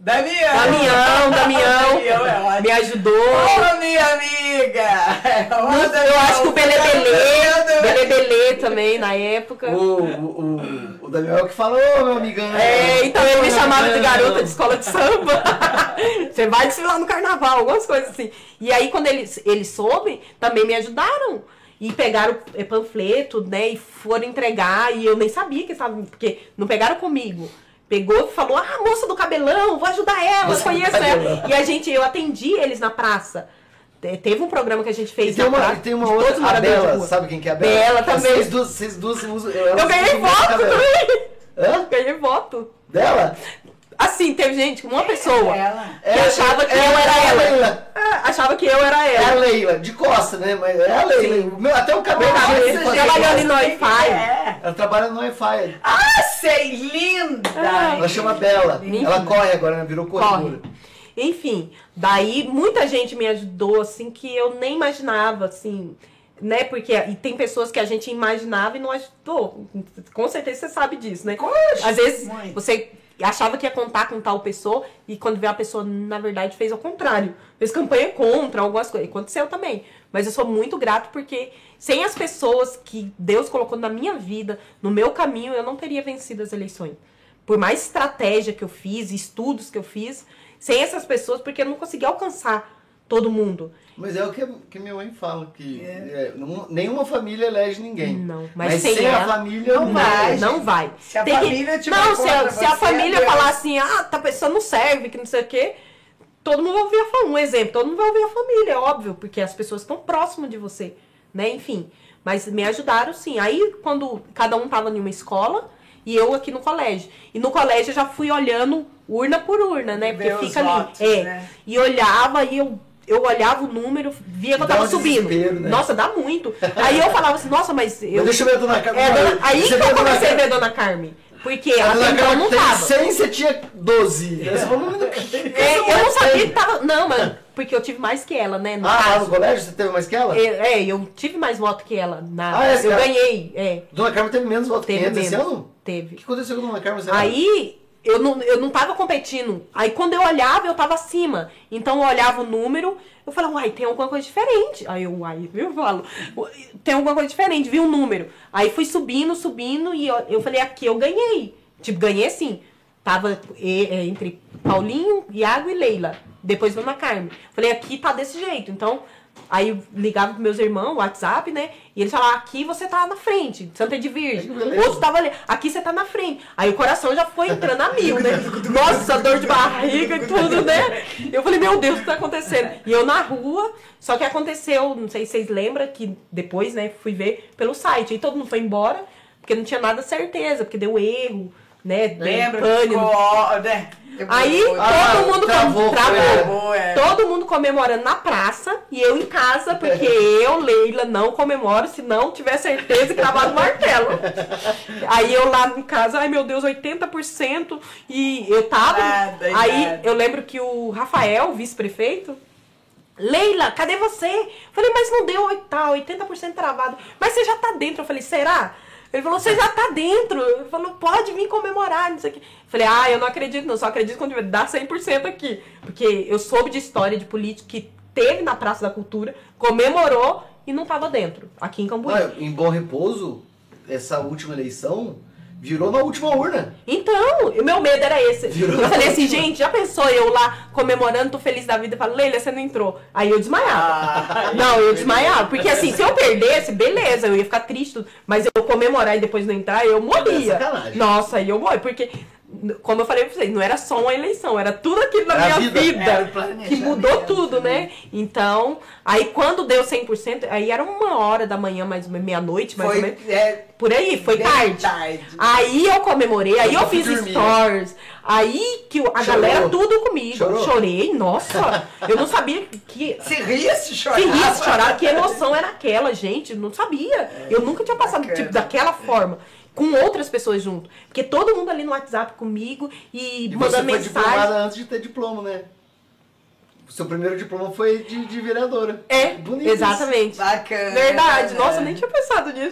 Damião! Damião, Damião, Damião é ótimo. me ajudou. Ô, minha amiga! Ô, Eu Damião, acho que o Belebelê, tá Belebelê também, na época. O, o, o, o Daniel que falou, meu amigão. É, então ele me chamava de garota de escola de samba. Você vai desfilar no carnaval, algumas coisas assim. E aí, quando eles, eles soube, também me ajudaram. E pegaram é, panfleto, né, e foram entregar. E eu nem sabia que estavam, porque não pegaram comigo. Pegou e falou, ah, moça do cabelão, vou ajudar ela, Moça do conheço ela. cabelão. E a gente, eu atendi eles na praça. Te- Teve um programa que a gente E fez tem na uma, praça. e tem uma de todos os outra, a moradores de Bela, rua. sabe quem que é a Bela? Bela também. Vocês duas, vocês duas usam... Eu ganhei voto também. Hã? Ganhei voto. Dela? Assim, teve gente, uma pessoa Ela. que achava que eu era ela. Leila. É, achava que eu era É a ela. Leila, de costa, né? Mas é a Leila. O meu- até o cabelo Ah, dele, esse ele faz- trabalhou ali no Quem Wi-Fi. é? Ela trabalha no Wi-Fi. Ah, sei, linda! Ah, Ela chama Bela. Enfim. Ela corre agora, né? Virou corredora. Corre. Enfim, daí muita gente me ajudou, assim, que eu nem imaginava, assim, né? Porque e tem pessoas que a gente imaginava e não ajudou. Com certeza você sabe disso, né? Poxa, Às vezes muito. você achava que ia contar com tal pessoa e quando vê a pessoa, na verdade, fez ao contrário. Fez campanha contra algumas coisas. Aconteceu também. Mas eu sou muito grato porque sem as pessoas que Deus colocou na minha vida, no meu caminho, eu não teria vencido as eleições. Por mais estratégia que eu fiz, estudos que eu fiz, sem essas pessoas, porque eu não consegui alcançar todo mundo. Mas é o que, que minha mãe fala, que é, não- nenhuma família elege ninguém. Não, mas Mas, sem sem a ela, família não não vai. Não, não vai. Se a Tem que- família tiver Não, se a, contra se a você, família Deus. falar assim, ah, tá pessoa não serve, que não sei o quê, todo mundo vai ouvir a família. Um exemplo, todo mundo vai ouvir a família, é óbvio, porque as pessoas estão próximas de você, né? Enfim. Mas me ajudaram sim. Aí, quando cada um tava em uma escola, e eu aqui no colégio. E no colégio eu já fui olhando urna por urna, né? Porque Ver os fica ali. votos, É. né? E olhava e eu. Eu olhava o número, via que eu Dá tava um subindo. desespero, né? Nossa, dá muito. Aí eu falava assim, nossa, mas eu. Mas deixa eu ver a dona Carmen. É, dona- aí Você que vê a eu dona comecei a Carmen- ver Dona Carmen. Porque A até dona então Carmen não tem tava. cem, você tinha doze. Aí você falou, "Mas que- que É, essa eu não mulher sabia tem?" que tava. Não, mas porque eu tive mais que ela, né? No Ah, lá caso. no colégio você teve mais que ela? É, é, eu tive mais voto que ela. Na, Ah, é, eu cara? ganhei, é. Dona Carmen teve menos votos que Teve antes esse menos. ano? O Teve. que aconteceu com a Dona Carmen? esse ano? Aí eu não, eu não tava competindo. Aí quando eu olhava, eu tava acima. Então eu olhava o número, eu falava, uai, tem alguma coisa diferente. Aí eu, uai, eu falo, tem alguma coisa diferente, vi o número. Aí fui subindo, subindo, e eu, eu falei, aqui eu ganhei. Tipo, ganhei assim. Tava e- é, entre Paulinho, Iago e Leila. Depois Dona Carmen. Falei, aqui tá desse jeito. Então, aí eu ligava pros meus irmãos, WhatsApp, né? E eles falavam, aqui você tá na frente, Santa de Virgem. Ai, que beleza. Outro tava ali, aqui você tá na frente. Aí o coração já foi entrando a mil, né? Nossa, dor de barriga e tudo, né? Eu falei, meu Deus, o que tá acontecendo? E eu na rua, só que aconteceu, não sei se vocês lembram, que depois, né, fui ver pelo site. Aí todo mundo foi embora, porque não tinha nada certeza, porque deu erro, né? deu Lembra que pânico. ficou, ó, né? Aí Ah, todo mundo travou, com- foi, travou. Travou, é. Todo mundo comemorando na praça e eu em casa, porque eu, Leila, não comemoro se não tiver certeza que tava no martelo. Aí eu lá em casa, ai meu Deus, oitenta por cento e eu tava. Nada, e aí nada. eu lembro que o Rafael, o vice-prefeito, Leila, cadê você? Falei, mas não deu oit- tá, oitenta por cento travado. Mas você já tá dentro. Eu falei, será? Ele falou, você já tá dentro. Ele falou, pode vir comemorar, não sei o quê. Falei, ah, eu não acredito não, só acredito quando dar cem por cento aqui. Porque eu soube de história de político que teve na Praça da Cultura, comemorou e não tava dentro, aqui em Cambuí. Olha, em Bom Repouso, essa última eleição virou na última urna. Então, o meu medo era esse. Virou Eu falei assim, ótimo. gente, já pensou eu lá comemorando, tô feliz da vida, eu falo, Leila, você não entrou. Aí eu desmaiava. Ah, Não, eu desmaiava. Porque assim, se eu perdesse, beleza, eu ia ficar triste, tudo. Mas eu comemorar e depois não entrar, eu morria. É sacanagem. Nossa, aí eu morri. Porque, como eu falei pra vocês, não era só uma eleição, era tudo aquilo na Era a minha vida. vida, Era o planejamento, que mudou tudo, né? Então, aí quando deu cem por cento, aí era uma hora da manhã, mais ou menos, meia-noite, mais ou menos. Foi, é, Por aí, foi bem tarde. tarde. Aí eu comemorei, aí Eu eu fui fiz dormir. stories, aí que a Chorou? galera tudo comigo. Chorou? Chorei, nossa, eu não sabia que. Se ria, se chorava. Se ria, se chorar, que emoção era aquela, gente, não sabia. Eu nunca tinha passado bacana. tipo, daquela forma, com outras pessoas junto. Porque todo mundo ali no WhatsApp comigo e, E você mandando foi mensagem. diplomada antes de ter diploma, né? O seu primeiro diploma foi de, de vereadora. É, Bonito isso. exatamente. Bacana. Verdade, nossa, eu nem tinha pensado nisso.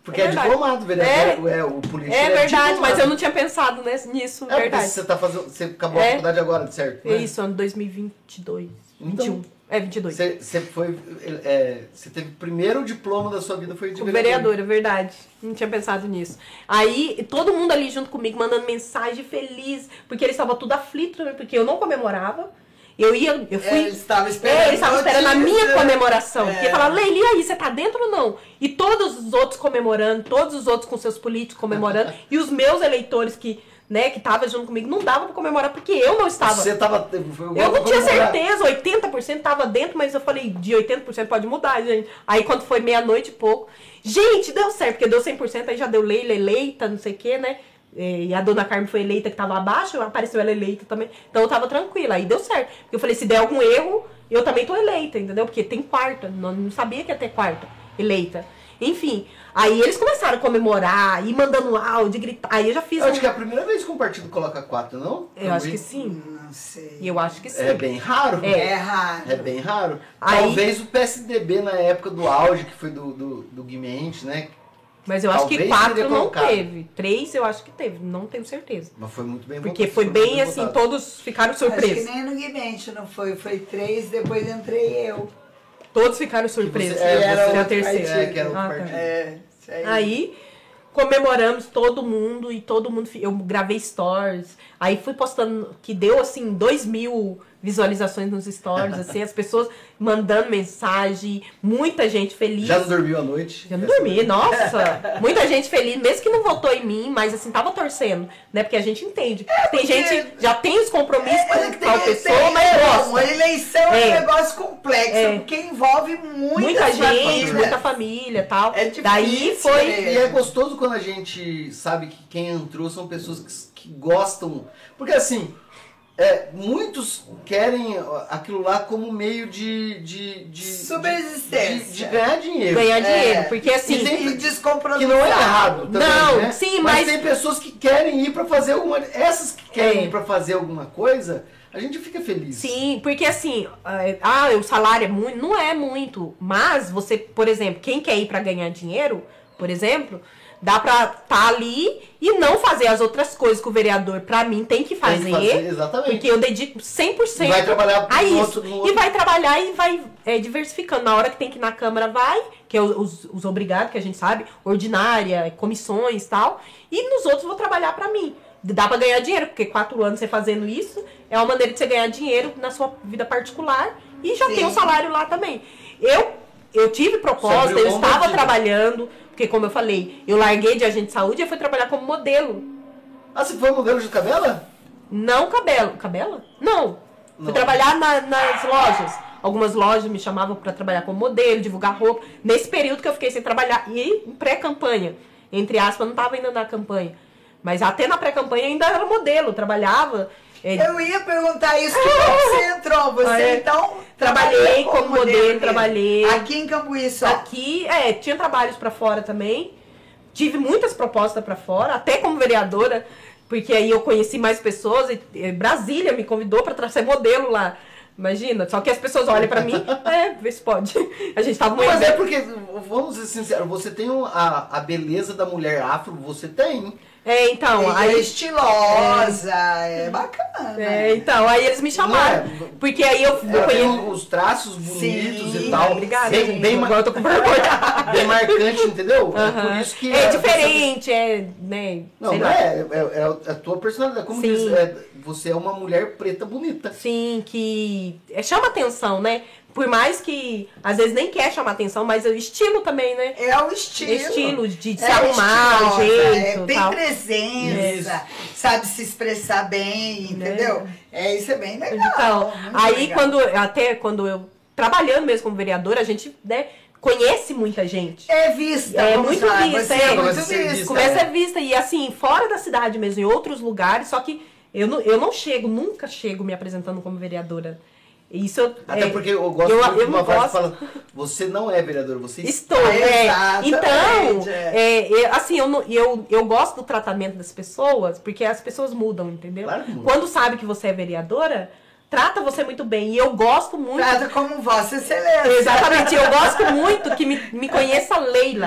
Porque É é, verdade. diplomado, vereador. É, o político É ele verdade, diplomado. mas eu não tinha pensado nesse- nisso, É, porque verdade. você tá fazendo. Você acabou É. a faculdade agora, certo? É isso, ano dois mil e vinte e dois. Então, vinte e um. É, vinte e dois. Você, você foi. É, você teve o primeiro diploma da sua vida foi de Como vereador. vereadora, verdade. Não tinha pensado nisso. Aí, todo mundo ali junto comigo, mandando mensagem feliz, porque eles estavam tudo aflitos, porque eu não comemorava. Eu ia, eu fui... É, eles estavam esperando. É, eles estavam esperando a minha notícia. comemoração. É. Porque falaram, Leila, e aí, você tá dentro ou não? E todos os outros comemorando, todos os outros com seus políticos comemorando, e os meus eleitores que, né, que estavam junto comigo, não dava pra comemorar, porque eu não estava. Você tava. Foi Eu não tinha comemorar. certeza, oitenta por cento tava dentro, mas eu falei, de oitenta por cento pode mudar, gente. Aí quando foi meia-noite e pouco, gente, deu certo, porque deu cem por cento, aí já deu Leila eleita, não sei o que, né? E a dona Carmen foi eleita, que tava abaixo, apareceu ela eleita também. Então eu tava tranquila, aí deu certo. Porque eu falei, se der algum erro, eu também tô eleita, entendeu? Porque tem quarta, não, não sabia que ia ter quarta eleita. Enfim, aí eles começaram a comemorar, e mandando áudio, gritar. Aí eu já fiz Eu acho um... que é a primeira vez que um partido coloca quatro, não? Eu acho que sim. Não sei. Eu acho que sim. É bem raro. É. É raro. É bem raro. Aí- Talvez o P S D B na época do auge, que foi do, do, do Guimente, né? Mas eu acho que Talvez quatro teria não colocado. teve. Três eu acho que teve, não tenho certeza. Mas foi muito bem Porque votado, foi muito bem assim, votado. todos ficaram Acho que surpresos. nem no Guimente não foi. Foi três, depois entrei eu. Todos ficaram surpresos. você- é, que era você- a é, terceira. É, que era o Ah, tá. partido. É, isso aí. Aí comemoramos todo mundo e todo mundo. fi- Eu gravei stories. Aí fui postando que deu assim dois mil visualizações nos stories, assim, as pessoas mandando mensagem, muita gente feliz. Já não dormiu à noite? Eu não dormi, nossa. Muita gente feliz, mesmo que não votou em mim, mas assim, tava torcendo, né? Porque a gente entende. tem gente já tem os compromissos É, com tem- tal tem- pessoa, mas é, gosta. Uma eleição é, É. um negócio complexo, É. porque envolve muitas Muita gente, famílias. muita família e tal. É difícil, Daí foi. né? E é gostoso quando a gente sabe que quem entrou são pessoas que, que gostam. Porque assim, é, muitos querem aquilo lá como meio de. de, de Subsistência. De, de ganhar dinheiro. Ganhar É. dinheiro. Porque assim. E tem- E descompromissado. Que não é errado também, Não, né? sim, mas- tem pessoas que querem ir pra fazer alguma. Essas que querem É. ir pra fazer alguma coisa, a gente fica feliz. Sim, porque assim, é, ah, o salário é muito, não é muito, mas você, por exemplo, quem quer ir pra ganhar dinheiro, por exemplo, dá pra estar ali e não fazer as outras coisas que o vereador, pra mim, tem que Tem fazer, que fazer, exatamente. porque eu dedico cem por cento E vai trabalhar a no isso. outro- no outro- E vai trabalhar e vai é, diversificando. Na hora que tem que ir na Câmara, vai, que é os, os obrigados, que a gente sabe, ordinária, comissões e tal, e nos outros vou trabalhar pra mim. Dá pra ganhar dinheiro, porque quatro anos você fazendo isso é uma maneira de você ganhar dinheiro na sua vida particular e já Sim. tem um salário lá também. Eu, eu tive proposta, abriu eu mão da estava vida. trabalhando, porque como eu falei, eu larguei de agente de saúde e fui trabalhar como modelo. Ah, você foi modelo de cabela? Não cabelo. Cabela? Não. Não. Fui trabalhar na- nas lojas. Algumas lojas me chamavam para trabalhar como modelo, divulgar roupa. Nesse período que eu fiquei sem trabalhar. E em pré-campanha. Entre aspas, eu não estava ainda na campanha. Mas até na pré-campanha ainda era modelo. Trabalhava. é, Eu ia perguntar isso, que bom que você entrou. Você, Ah, é. então, Trabalhei trabalhou como modelo, mesmo. trabalhei. Aqui em Cambuí só. Aqui, é, tinha trabalhos pra fora também. Tive muitas propostas pra fora, até como vereadora, porque aí eu conheci mais pessoas. E, e Brasília me convidou pra ser modelo lá. Imagina, só que as pessoas olham pra mim, é, vê se pode. A gente tava Mas muito é porque, vamos ser sinceros, você tem um- a, a beleza da mulher afro, você tem. É, então, E aí. é estilosa, é, bacana. É, então, aí eles me chamaram. Não é? Porque aí eu, eu Ela tem conheci. os traços bonitos Sim, e tal. obrigada, Bem, gente. bem, ma- Agora eu tô com vergonha. bem marcante, entendeu? É Aham. por isso que. É a- diferente, é, né? Não, sei não lá. é, é, é a tua personalidade. Como Sim. diz, é, você é uma mulher preta bonita. Sim, que é, chama atenção, né? Por mais que às vezes nem quer chamar atenção, mas é o estilo também, né? É o estilo. Estilo de se É arrumar, o estilosa, jeito, é, tem tal. presença, sabe se expressar bem, entendeu? É, isso é bem legal. Então, muito aí legal. quando até quando eu trabalhando mesmo como vereadora, a gente, né, conhece muita gente. É vista, É vamos muito lá, vista, você é. é muito Começa a ser vista. vista. Começa a vista e assim, fora da cidade mesmo, em outros lugares, só que eu não, eu não chego, nunca chego me apresentando como vereadora. Isso eu- Até é, porque eu gosto eu- muito de eu uma não frase que gosto. fala: você não é vereador, você Estou, Ah, é. exatamente, Então, é. é, é, assim, eu, não- eu, eu gosto do tratamento das pessoas, porque as pessoas mudam, entendeu? Claro que mudam. Quando sabe que você é vereadora, trata você muito bem. E eu gosto muito. Trata como Vossa Excelência. Exatamente, eu gosto muito que me, me conheça a Leila.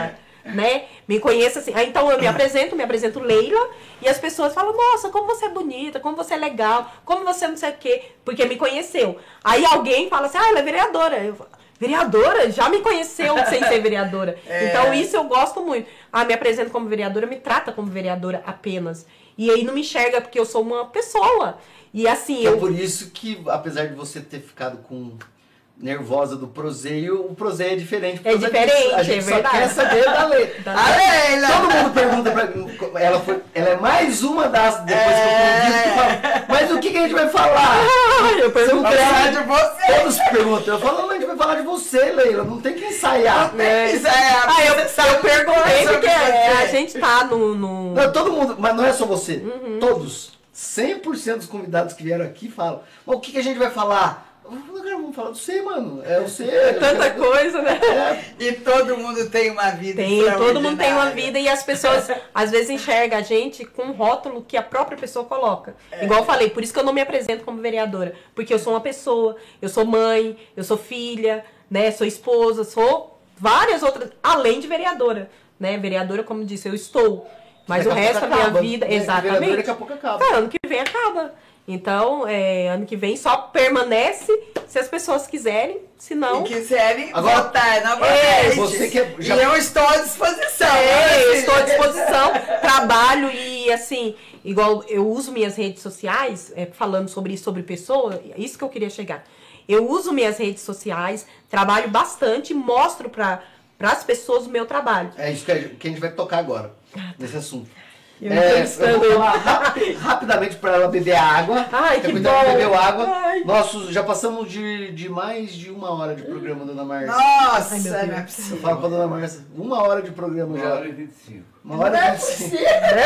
né? Me conheça assim. Ah, então eu me apresento, me apresento Leila, e as pessoas falam, nossa, como você é bonita, como você é legal, como você não sei o quê, porque me conheceu. Aí alguém fala assim, ah, ela é vereadora. Eu falo, vereadora? Já me conheceu sem ser vereadora. É. Então isso eu gosto muito. Ah, me apresento como vereadora, me trata como vereadora apenas. E aí não me enxerga porque eu sou uma pessoa. E assim, é eu... por isso que, apesar de você ter ficado com nervosa do proseio, o proseio é diferente. É diferente, a gente é só verdade. quer saber da Leila. A Leila! Todo mundo pergunta pra mim, ela, foi, ela é mais uma das, depois é... que eu convido, que fala, mas o que, que a gente vai falar? Eu pergunto falar de você. Todos perguntam, eu falo, não, a gente vai falar de você, Leila, não tem que ensaiar. Não tem que ensaiar. Ah, eu, eu perguntei porque a gente tá no... no... Não, todo mundo, mas não é só você, uhum. Todos, cem por cento dos convidados que vieram aqui falam, mas o que, que a gente vai falar? Vamos falar do você, mano. É o você. É tanta coisa, né? É. E todo mundo tem uma vida. Tem, todo mundo tem uma vida e as pessoas às vezes enxergam a gente com um rótulo que a própria pessoa coloca. É. Igual eu falei, por isso que eu não me apresento como vereadora. Porque eu sou uma pessoa, eu sou mãe, eu sou filha, né? Sou esposa, sou várias outras, além de vereadora. Né? Vereadora, como disse, eu estou. Mas daqui o resto da minha vida, né? Exatamente. Vereadora daqui a pouco acaba. Tá, ano que vem acaba. Então, é, ano que vem só permanece se as pessoas quiserem, se não... E quiserem agora, votar, não é, você que já... E eu estou à disposição. É, eu estou à disposição, trabalho e, assim, igual eu uso minhas redes sociais, é, falando sobre isso, sobre pessoa, isso que eu queria chegar. Eu uso minhas redes sociais, trabalho bastante e mostro para as pessoas o meu trabalho. É isso que a gente vai tocar agora, nesse assunto. Eu, é, eu vou falar rapi, rapidamente para ela beber água. Ai, que bom. Bebeu água. Ai. Nós já passamos de, de mais de uma hora de programa, dona Márcia. Nossa, Ai, meu Deus. Não é possível. Eu falo pra dona Márcia, uma hora de programa uma já. Uma hora e vinte e cinco. Uma hora e vinte e cinco.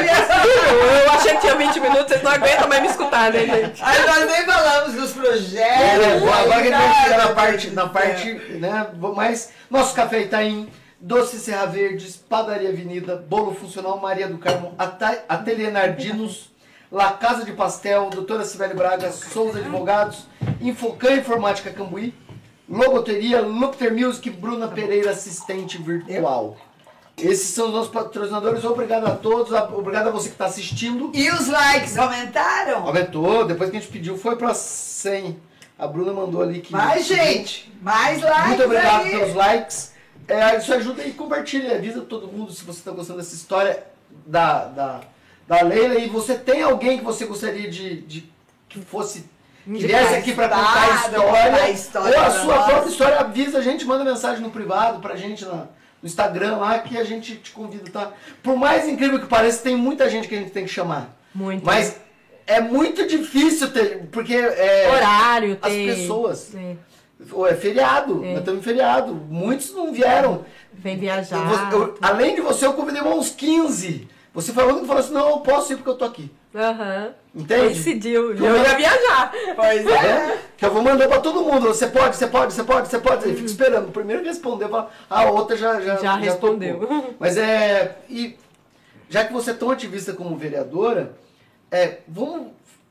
Eu achei que tinha vinte minutos, vocês não aguentam mais me escutar, né, gente? Aí nós nem falamos dos projetos. É, agora que a gente vai chegar na parte, na parte, é. né, mais... Nosso café Itaim, Doce Serra Verdes, Padaria Avenida, Bolo Funcional Maria do Carmo, Ateliê Nardinos, La Casa de Pastel, Doutora Cibele Braga, Souza Advogados, Infocan Informática Cambuí, Logoteria, Lupter Music, Bruna Pereira, assistente virtual. Esses são os nossos patrocinadores. Obrigado a todos, obrigado a você que está assistindo. E os likes aumentaram? Aumentou, depois que a gente pediu foi para cem. A Bruna mandou ali que... Mais gente, mais likes. Muito obrigado aí. pelos likes. É, isso ajuda e compartilha, avisa todo mundo se você está gostando dessa história da, da, da Leila e você tem alguém que você gostaria de, de que fosse que viesse aqui para contar a história, a história ou a sua nós. própria história, avisa a gente, manda mensagem no privado pra gente na, no Instagram lá que a gente te convida, tá? Por mais incrível que pareça, tem muita gente que a gente tem que chamar. Muito. Mas é muito difícil ter, porque é, horário, as ter... pessoas... É. É feriado, é. Nós estamos em feriado. Muitos não vieram. Vem viajar. Eu, eu, além de você, eu convidei uns quinze. Você foi o único que falou assim, não, eu posso ir porque eu tô aqui. Aham. Uhum. Entende? Decidiu. Eu ia viajar. Pois é. é. Que eu vou mandar pra todo mundo. Você pode, você pode, você pode, você pode. Uhum. Fica esperando. O primeiro que respondeu, a outra já Já, já, já respondeu. Tocou. Mas é... E já que você é tão ativista como vereadora, é, vamos...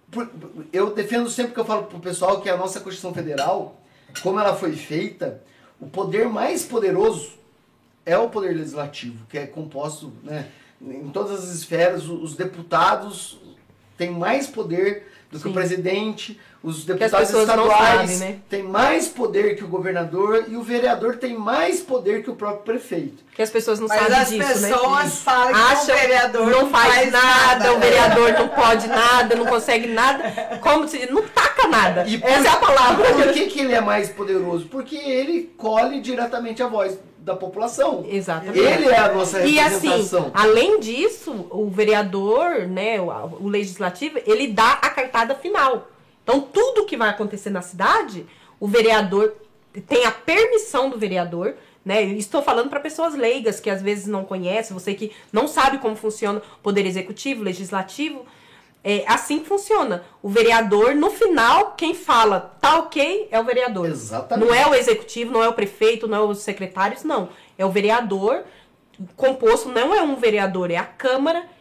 Eu defendo sempre que eu falo pro pessoal que a nossa Constituição Federal... Como ela foi feita, o poder mais poderoso é o poder legislativo, que é composto, né, em todas as esferas. Os deputados têm mais poder do Sim. que o presidente, os deputados estaduais sabem, né? têm mais poder que o governador e o vereador tem mais poder que o próprio prefeito. Que as pessoas não Mas sabem as disso, né? pessoas falam que Acham, o vereador não, não faz, faz nada, nada, o vereador não pode nada, não consegue nada, como se não taca nada. E Essa por, é a palavra. Por que, que ele é mais poderoso? Porque ele colhe diretamente a voz da população. Exatamente. Ele é a nossa e representação. assim, além disso, o vereador, né, o, o legislativo, ele dá a cartada final. Então, tudo que vai acontecer na cidade, o vereador tem a permissão do vereador, né? Estou falando para pessoas leigas que às vezes não conhecem, você que não sabe como funciona o poder executivo, legislativo, é assim que funciona. O vereador, no final, quem fala tá ok é o vereador. Exatamente. Não é o executivo, não é o prefeito, não é os secretários, não. É o vereador composto, não é um vereador, é a Câmara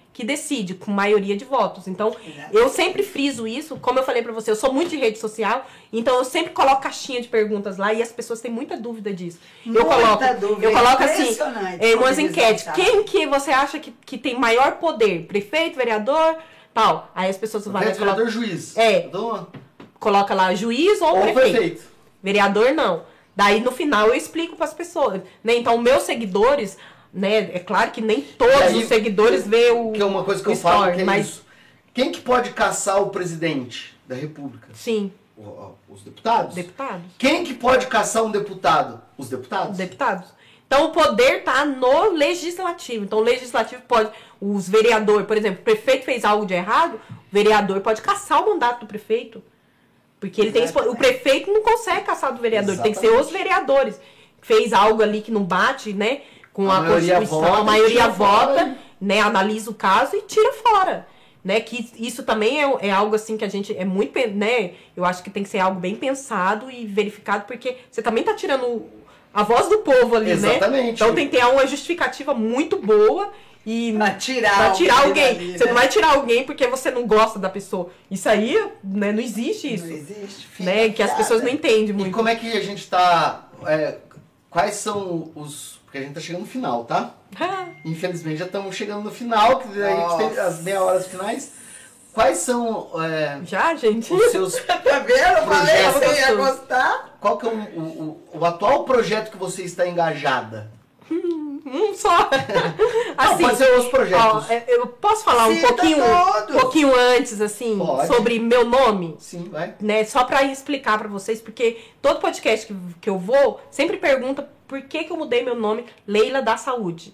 que decide, com maioria de votos. Então, Exato. eu sempre friso isso, como eu falei pra você, eu sou muito de rede social, então eu sempre coloco caixinha de perguntas lá e as pessoas têm muita dúvida disso. Eu Muita coloco, dúvida, eu coloco assim, impressionante é, como umas eles enquetes. não sabem. Quem que você acha que, que tem maior poder? Prefeito, vereador, tal. Aí as pessoas vão lá e Prefeito, colocam, vereador, juiz. É. Então, coloca lá juiz ou, ou prefeito. prefeito. Vereador, não. Daí, no final, eu explico pras pessoas. Né? Então, meus seguidores, né? É claro que nem todos E aí, os seguidores vê o Que é uma coisa que o eu falo, story, que é mas isso. Quem que pode caçar o presidente da república? sim, O- o- Os deputados? deputados. Quem que pode caçar um deputado? Os deputados? Deputados. Então, o poder tá no legislativo. Então, o legislativo pode... Os vereadores, por exemplo, o prefeito fez algo de errado, o vereador pode caçar o mandato do prefeito. Porque ele tem... Exatamente. O prefeito não consegue caçar do vereador. Tem que ser os vereadores. Fez algo ali que não bate, né? Com A a, maioria Constituição. vota A e maioria tira vota, fora. né? Analisa o caso e tira fora. Né, que isso também é, é algo assim que a gente é muito, pen- né, eu acho que tem que ser algo bem pensado e verificado, porque você também tá tirando a voz do povo ali, Exatamente. né? Então tem que ter uma justificativa muito boa e Pra tirar, pra tirar alguém alguém. dali, Você né? não vai tirar alguém porque você não gosta da pessoa. Isso aí, né, não existe isso, Não existe. né? fica Que as piada. pessoas não entendem E muito. como é que a gente tá... é, quais são os... Porque a gente tá chegando no final, tá? Infelizmente já estamos chegando no final, que a gente tem Nossa. as meia horas finais. Quais são é, Já, gente? os seus... Tá vendo? Eu falei, Projeto você ia gostoso. gostar. Qual que é o, o, o- o atual projeto que você está engajada? Um só. Não, Assim, pode ser os projetos. ó, é, eu posso falar um Cita pouquinho, todos. um pouquinho antes, assim, Pode. sobre meu nome? Sim, vai. Né, só pra explicar pra vocês, porque todo podcast que, que eu vou, sempre pergunta por que que eu mudei meu nome, Leila da Saúde.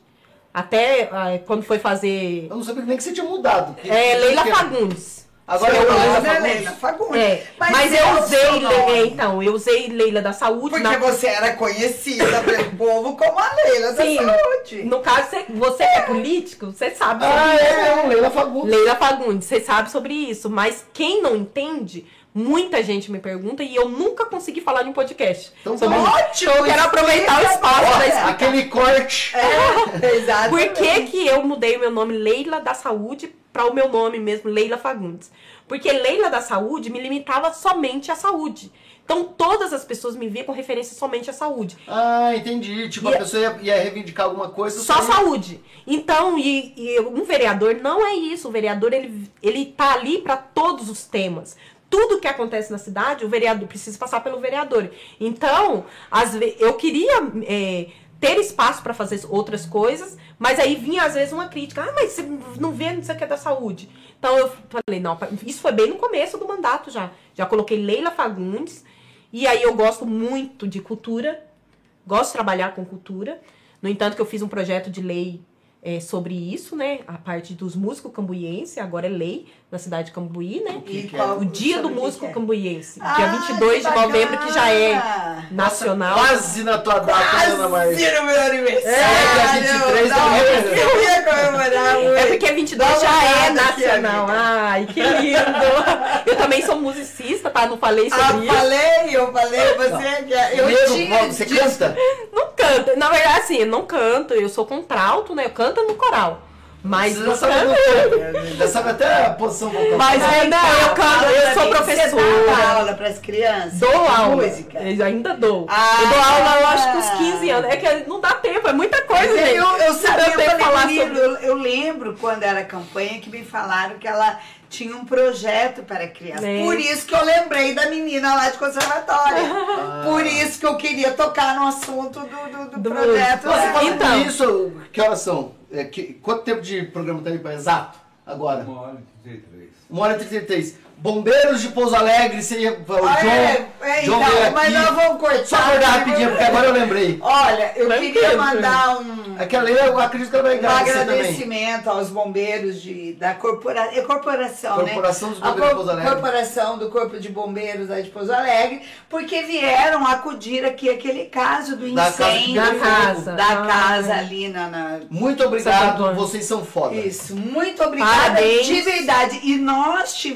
Até ah, quando foi fazer... Eu não sabia nem que você tinha mudado. porque- É, Leila porque- Fagundes. Agora Seu eu nome Leila Não, Fagundes. Leila Fagundes. É, mas, Mas eu é o usei, seu Le- nome. é, então, eu usei Leila da Saúde. Porque na- você era conhecida pelo povo como a Leila da Sim. Saúde. No caso, você, você que é político, você sabe sobre Ah, isso. é, é, Leila Fagundes. Leila Fagundes, você sabe sobre isso, mas quem não entende, muita gente me pergunta e eu nunca consegui falar em um podcast. Então, sobre isso. ótimo, Então eu quero aproveitar o explica espaço agora. para explicar. Aquele corte. É, exato. Por que que eu mudei o meu nome Leila da Saúde para o meu nome mesmo, Leila Fagundes? Porque Leila da Saúde me limitava somente à saúde. Então todas as pessoas me viam com referência somente à saúde. Ah, entendi. Tipo, E- a pessoa ia, ia reivindicar alguma coisa. Só você- saúde. Então, e, e um vereador não é isso. O vereador, ele, ele tá ali para todos os temas. Tudo que acontece na cidade, o vereador precisa passar pelo vereador. Então, às vezes, eu queria é, ter espaço para fazer outras coisas, mas aí vinha, às vezes, uma crítica. Ah, mas você não vê isso aqui é da saúde. Então, eu falei, não, isso foi bem no começo do mandato já. Já coloquei Leila Fagundes. E aí eu gosto muito de cultura. Gosto de trabalhar com cultura. No entanto, que eu fiz um projeto de lei é, sobre isso, né? A parte dos músicos cambuienses, agora é lei na cidade de Cambuí, né? que que é? qual- O dia do sobre o que músico que é? cambuiense. Ah, dia vinte e dois que de novembro, que já é bacana. nacional. Quase na tua data, né, Ana Maria? Quase no meu aniversário. É, dia vinte e três Não, da manhã. eu ia comemorar muito. É porque vinte e dois Dá uma já é olhada aqui, nacional. amiga. Ai, que lindo. Eu também sou musicista, tá? Não falei sobre Ah, isso. falei, eu falei, você que eu Primeiro, tinha você dito- canta? Não canto. Na verdade, assim, eu não canto. Eu sou contralto, né? Eu canto no coral. Mas Você não já sabe, canto. já sabe até a posição vocal. Mas é, não, eu canto, Fala eu pra sou mim, Você professora. dá aula para as crianças? Dou de aula. Música? Eu ainda dou. Ah. Eu dou aula, eu acho que uns quinze anos. É que não dá tempo, é muita coisa, Mas gente. eu, eu sabia, Eu eu, tenho que falei, falar menino, sobre- eu, eu lembro quando era campanha que me falaram que ela tinha um projeto para crianças. É. Por isso que eu lembrei da menina lá de conservatória. Ah. Por isso que eu queria tocar no assunto do, do, do Do projeto. músico. Você dela. fala Então. isso, que horas são? É, que, quanto tempo de programa tá aí pra exato? Agora? Uma hora e trinta e três. Uma hora e trinta e três. Bombeiros de Pouso Alegre, você ia. O John. Ah, é, é, John então, veio mas aqui. nós vamos cortar. Só acordar rapidinho, porque agora eu lembrei. Olha, eu Tranquilo, queria mandar um, Aquela aí eu acredito que ela vai um agradecer também. agradecimento aos bombeiros de, da corpora, é corporação, Corporação dos né? Bombeiros A de Pouso Alegre. Corporação do Corpo de Bombeiros lá de Pouso Alegre, porque vieram acudir aqui aquele caso do Da casa que incêndio Da pegou casa. da Ah. casa ali na... na- Muito Santo obrigado, Antônio. vocês são foda. Isso, muito obrigada Parabéns. de verdade. E nós tivemos aqui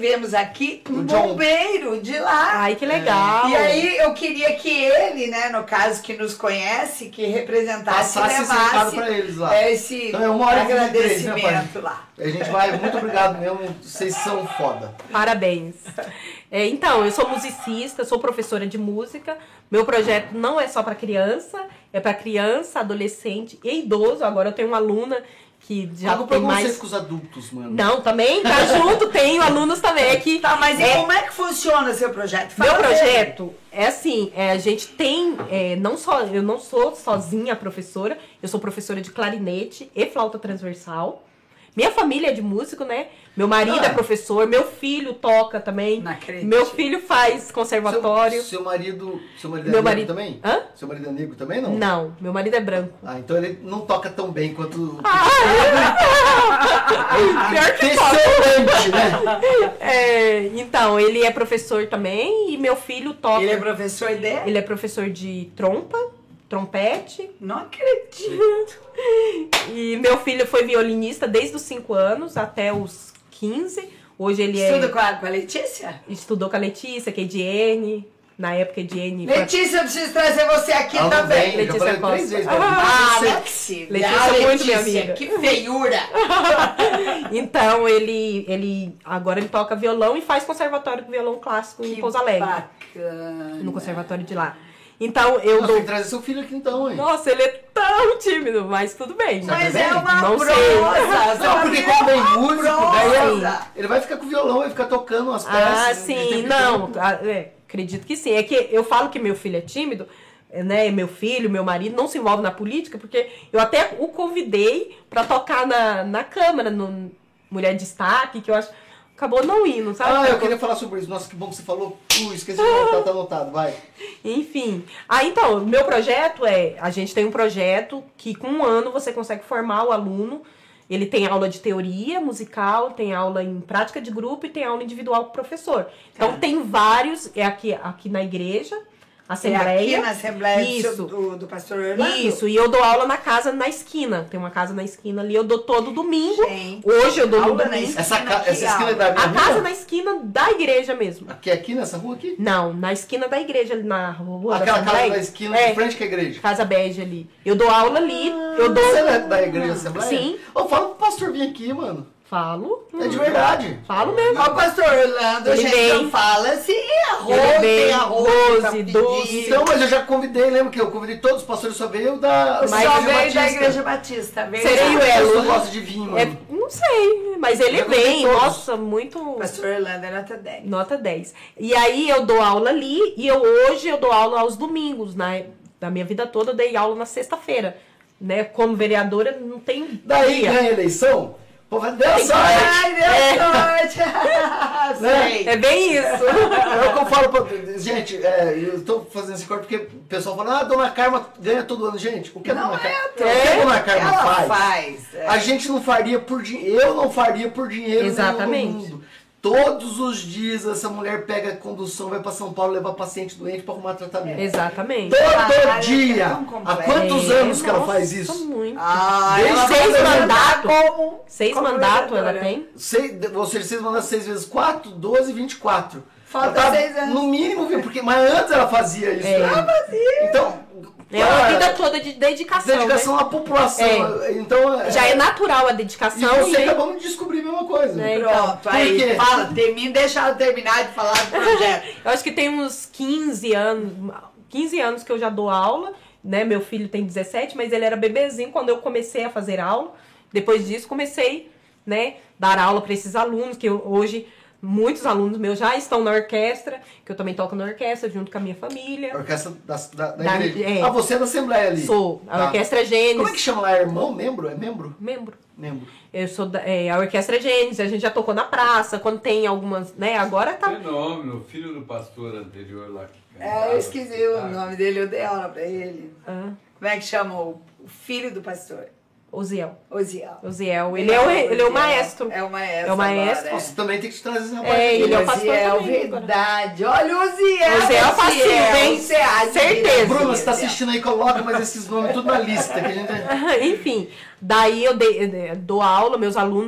daqui, um O John. bombeiro de lá. Ai, que legal. E aí eu queria que ele, né, no caso que nos conhece, que representasse e Passasse esse recado levasse pra eles lá. é, esse Então é uma hora e vinte e três, né, agradecimento lá. A gente vai, muito obrigado mesmo, vocês são foda. Parabéns. É, então, eu sou musicista, sou professora de música. Meu projeto não é só para criança, é para criança, adolescente e idoso. Agora eu tenho uma aluna que já Como tem preconceito mais... com os adultos, mano. Não, também tá junto, tenho alunos também aqui. Tá, mas e É, como é que funciona seu projeto? Meu Fala projeto é assim, é, a gente tem, é, não só, eu não sou sozinha a professora, eu sou professora de clarinete e flauta transversal. Minha família é de músico, né? Meu marido Ah. é professor, meu filho toca também. Não acredito. Meu filho faz conservatório. Seu, seu marido, seu marido é Meu negro marido- também? Hã? Seu marido é negro também, não? Não, meu marido é branco. Ah, então ele não toca tão bem quanto... Pior que Impressionante, né? É, então, ele é professor também e meu filho toca. Ele é professor de? Ele é professor de trompa, trompete. Não acredito. E meu filho foi violinista desde os cinco anos até os quinze. Hoje ele Estuda é, com a, com a Letícia? estudou com a Letícia, que é Ediene. Na época, Ediene... foi- Letícia, eu preciso trazer você aqui Ela não também. vem, já Letícia falei Costa. três vezes. pra Ah, você. não é possível. Letícia Ah, é muito minha Letícia, amiga. que feiura. Então, ele, ele... Agora ele toca violão e faz conservatório de violão clássico em Que Pouso Alegre. bacana. No conservatório de lá. Então, eu Nossa, dou... tem que trazer seu filho aqui então, hein? Nossa, ele é tão tímido, mas tudo bem. Mas Tá é vendo? uma Não prosa. sei. seu Não, porque amigo como é bem uma músico, prosa. daí ele vai ficar com o violão, vai ficar tocando as peças. Ah, de sim, tempo em não, tempo. ah, é, acredito que sim. É que eu falo que meu filho é tímido, né? Meu filho, meu marido não se envolve na política, porque eu até o convidei pra tocar na, na Câmara, no Mulher de Destaque, que eu acho. Acabou não indo, sabe? Ah, eu queria falar sobre isso. Nossa, que bom que você falou. Uh, esqueci de anotar, tá anotado, vai. Enfim. Ah, então, meu projeto é... A gente tem um projeto que com um ano você consegue formar o aluno. Ele tem aula de teoria musical, tem aula em prática de grupo e tem aula individual com o professor. Então, Tá. tem vários... É aqui, aqui na igreja, É Assembleia. aqui na Assembleia do, Isso. seu- do, do pastor Orlando? Isso, e eu dou aula na casa na esquina. Tem uma casa na esquina ali, eu dou todo domingo. Gente, Hoje eu dou no aula na domingo. esquina. Essa, ca- que essa esquina é da minha A casa rua? na esquina da igreja mesmo. Aqui, aqui nessa rua aqui? Não, na esquina da igreja, ali na rua da Aquela casa Assembleia. da esquina É. de frente com a igreja. Casa bege ali. Eu dou aula ali, eu dou... Você não é da igreja Assembleia? Sim. Ô, fala pro pastor vir aqui, mano. Falo. É de verdade. Falo mesmo. Ó, o pastor Orlando, Ele gente, vem. não fala se arroz, Ele vem, tem arroz, doze, pra pedir. doze. Então, mas eu já convidei, lembra que eu convidei todos os pastores, só veio da, Só da veio da Batista. Igreja Batista. Veio Serei da- o elo. Eu gosto de vinho, mano. É, não sei, mas ele Eu convidei vem. todos. Nossa, muito... Pastor Orlando é nota dez. Nota dez. E aí eu dou aula ali e eu hoje eu dou aula aos domingos, né? Da minha vida toda eu dei aula na sexta-feira, né? Como vereadora não tem Daí dia. ganha a eleição, pô, vai dar sorte. Ai, deu sorte! Sei. É bem isso. É o que eu falo pra... Gente, é, eu tô fazendo esse corte porque o pessoal fala, ah, a Dona Carma ganha todo ano. Gente, o que a Não Dona é, Carma, Tô. o que a Dona Carma Ela faz? faz. é. A gente não faria por dinheiro, eu não faria por dinheiro Exatamente. nenhum no mundo. Todos os dias essa mulher pega a condução, vai pra São Paulo levar paciente doente pra arrumar tratamento. Exatamente. Trabalha Todo dia! tão Há complexo. quantos É, anos que ela nossa, faz isso? Muito. Ah, Desde ela seis vai andar mandatos. como- Seis como mandatos ela vereadora. tem. Seis, ou seja, vocês mandam seis vezes quatro, doze, vinte e quatro. Falta Ela tá, seis anos. No mínimo, viu? Porque, mas antes ela fazia isso. É. né? Ela fazia. Então, É uma cara, vida toda de dedicação. dedicação né? à população. Então, Já é natural a E dedicação. você e- acabou de descobrir a mesma coisa. É. Pronto, Por aí quê? fala, termina, deixa ela terminar de falar do projeto. Eu acho que tem uns quinze anos, quinze anos que eu já dou aula, né? Meu filho tem dezessete, mas ele era bebezinho quando eu comecei a fazer aula. Depois disso, comecei, né, dar aula para esses alunos, que eu- hoje muitos alunos meus já estão na orquestra, que eu também toco na orquestra junto com a minha A família. orquestra da, da, da Da- igreja. é. Ah, você é da Assembleia ali. Sou a Tá. Orquestra Gênesis. Como é que chama lá? É irmão? Membro? É membro? Membro. Membro. Eu sou da, é, a Orquestra Gênesis, a gente já tocou na praça, quando tem algumas, né? Agora tá. Fenômeno, filho do pastor anterior lá que É, cantava, eu esqueci o tá? nome dele, eu dei aula pra ele. Ah, Como é que chama o, o filho do pastor? Oziel. Oziel. Oziel. Ele é o, ele é o maestro. É o maestro. É o maestro. agora, Você também tem que trazer esse rapaz. É, aqui. ele é o pastor Oziel, também agora. verdade. Olha o Oziel. Oziel é passivo, hein? Você acha Certeza. Bruna, você tá assistindo aí, coloca mais esses nomes tudo na lista. Que a gente... Enfim, daí eu, dei- eu dou aula, meus alunos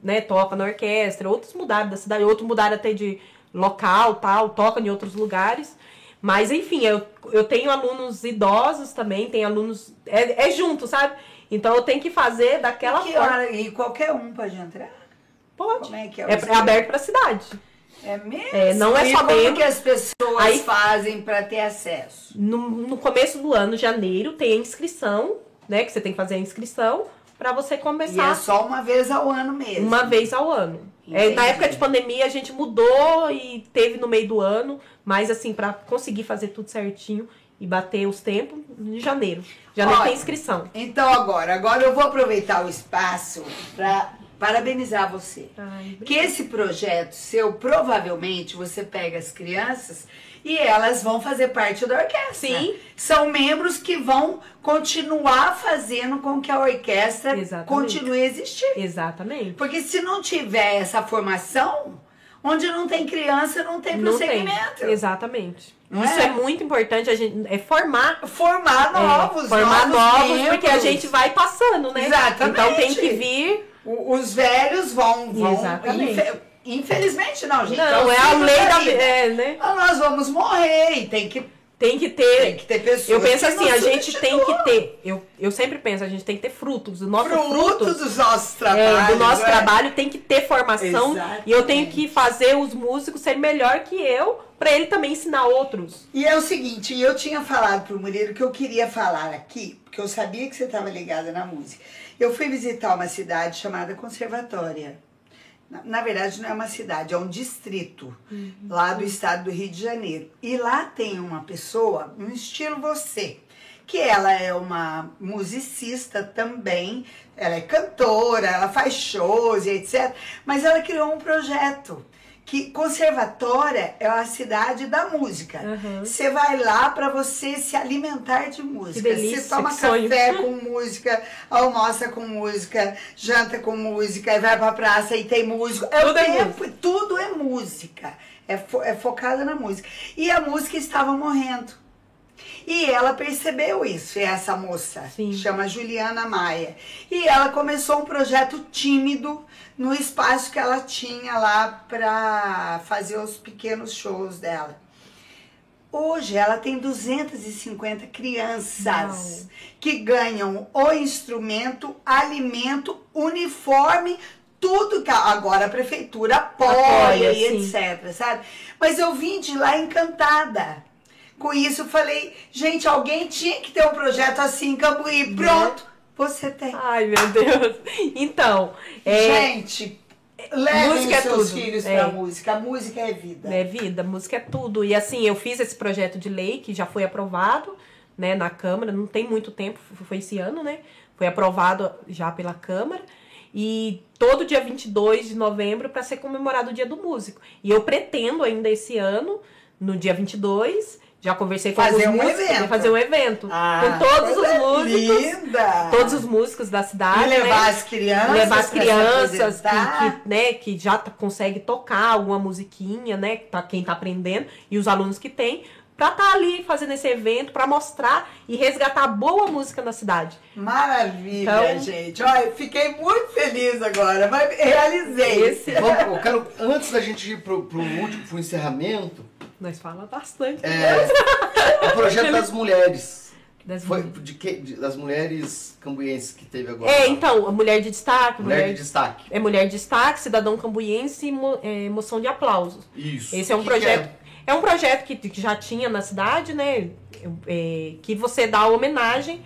né, toca na orquestra, outros mudaram da cidade, outros mudaram até de local, tal, tocam em outros lugares. Mas, enfim, eu, eu tenho alunos idosos também, tem alunos... É, é junto, sabe? Então, eu tenho que fazer daquela Que forma. hora? E qualquer um pode entrar? Pode. Como é que é? É, Você- é aberto pra cidade. É mesmo? É, não é E só como membro. que as pessoas Aí- fazem para ter acesso? No, no começo do ano, janeiro, tem a inscrição, né? Que você tem que fazer a inscrição pra você E começar é só uma vez ao ano mesmo. uma vez ao ano. É, na Entendi. época de pandemia, a gente mudou e teve no meio do ano, mas assim, pra conseguir fazer tudo certinho e bater os tempos, em janeiro. Janeiro Olha, tem inscrição. Então agora, agora eu vou aproveitar o espaço para parabenizar você. Ai, Que esse projeto seu, provavelmente, você pega as crianças e elas vão fazer parte da orquestra. Sim. São membros que vão continuar fazendo com que a orquestra Exatamente. continue a existir. Exatamente. Porque se não tiver essa formação, onde não tem criança, não tem Não tem. prosseguimento. Exatamente. Não Isso é? é muito importante, a gente, é formar Formar novos, É, formar novos, novos, membros. porque a gente vai passando, né? Exatamente. Então tem que vir. O- Os velhos vão. vão Exatamente. infe- Infelizmente, não, gente. Não, é a ciclo lei da vida. vida. É, né? Ah, nós vamos morrer e tem que, Tem que ter. tem que ter pessoas. Eu penso que assim, nos a gente tem substituam. que ter. Eu, eu sempre penso, a gente tem que ter frutos. O nosso Frutos frutos dos nossos é, trabalhos. do nosso não é? trabalho tem que ter formação. Exatamente. E eu tenho que fazer os músicos serem melhor que eu, pra ele também ensinar outros. E é o seguinte, eu tinha falado pro Murilo que eu queria falar aqui, porque eu sabia que você estava ligada na música. Eu fui visitar uma cidade chamada Conservatória. Na, na verdade, não é uma cidade, é um distrito lá do estado do Rio de Janeiro. E lá tem uma pessoa, um estilo você, que ela é uma musicista também, ela é cantora, ela faz shows e etcétera. Mas ela criou um projeto. Que Conservatória é a cidade da música. Uhum. Você vai lá para você se alimentar de música. Que delícia, Você toma que sonho. café com música, almoça com música, janta com música, e vai pra praça e tem música. É Tudo o é tempo, tudo é música. É, fo- é focada na música. E a música estava morrendo. E ela percebeu isso, essa moça, Sim. chama Juliana Maia. E ela começou um projeto tímido no espaço que ela tinha lá para fazer os pequenos shows dela. Hoje ela tem duzentas e cinquenta crianças Uau. que ganham o instrumento, alimento, uniforme, tudo que a- agora a prefeitura apoia, Apoia, e sim. etcétera, sabe? Mas eu vim de lá encantada. Com isso eu falei, gente, alguém tinha que ter um projeto assim em Cambuí. Pronto, você tem. Ai, meu Deus. Então, é, Gente, levem música é os seus tudo. filhos É. pra música. A música é vida. é vida, música é tudo. E assim, eu fiz esse projeto de lei que já foi aprovado, né, na Câmara, não tem muito tempo, foi esse ano, né? Foi aprovado já pela Câmara. E todo dia vinte e dois de novembro para ser comemorado o Dia do Músico. E eu pretendo ainda esse ano, no dia vinte e dois, já conversei com Fazer alguns um músicos, evento. fazer um evento Ah, com todos os coisa músicos, linda. todos os músicos da cidade, E levar né? as crianças. levar as pra se crianças que, apresentar. que, né, que já tá- consegue tocar alguma musiquinha, né, tá, quem tá aprendendo, e os alunos que tem, pra estar ali fazendo esse evento, pra mostrar e resgatar boa música na cidade. Maravilha, Então- gente. Olha, fiquei muito feliz agora, mas realizei. Esse Vamos, eu quero, antes da gente ir pro, pro último, pro encerramento, nós falamos bastante é, o projeto das mulheres. das Foi mulheres. de que, de- das mulheres cambuienses que teve agora. É, então, a mulher de destaque, Mulher mulher, de destaque. é mulher de destaque, cidadão cambuiense e mo- é, moção de aplausos. Isso. Esse é um Que projeto. que É um projeto que, que já tinha na cidade, né? é, que você dá homenagem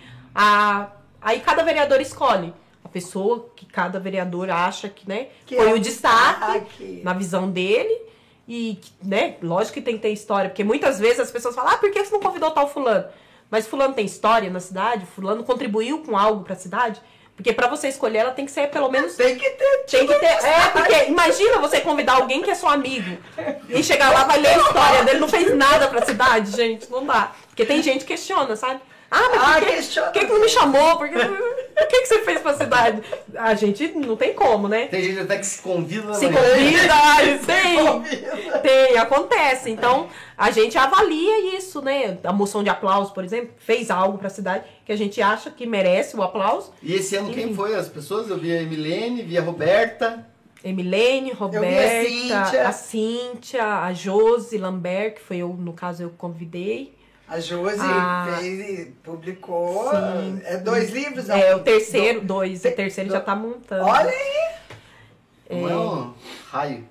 a. Aí cada vereador escolhe a pessoa que cada vereador acha que, né, Que foi é o um destaque destaque. na visão dele. E, né, lógico que tem que ter história, porque muitas vezes as pessoas falam, ah, por que você não convidou tal fulano? Mas fulano tem história na cidade? Fulano contribuiu com algo pra cidade? Porque pra você escolher, ela tem que ser pelo menos... Tem que ter. Tem que ter. É, porque imagina você convidar alguém que é seu amigo e chegar lá, vai ler a história dele, não fez nada pra cidade, gente. Não dá. Porque tem gente que questiona, sabe? Ah, mas Ah, por que, questiona por que, que não me chamou? Por que, por que, que você fez pra cidade? A gente não tem como, né? Tem gente até que se convida na Se manhã. convida, ai, tem, Convida. tem, acontece. Então, a gente avalia isso, né? A moção de aplauso, por exemplo, fez algo pra cidade que a gente acha que merece o aplauso. E esse ano quem Enfim. foi as pessoas? Eu vi a Emilene, vi a Roberta. Emilene, Eu vi a Roberta, Cíntia. a Cíntia, a Josi Lambert, que foi eu, no caso, eu convidei. A Josi Ah, fez, publicou sim. é, dois livros. não? É, o terceiro, dois. Te- O terceiro do- já tá montando. Olha aí! Não é um raio.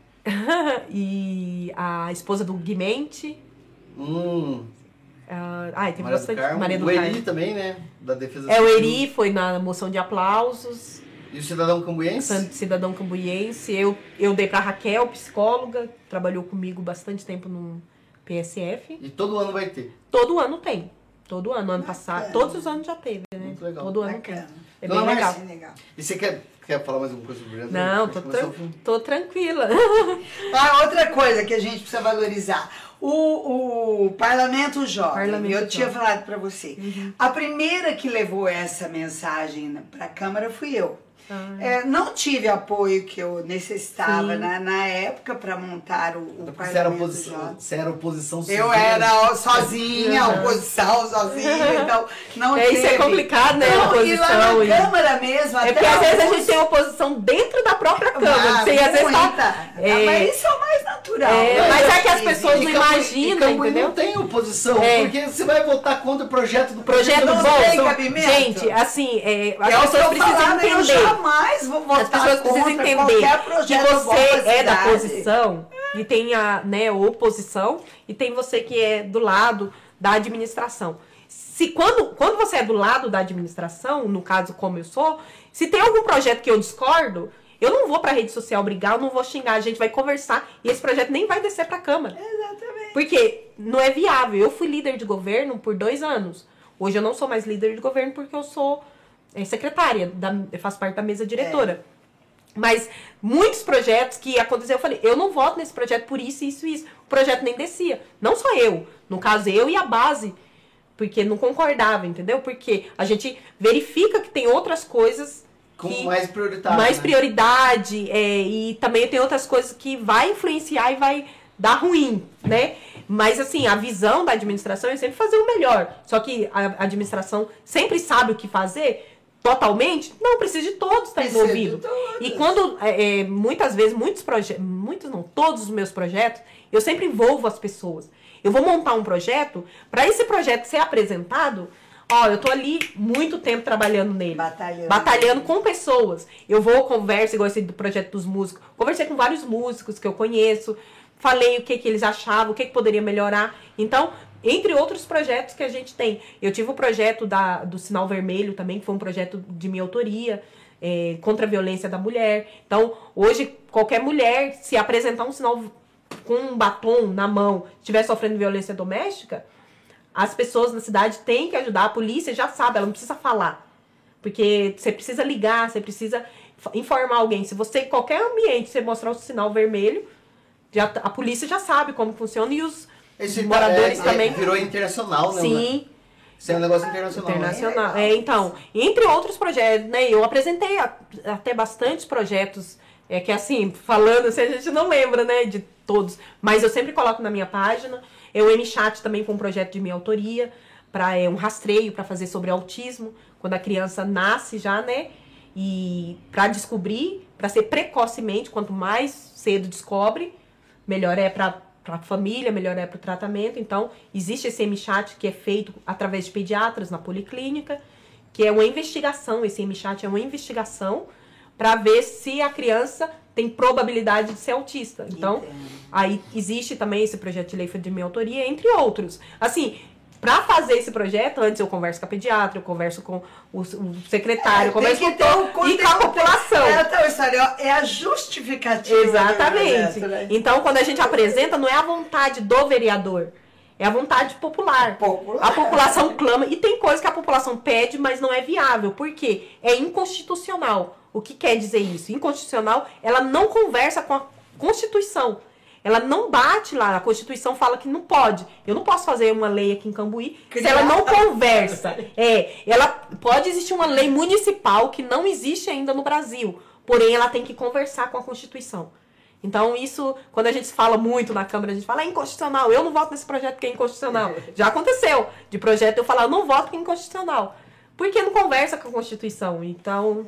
E a esposa do Guimente. Hum, ah, ai, tem Maria do bastante. Carmo. Maria do O Eri Carmo. também, né? Da Defesa É, o Civil. Eri foi na moção de aplausos. E o Cidadão Cambuiense? Cidadão cambuiense. Eu, eu dei pra Raquel, psicóloga, trabalhou comigo bastante tempo no P S F. E todo ano vai ter. Todo ano tem. Todo ano, ano Bacana. passado. Todos os anos já teve, né? Muito legal. Todo ano Bacana. tem. É Dona bem legal. Márcia, Bem legal. E você quer, quer falar mais alguma coisa sobre ela? Não, Pode tô, começar tran o filme. tô tranquila. Ah, outra coisa que a gente precisa valorizar. O, o Parlamento Jovem, Parlamento eu tinha Jovem. falado para você. A primeira que levou essa mensagem para a Câmara fui eu. Ah. É, não tive apoio que eu necessitava Sim. na, na época para montar o, o Porque você era, Parlamento oposição, Jovem. você era oposição Eu sozinha. era sozinha, Uhum. oposição sozinha, então não É, isso é teve. complicado, né, Não, oposição, e lá na e- Câmara mesmo, É até porque às vezes a alguns- gente tem oposição dentro da própria Câmara. Ah, Você às vezes muita. tá. Ah, é, mas isso é o mais natural. É, né? mas é que as Existe. pessoas E não Cambuí- imagina, e Cambuí entendeu? não tem oposição, É. porque você vai votar contra o projeto do Projeto Não bom. tem cabimento. Gente, assim, é, as É o que pessoas eu precisam falava, eu entender. jamais vou votar As pessoas precisam contra entender qualquer que projeto bom você pra é da cidade. posição e tem a né, oposição e tem você que é do lado da administração. Se quando, quando você é do lado da administração, no caso como eu sou, se tem algum projeto que eu discordo, eu não vou pra rede social brigar, eu não vou xingar, a gente vai conversar e esse projeto nem vai descer pra Câmara. Exatamente. Porque não é viável. Eu fui líder de governo por dois anos. Hoje eu não sou mais líder de governo porque eu sou é, secretária, da, eu faço parte da mesa diretora. Mas muitos projetos que aconteceu, eu falei, eu não voto nesse projeto por isso, isso e isso. O projeto nem descia. Não só eu. No caso, eu e a base. Porque não concordava, entendeu? Porque a gente verifica que tem outras coisas com que mais prioritário. mais né? prioridade é, e também tem outras coisas que vai influenciar e vai dar ruim, né? Mas assim, a visão da administração é sempre fazer o melhor. Só que a administração sempre sabe o que fazer totalmente, não precisa de todos estar Precisa de envolvido. todos. E quando é, é, muitas vezes muitos projetos, muitos não, todos os meus projetos, eu sempre envolvo as pessoas. Eu vou montar um projeto, para esse projeto ser apresentado, ó, eu tô ali muito tempo trabalhando nele. Batalhando. Batalhando com pessoas. Eu vou, converso, igual esse do projeto dos músicos. Conversei com vários músicos que eu conheço. Falei o que, que eles achavam, o que, que poderia melhorar. Então, entre outros projetos que a gente tem. Eu tive o projeto da, do Sinal Vermelho também, que foi um projeto de minha autoria, é, contra a violência da mulher. Então, hoje, qualquer mulher, se apresentar um sinal com um batom na mão, estiver sofrendo violência doméstica, as pessoas na cidade têm que ajudar. A polícia já sabe, ela não precisa falar. Porque você precisa ligar, você precisa informar alguém. Se você, em qualquer ambiente, você mostrar o sinal vermelho, já, a polícia já sabe como funciona e os Esse moradores é, também. É, virou internacional, né? Sim, Isso é um negócio internacional. internacional. Né? É, então, entre outros projetos, né? Eu apresentei a- até bastantes projetos, é que assim, falando assim, a gente não lembra, né, de todos, mas eu sempre coloco na minha página. Eu, o M-Chat também foi um projeto de minha autoria, para é, um rastreio para fazer sobre autismo, quando a criança nasce já, né? E para descobrir, para ser precocemente, quanto mais cedo descobre, melhor é para a família, melhor é para o tratamento. Então, existe esse M-Chat que é feito através de pediatras na policlínica, que é uma investigação. Esse M-Chat é uma investigação para ver se a criança tem probabilidade de ser autista. Então, Entendo. aí existe também esse projeto de lei de minha autoria, entre outros. Assim, para fazer esse projeto, antes eu converso com a pediatra, eu converso com o, o secretário, eu É, tem converso que com ter todo, um e com a conteúdo. população. É a tal história, é a justificativa. Exatamente. do projeto, né? Então, quando a gente apresenta, não é a vontade do vereador, é a vontade popular. Popular. A população clama, e tem coisa que a população pede, mas não é viável. Por quê? É inconstitucional. O que quer dizer isso? Inconstitucional, ela não conversa com a Constituição. Ela não bate lá, a Constituição fala que não pode. Eu não posso fazer uma lei aqui em Cambuí se ela não conversa. É, ela pode existir uma lei municipal que não existe ainda no Brasil, porém ela tem que conversar com a Constituição. Então isso, quando a gente fala muito na Câmara, a gente fala, é inconstitucional, eu não voto nesse projeto porque é inconstitucional. Já aconteceu de projeto eu falar, eu não voto porque é inconstitucional. Porque não conversa com a Constituição. Então,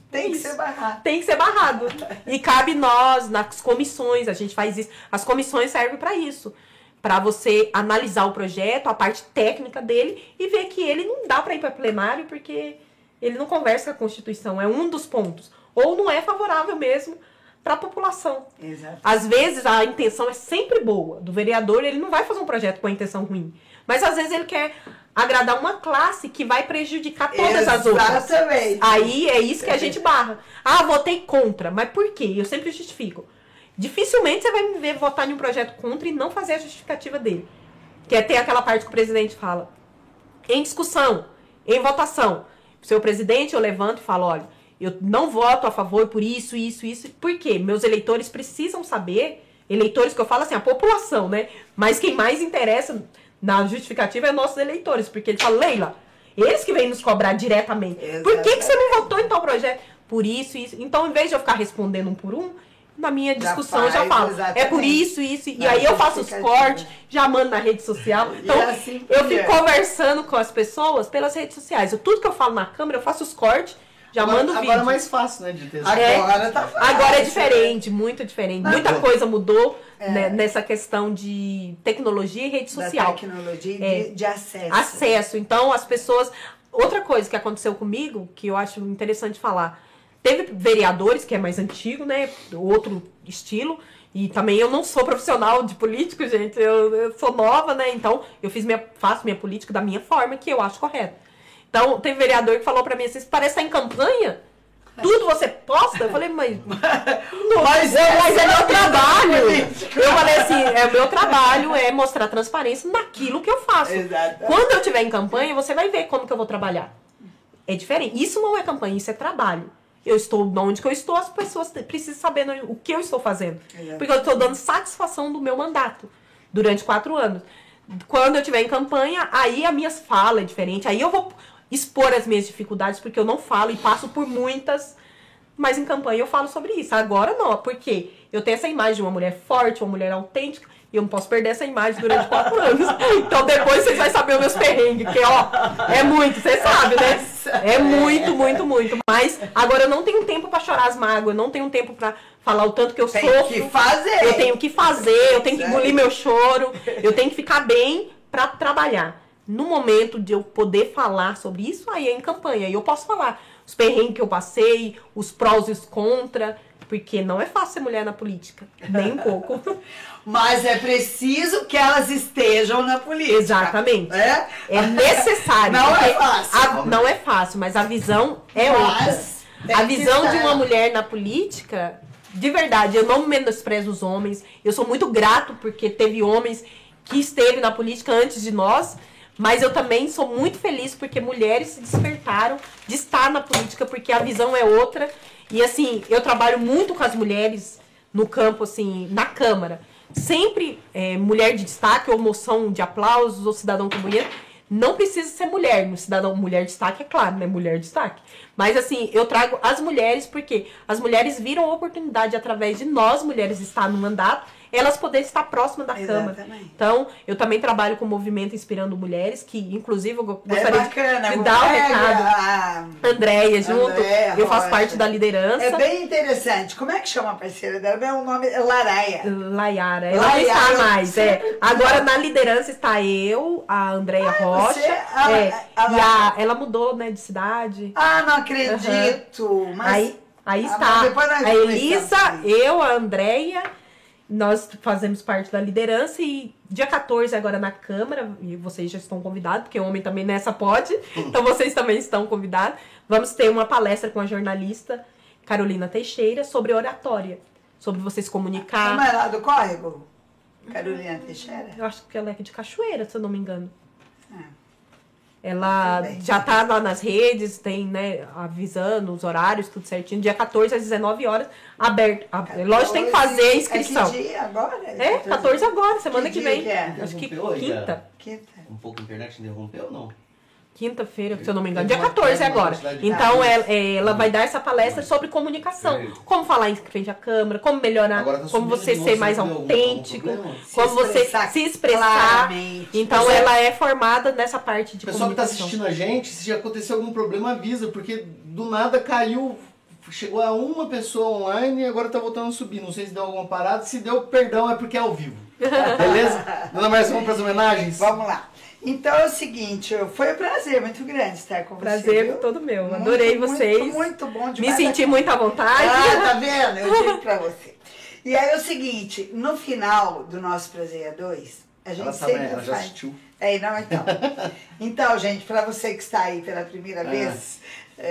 Tem que Isso. ser barrado. Tem que ser barrado. E cabe nós, nas comissões, a gente faz isso. As comissões servem para isso. Para você analisar o projeto, a parte técnica dele e ver que ele não dá para ir para plenário porque ele não conversa com a Constituição. É um dos pontos. Ou não é favorável mesmo para a população. Exato. Às vezes a intenção é sempre boa. Do vereador, ele não vai fazer um projeto com a intenção ruim. Mas às vezes ele quer agradar uma classe que vai prejudicar todas as outras. Exatamente. Aí é isso que a gente barra. Ah, votei contra. Mas por quê? Eu sempre justifico. Dificilmente você vai me ver votar em um projeto contra e não fazer a justificativa dele. Que é ter aquela parte que o presidente fala. Em discussão, em votação. Seu presidente, eu levanto e falo, olha, eu não voto a favor por isso, isso, isso. Por quê? Meus eleitores precisam saber, eleitores que eu falo assim, a população, né? Mas quem mais interessa na justificativa é nossos eleitores, porque ele fala, Leila, eles que vêm nos cobrar diretamente. Exatamente. Por que, que você não votou em tal projeto? Por isso, isso. Então, em vez de eu ficar respondendo um por um, na minha discussão eu já faz, falo, exatamente. é por isso, isso. E Na aí eu faço os justificativa. cortes, já mando na rede social. Então, E assim eu por fico diante. conversando com as pessoas pelas redes sociais. Eu, tudo que eu falo na câmera, eu faço os cortes, já agora, mando o vídeo. agora é mais fácil, né, de ter Agora tá fácil. Agora é diferente, muito diferente. Não, Muita não. coisa mudou É. né, nessa questão de tecnologia e rede Da social. tecnologia e É. de, de acesso. Acesso. Então, as pessoas... Outra coisa que aconteceu comigo, que eu acho interessante falar. Teve vereadores, que é mais antigo, né? Outro estilo. E também eu não sou profissional de político, gente. Eu, eu sou nova, né? Então, eu fiz minha, faço minha política da minha forma, que eu acho correta. Então, teve vereador que falou pra mim assim, parece estar em campanha. Tudo você posta? Eu falei, mas... Não, Mas mas, é- mas é meu trabalho. político. Eu falei assim, é o meu trabalho é mostrar transparência naquilo que eu faço. Exato. Quando eu estiver em campanha, você vai ver como que eu vou trabalhar. É diferente. Isso não é campanha, isso é trabalho. Eu estou onde que eu estou, as pessoas te- precisam saber no- o que eu estou fazendo. Exato. Porque eu estou dando satisfação do meu mandato durante quatro anos. Quando eu estiver em campanha, aí a minha fala é diferente. Aí eu vou expor as minhas dificuldades, porque eu não falo e passo por muitas. Mas em campanha eu falo sobre isso. Agora não, porque eu tenho essa imagem de uma mulher forte, uma mulher autêntica, e eu não posso perder essa imagem durante quatro anos. Então depois vocês vão saber os meus perrengues, que ó, é muito, você sabe, né? É muito, muito, muito. Mas agora eu não tenho tempo pra chorar as mágoas, eu não tenho tempo pra falar o tanto que eu Tem sofro. que fazer. Eu tenho que fazer, eu tenho que Isso engolir aí. meu choro, eu tenho que ficar bem pra trabalhar. No momento de eu poder falar sobre isso, aí é em campanha. E eu posso falar os perrengues que eu passei, os prós e os contra, porque não é fácil ser mulher na política, nem um pouco. Mas é preciso que elas estejam na política. Exatamente. É? É necessário. Não é porque fácil. a- não é fácil, mas a visão é Mas tem outra. A que visão de estar. uma mulher na política, de verdade, eu não menosprezo os homens. Eu sou muito grato porque teve homens que esteve na política antes de nós. Mas eu também sou muito feliz porque mulheres se despertaram de estar na política, porque a visão é outra. E assim, eu trabalho muito com as mulheres no campo, assim, na Câmara. Sempre é, mulher de destaque, ou moção de aplausos, ou cidadão comunhão. Não precisa ser mulher. No cidadão mulher de destaque, é claro, né? Mulher de destaque. Mas assim, eu trago as mulheres porque as mulheres viram a oportunidade através de nós, mulheres, estar no mandato, elas poderem estar próximas da Câmara. Exatamente. Então, eu também trabalho com o movimento Inspirando Mulheres, que inclusive eu go- É gostaria bacana. de, de dar o é, recado. a- Andréia junto, Andréia eu faço Rocha. parte da liderança. É bem interessante. Como é que chama a parceira dela? Meu nome é Laraia. Laiara, ela não Laiara, está mais. É. sempre- Agora na liderança está eu, a Andréia Rocha. você- a- é, a- e a, ela mudou, né, de cidade. Ah, não acredito. Mas Aí, aí Ah, está mas depois nós a Elisa, conversamos isso. eu, a Andréia, nós fazemos parte da liderança e dia quatorze agora na Câmara, e vocês já estão convidados, porque o homem também nessa pode, então vocês também estão convidados. Vamos ter uma palestra com a jornalista Carolina Teixeira sobre oratória, sobre você se comunicar. Como é lá do córrego? Carolina Teixeira? Eu acho que ela é de Cachoeira, se eu não me engano. Ah. Ela Muito bem. já tá lá nas redes, tem, né, avisando os horários, tudo certinho. Dia quatorze às dezenove horas, aberto. A- Lógico, tem que fazer a inscrição. É que dia agora? É, quatorze agora, semana que, Que dia vem. que é? Acho que Interrompeu aí, quinta. Quinta. Um pouco a internet interrompeu ou não? Quinta-feira, se eu não me engano. Tem Dia uma- quatorze tem uma agora. quantidade de Então, dados. ela, ela vai dar essa palestra sobre comunicação. Perfeito. Como falar em frente à câmera, como melhorar, Agora tá como subindo você de ser novo, mais você viu algum- autêntico, algum problema? como Se você expressar se expressar. claramente. Então, Você- ela é formada nessa parte de O pessoal que tá comunicação. assistindo a gente, se acontecer algum problema, avisa, porque do nada caiu, chegou a uma pessoa online e agora tá voltando a subir. Não sei se deu alguma parada. Se deu, perdão, é porque é ao vivo. Beleza? Dona Márcia, vamos para as homenagens? Vamos lá. Então é o seguinte, foi um prazer muito grande estar com você. Prazer viu? todo meu. Muito, Adorei vocês. Muito, muito bom Me demais. senti muito à vontade. Ah, tá vendo? Eu digo pra você. E aí é o seguinte, no final do nosso Prazer a Dois, a gente Ela sabe, sempre ela faz... já assistiu. É, não, então. Então, gente, para você que está aí pela primeira Ah. vez,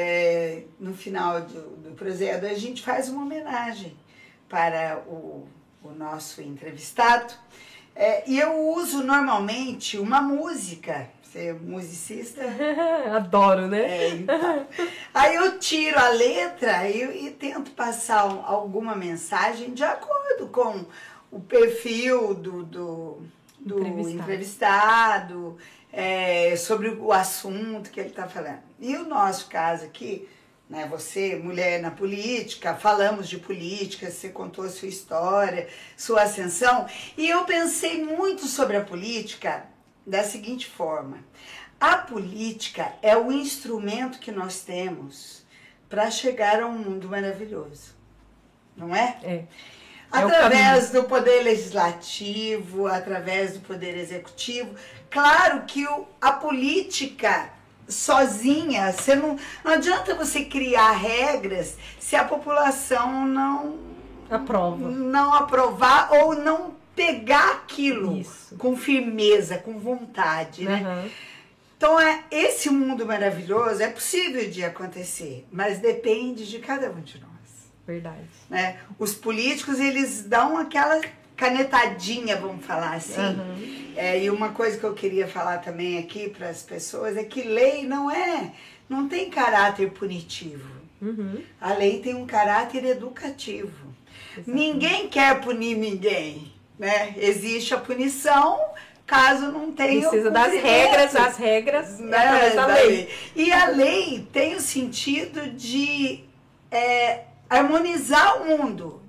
é, no final do, do Prazer a Dois, a gente faz uma homenagem para o, o nosso entrevistado. É, e eu uso normalmente uma música, você é musicista? Adoro, né? É, então. Aí eu tiro a letra e, e tento passar um- alguma mensagem de acordo com o perfil do, do, do Entrevistado. entrevistado, é, sobre o assunto que ele está falando. E o nosso caso aqui, né, você, mulher na política, falamos de política, você contou a sua história, sua ascensão, e eu pensei muito sobre a política da seguinte forma: a política é o instrumento que nós temos para chegar a um mundo maravilhoso, não é? É. É o Através do poder legislativo, através do poder executivo. Claro que o, a política sozinha, você não, não adianta você criar regras se a população não, Aprova. não aprovar ou não pegar aquilo Isso. com firmeza, com vontade, né? Aham. Então, é, esse mundo maravilhoso é possível de acontecer, mas depende de cada um de nós. Verdade. Né? Os políticos, eles dão aquela canetadinha, vamos falar assim. Aham. É, e uma coisa que eu queria falar também aqui para as pessoas é que lei não é, não tem caráter punitivo. Uhum. A lei tem um caráter educativo. Ninguém quer punir ninguém, né? Existe a punição caso não tenha o Precisa das cumprimento. regras, as regras Né, através da da lei. lei. E a lei tem o sentido de é, harmonizar o mundo,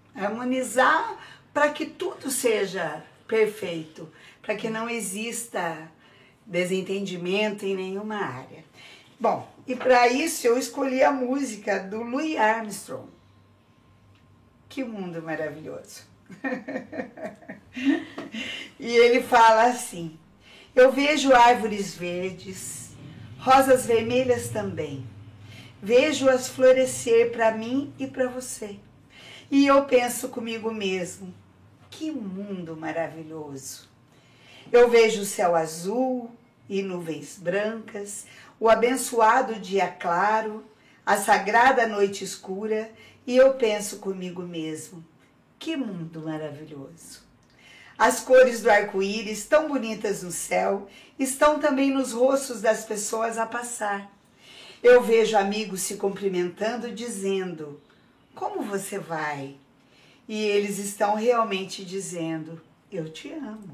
harmonizar para que tudo seja perfeito, para que não exista desentendimento em nenhuma área. Bom, e para isso eu escolhi a música do Louis Armstrong. Que mundo maravilhoso. E ele fala assim: eu vejo árvores verdes, rosas vermelhas também. Vejo-as florescer para mim e para você. E eu penso comigo mesmo: que mundo maravilhoso. Eu vejo o céu azul e nuvens brancas, o abençoado dia claro, a sagrada noite escura, e eu penso comigo mesmo: que mundo maravilhoso. As cores do arco-íris, tão bonitas no céu, estão também nos rostos das pessoas a passar. Eu vejo amigos se cumprimentando, dizendo: como você vai? E eles estão realmente dizendo: eu te amo.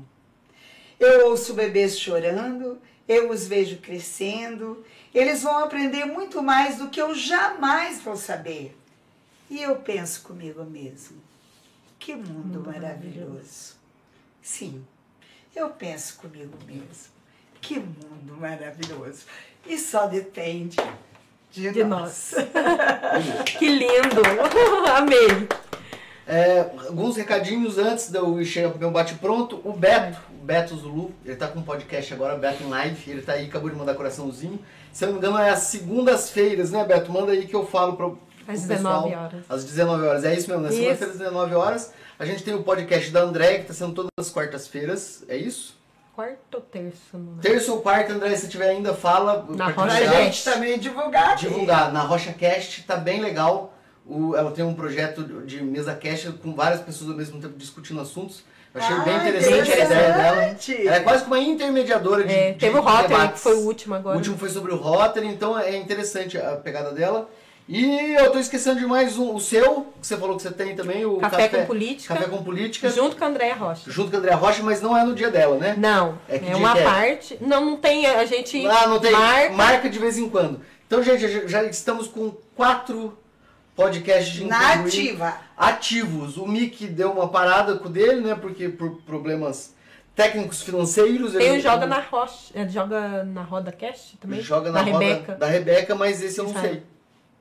Eu ouço bebês chorando, eu os vejo crescendo, eles vão aprender muito mais do que eu jamais vou saber. E eu penso comigo mesmo: que mundo maravilhoso. Sim, eu penso comigo mesmo: que mundo maravilhoso. E só depende de, De nós. Que lindo! Amei! É, alguns recadinhos antes de eu chegar pro meu bate-pronto. O Beto, o Beto Zulu, ele tá com um podcast agora, Beto em Live, ele tá aí, acabou de mandar coraçãozinho. Se eu não me engano, é às segundas-feiras, né, Beto? Manda aí que eu falo pro, pro Às pessoal. dezenove horas. Às dezenove horas, é isso mesmo, né? Isso. Segunda-feira, às dezenove horas. A gente tem o podcast da André, que tá sendo todas as quartas-feiras, é isso? Quarta ou terça? Não lembro. Terça ou quarta, André, se tiver ainda, fala. Na pra Rocha divulgar. Pra gente também divulgar aqui. Divulgar. Na Rocha Cast tá bem legal. O, ela tem um projeto de mesa cast com várias pessoas ao mesmo tempo discutindo assuntos. Eu achei Ah, bem interessante a ideia dela. interessante. Ela é quase como uma intermediadora de, É, de teve o Rotary, debates. que foi o último agora. O último foi sobre o Rotary, então é interessante a pegada dela. E eu tô esquecendo de mais um, o seu, que você falou que você tem também, o Café com Política. Café com Política. Junto com a Andréa Rocha. Junto com a André Rocha, mas não é no dia dela, né? Não, É é, que dia uma que é? parte. Não, não tem. A gente Ah, não tem. marca. Marca de vez em quando. Então, gente, já, já estamos com quatro podcasts de Na Incongruir ativa. ativos. O Mickey deu uma parada com o dele, né? Porque por problemas técnicos financeiros. Tem ele o Joga na Rocha. é, Joga na Roda Cast também? Joga na da roda Rebeca. da Rebeca, mas esse eu não Sabe. sei.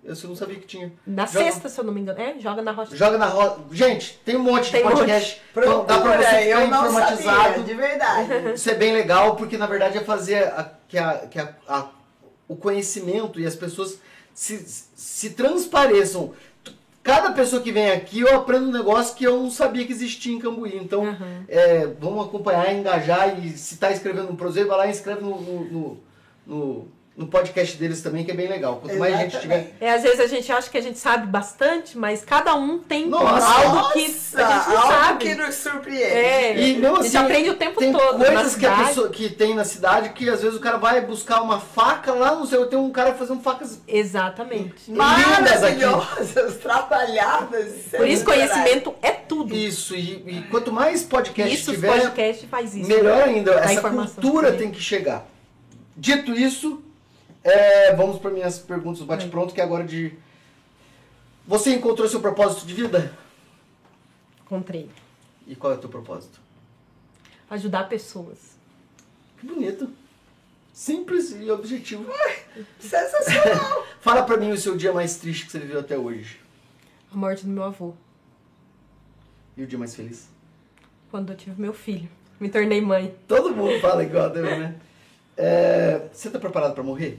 Eu não sabia que tinha. Na Joga- sexta, se eu não me engano. É, joga na rocha. Joga na roda. Gente, tem um monte Tem de um podcast. Então dá pra Procura, você ficar eu não informatizado. sabia, de verdade. Isso é bem legal, porque na verdade é fazer a- que, a, que a, a- o conhecimento e as pessoas se, se transpareçam. Cada pessoa que vem aqui, eu aprendo um negócio que eu não sabia que existia em Cambuí. Então, Uhum. é, vamos acompanhar, engajar, e se está escrevendo no Prozeiro, vai lá e escreve no, no, no, no- no podcast deles também, que é bem legal. Quanto mais gente tiver... É, às vezes a gente acha que a gente sabe bastante, mas cada um tem Nossa, algo que a Nossa, gente não algo sabe. que nos surpreende. É, E mesmo a gente assim, aprende o tempo tem todo. na coisas que a cidade. pessoa que tem na cidade que às vezes o cara vai buscar uma faca lá, não sei, tem um cara fazendo facas Exatamente. lindas aqui. Maravilhosas, trabalhadas. Por isso, conhecimento é tudo. Isso, e, e quanto mais podcast Isso, os tiver, podcasts faz isso. melhor ainda. Dá Essa informação cultura também. tem que chegar. Dito isso, é, vamos para minhas perguntas do bate-pronto, que é agora de... Você encontrou seu propósito de vida? Encontrei. E qual é o teu propósito? Ajudar pessoas. Que bonito. Simples e objetivo. Sensacional. Fala pra mim o seu dia mais triste que você viveu até hoje. A morte do meu avô. E o dia mais feliz? Quando eu tive meu filho. Me tornei mãe. Todo mundo fala igual também, né? É, você tá preparado pra morrer?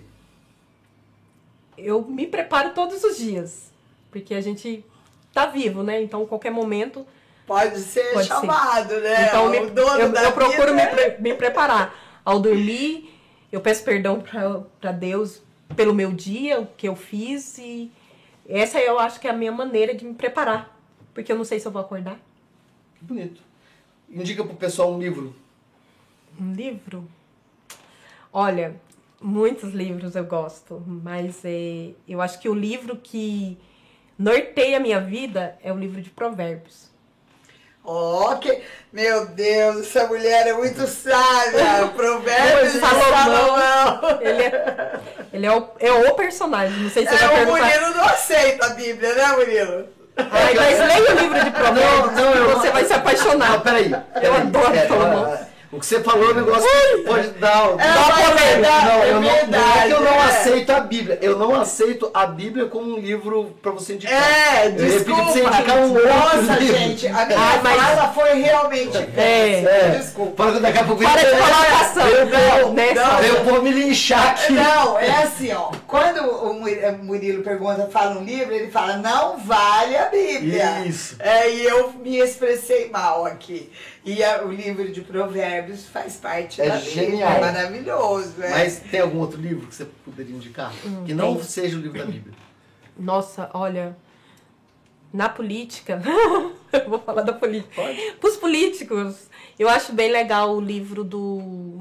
Eu me preparo todos os dias. Porque a gente tá vivo, né? Então, qualquer momento... Pode ser Pode chamado, né? Então, o me- dono eu, da eu procuro me, vida. pre- me preparar. Ao dormir, eu peço perdão pra- pra Deus pelo meu dia, o que eu fiz. E essa eu acho que é a minha maneira de me preparar. Porque eu não sei se eu vou acordar. Que bonito. Indica pro pessoal um livro. Um livro? Olha, muitos livros eu gosto, mas é, eu acho que o livro que norteia a minha vida é o livro de Provérbios. Ok. Meu Deus, essa mulher é muito sábia. Provérbios de Salomão. Salomão. Ele é, ele é, o, é o personagem, não sei se você É, vai o perguntar. Murilo não aceita a Bíblia, né, Murilo? Ai, mas leia o livro de Provérbios, Não, não, que eu- você vai se apaixonar. Não, peraí. peraí. adoro É, Salomão. é, o que você falou é um negócio que pode dar... É, dar mas é polêmica. verdade, Não, é eu não, não é que eu não verdade, é. aceito a Bíblia. Eu não aceito a Bíblia como um livro pra você indicar. É, Eu ia pedir pra você desculpa. indicar um outro Nossa, livro. gente, a minha Ah, mas- fala foi realmente... É. É, Desculpa. para que daqui a pouco... Para de É, colocação. eu- né? não. Eu vou me linchar aqui. Não, é assim, ó. Quando o Mu- Murilo pergunta, fala um livro, ele fala, não vale a Bíblia. Isso. É, e eu me expressei mal aqui. E a- o livro de Provérbios faz parte É da Bíblia. genial. É maravilhoso, é. Mas tem algum outro livro que você poderia indicar? que não tem. seja o livro da Bíblia. Nossa, olha, na política, eu vou falar da política. Pode. Para os políticos, eu acho bem legal o livro do,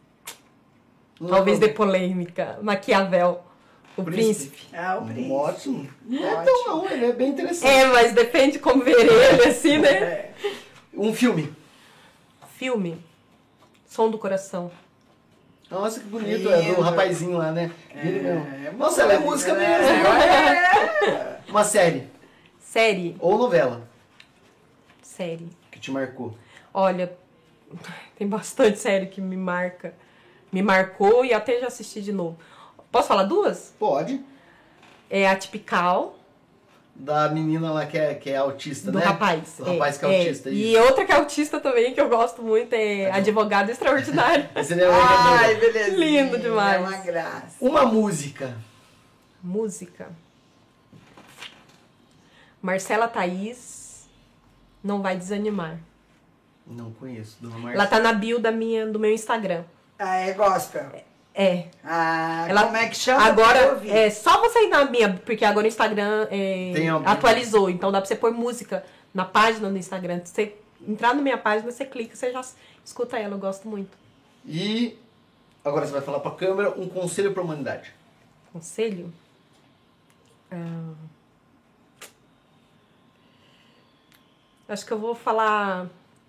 talvez dê polêmica, Maquiavel, o Príncipe. príncipe. Ah, o príncipe. Ótimo. Não é tão não, ele é bem interessante. É, mas depende como ver ele, assim, né? É. Um filme. Filme, Som do Coração. Nossa, que bonito. É do Lindo. rapazinho lá, né? Ele mesmo. É, Nossa, ela é música né? mesmo. É. Uma série. Série, Ou novela série. que te marcou. Olha, tem bastante série que me marca. Me marcou e até já assisti de novo. Posso falar duas? Pode. É Atypical, Da menina lá que é, que é autista, do né? rapaz. Do rapaz que é autista. E isso. outra que é autista também, que eu gosto muito, é Advogado Extraordinário. Esse é Ai, o beleza. Lindo demais. É uma graça. Uma música. Música. Marcela Thaís, Não Vai Desanimar. Não conheço. Dona Marcia. Ela tá na bio da minha, do meu Instagram. Ah, é gospel. É. Ah, Ela- como é que chama? Agora, Eu ouvi. é só você ir na minha, porque agora o Instagram é, Tem a- atualizou, então dá pra você pôr música na página do Instagram. Você entrar na minha página, você clica, você já escuta ela, eu gosto muito. E agora você vai falar pra câmera um conselho pra humanidade. Conselho? Ah, acho que eu vou falar.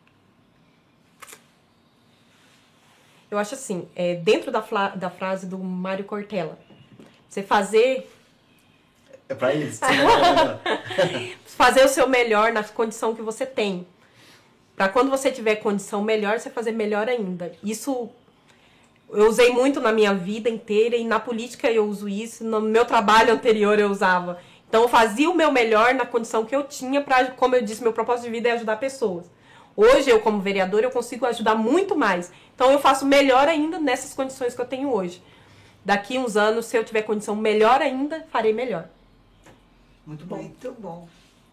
Eu acho assim, é, dentro da, fla- da frase do Mário Cortella, você fazer, É pra eles? Você vai- fazer o seu melhor na condição que você tem. Pra quando você tiver condição melhor, você fazer melhor ainda. Isso, eu usei muito na minha vida inteira e na política eu uso isso, no meu trabalho anterior eu usava. Então eu fazia o meu melhor na condição que eu tinha para, como eu disse, meu propósito de vida é ajudar pessoas. Hoje eu como vereadora eu consigo ajudar muito mais. Então eu faço melhor ainda nessas condições que eu tenho hoje. Daqui uns anos, se eu tiver condição melhor ainda, farei melhor. Muito bom. Muito bom.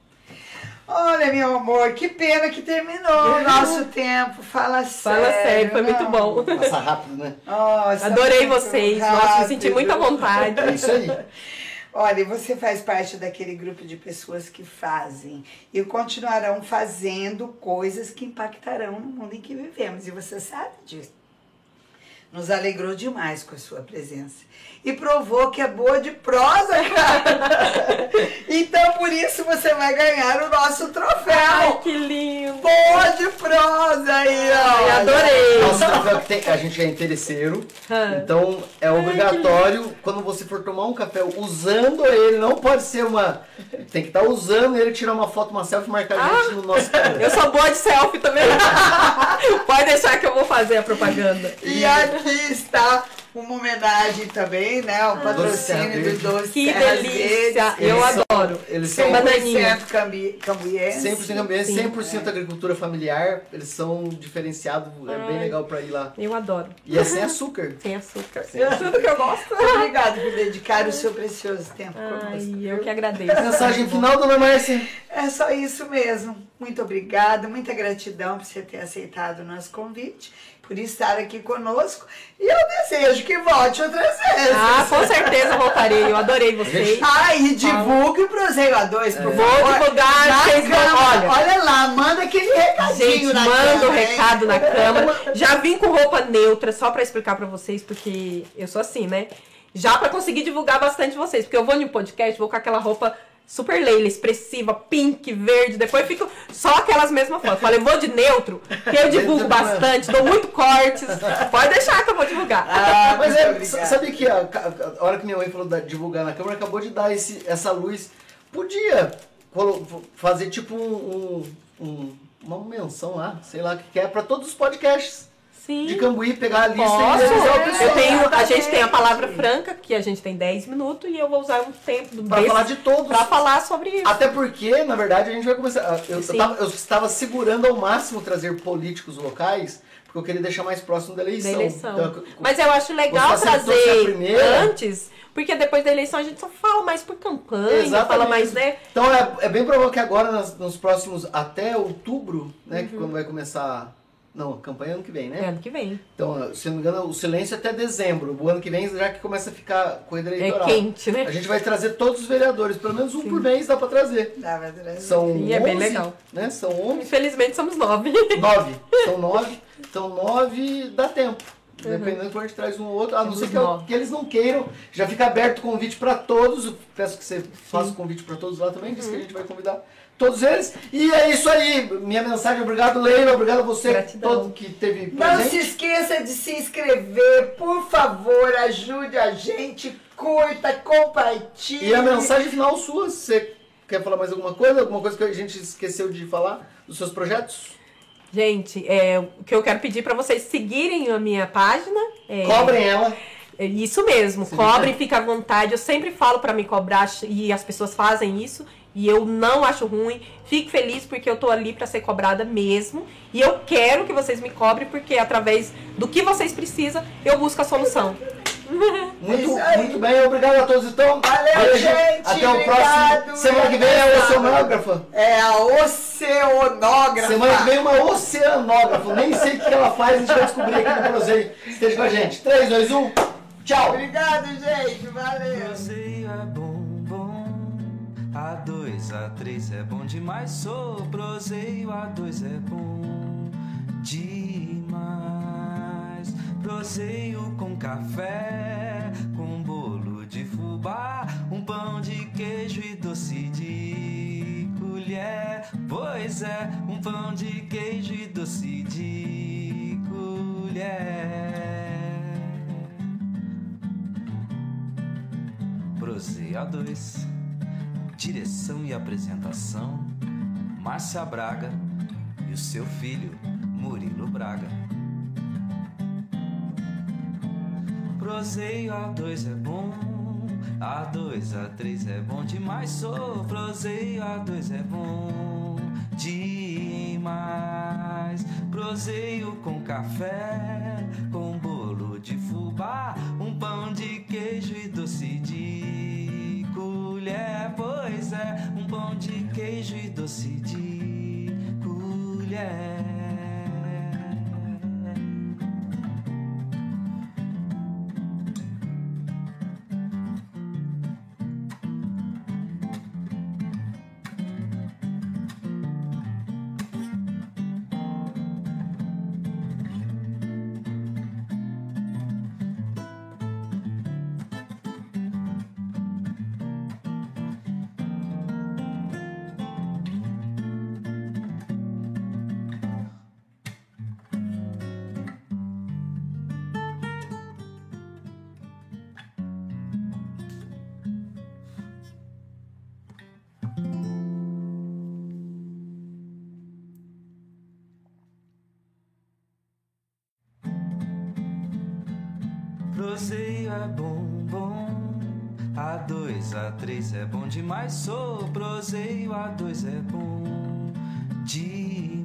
Olha, meu amor, que pena que terminou o nosso tempo. Fala sério. Fala sério, foi muito não. bom. Passa rápido, né? Nossa, Adorei muito vocês, nossa, me senti rápido. muito à vontade. É isso aí. Olha, você faz parte daquele grupo de pessoas que fazem e continuarão fazendo coisas que impactarão no mundo em que vivemos. E você sabe disso. Nos alegrou demais com a sua presença. E provou que é boa de prosa, cara. Então, por isso, você vai ganhar o nosso troféu. Ai, que lindo. Boa de prosa aí, ó. Ai, adorei. Nosso troféu que tem, a gente é interesseiro, Ah. então é obrigatório quando você for tomar um café usando ele, não pode ser uma. Tem que estar usando ele, tirar uma foto, uma selfie e marcar a gente no nosso canal. Eu sou boa de selfie também. Pode deixar que eu vou fazer a propaganda. E aqui está uma homenagem também, né? O patrocínio do Doce Que Terras delícia. Verdes. Eu Eles são- adoro. Eles são cem por bananinha. cento cambi- cambuiense. cem por cento ambiente, Sim. cem por cento agricultura familiar, eles são diferenciados, é bem Ai. legal pra ir lá. Eu adoro. E é sem açúcar. Sem açúcar. Sem açúcar. Tudo que eu gosto. Obrigada por dedicar o seu precioso tempo conosco. Ai, viu? eu que agradeço. Mensagem final, dona Márcia. É só isso mesmo. Muito obrigada, muita gratidão por você ter aceitado o nosso convite, por estar aqui conosco. E eu desejo que volte outras vezes. Ah, com certeza voltarei. Eu adorei vocês. Ah, e divulgue o Proseio A dois, por Vou favor. divulgar, Na vocês vão- câmara. olha. Olha lá, manda aquele recadinho Gente, na manda o câmera, hein? recado na câmera. Já vim com roupa neutra, só pra explicar pra vocês, porque eu sou assim, né? Já pra conseguir divulgar bastante vocês. Porque eu vou no podcast, vou com aquela roupa super Leila, expressiva, pink, verde. Depois fico só aquelas mesmas fotos. Falei, vou de neutro, que eu divulgo bastante, dou muito cortes. Pode deixar que eu vou divulgar. Ah, Mas muito é, obrigada. sabe que a, a hora que minha mãe falou da divulgar na câmera, acabou de dar esse, essa luz. Podia colo- fazer tipo um, um- um- uma menção lá, sei lá o que que é, pra todos os podcasts Sim. de Cambuí, pegar a lista Posso? e realizar o pessoal. Eu tenho, a Exatamente. gente tem a palavra franca, que a gente tem dez minutos, e eu vou usar um tempo do Pra desse falar de todos. pra falar sobre isso. Até porque, na verdade, a gente vai começar. Eu, eu, Sim. tava, eu estava segurando ao máximo trazer políticos locais, porque eu queria deixar mais próximo da eleição. Da eleição. Então, eu- Mas eu acho legal Você acertou trazer essa primeira? antes, porque depois da eleição a gente só fala mais por campanha, Exatamente. fala mais, né? Então é, é bem provável que agora, nas- nos próximos, até outubro, né, que quando vai começar. Não, a campanha é ano que vem, né? É ano que vem. Então, se não me engano, o silêncio é até dezembro. O ano que vem, já que começa a ficar corrida É eleitoral. quente, A né? gente vai trazer todos os vereadores, pelo menos um por mês dá pra trazer. Dá pra trazer. São E é bem onze, legal. né? São onze. Infelizmente somos nove. Nove. São nove. São nove, dá tempo. Dependendo quando a gente traz um ou outro. A não Temos ser que, eu- nove. que eles não queiram. Já fica aberto o convite para todos. Eu peço que você faça o convite para todos lá também. Diz que a gente vai convidar todos eles. E é isso aí. Minha mensagem. Obrigado, Leila. Obrigado a você Gratidão. todo que teve Não se presente. esqueça de se inscrever, por favor, ajude a gente, curta, compartilhe. E a mensagem final sua. Você quer falar mais alguma coisa? Alguma coisa que a gente esqueceu de falar dos seus projetos? Gente, é, o que eu quero pedir pra vocês seguirem a minha página. É, Cobrem ela. é isso mesmo, Sim. cobrem, fica à vontade. Eu sempre falo pra me cobrar e as pessoas fazem isso. E eu não acho ruim. Fico feliz porque eu tô ali pra ser cobrada mesmo. E eu quero que vocês me cobrem porque através do que vocês precisam, eu busco a solução. Muito, Isso aí. muito bem, obrigado a todos. Então, Valeu, beijo. gente, Até o obrigado, próximo. Semana que vem é obrigado. oceanógrafa. É a oceanógrafa. Semana que vem é uma oceanógrafa. Nem sei o que ela faz, a gente vai descobrir aqui no Proseio. Esteja com a gente. três, dois, um, tchau. Obrigado, gente. Valeu. Proseio é bom, bom. A dois, A três é bom demais. Sou Proseio, A dois é bom demais. Proseio com café, com bolo de fubá, um pão de queijo e doce de colher. Pois é, um pão de queijo e doce de colher. Proseio A dois. Direção e apresentação, Márcia Braga e o seu filho, Murilo Braga. Proseio A dois é bom, A dois, A três é bom demais. Sou proseio A dois é bom demais. Proseio com café, com bolo de fubá, um pão de queijo e doce de colher. Pois é, um pão de queijo e doce de colher. Proseio é bom, bom. A dois, A três é bom demais. Sou proseio A dois é bom demais.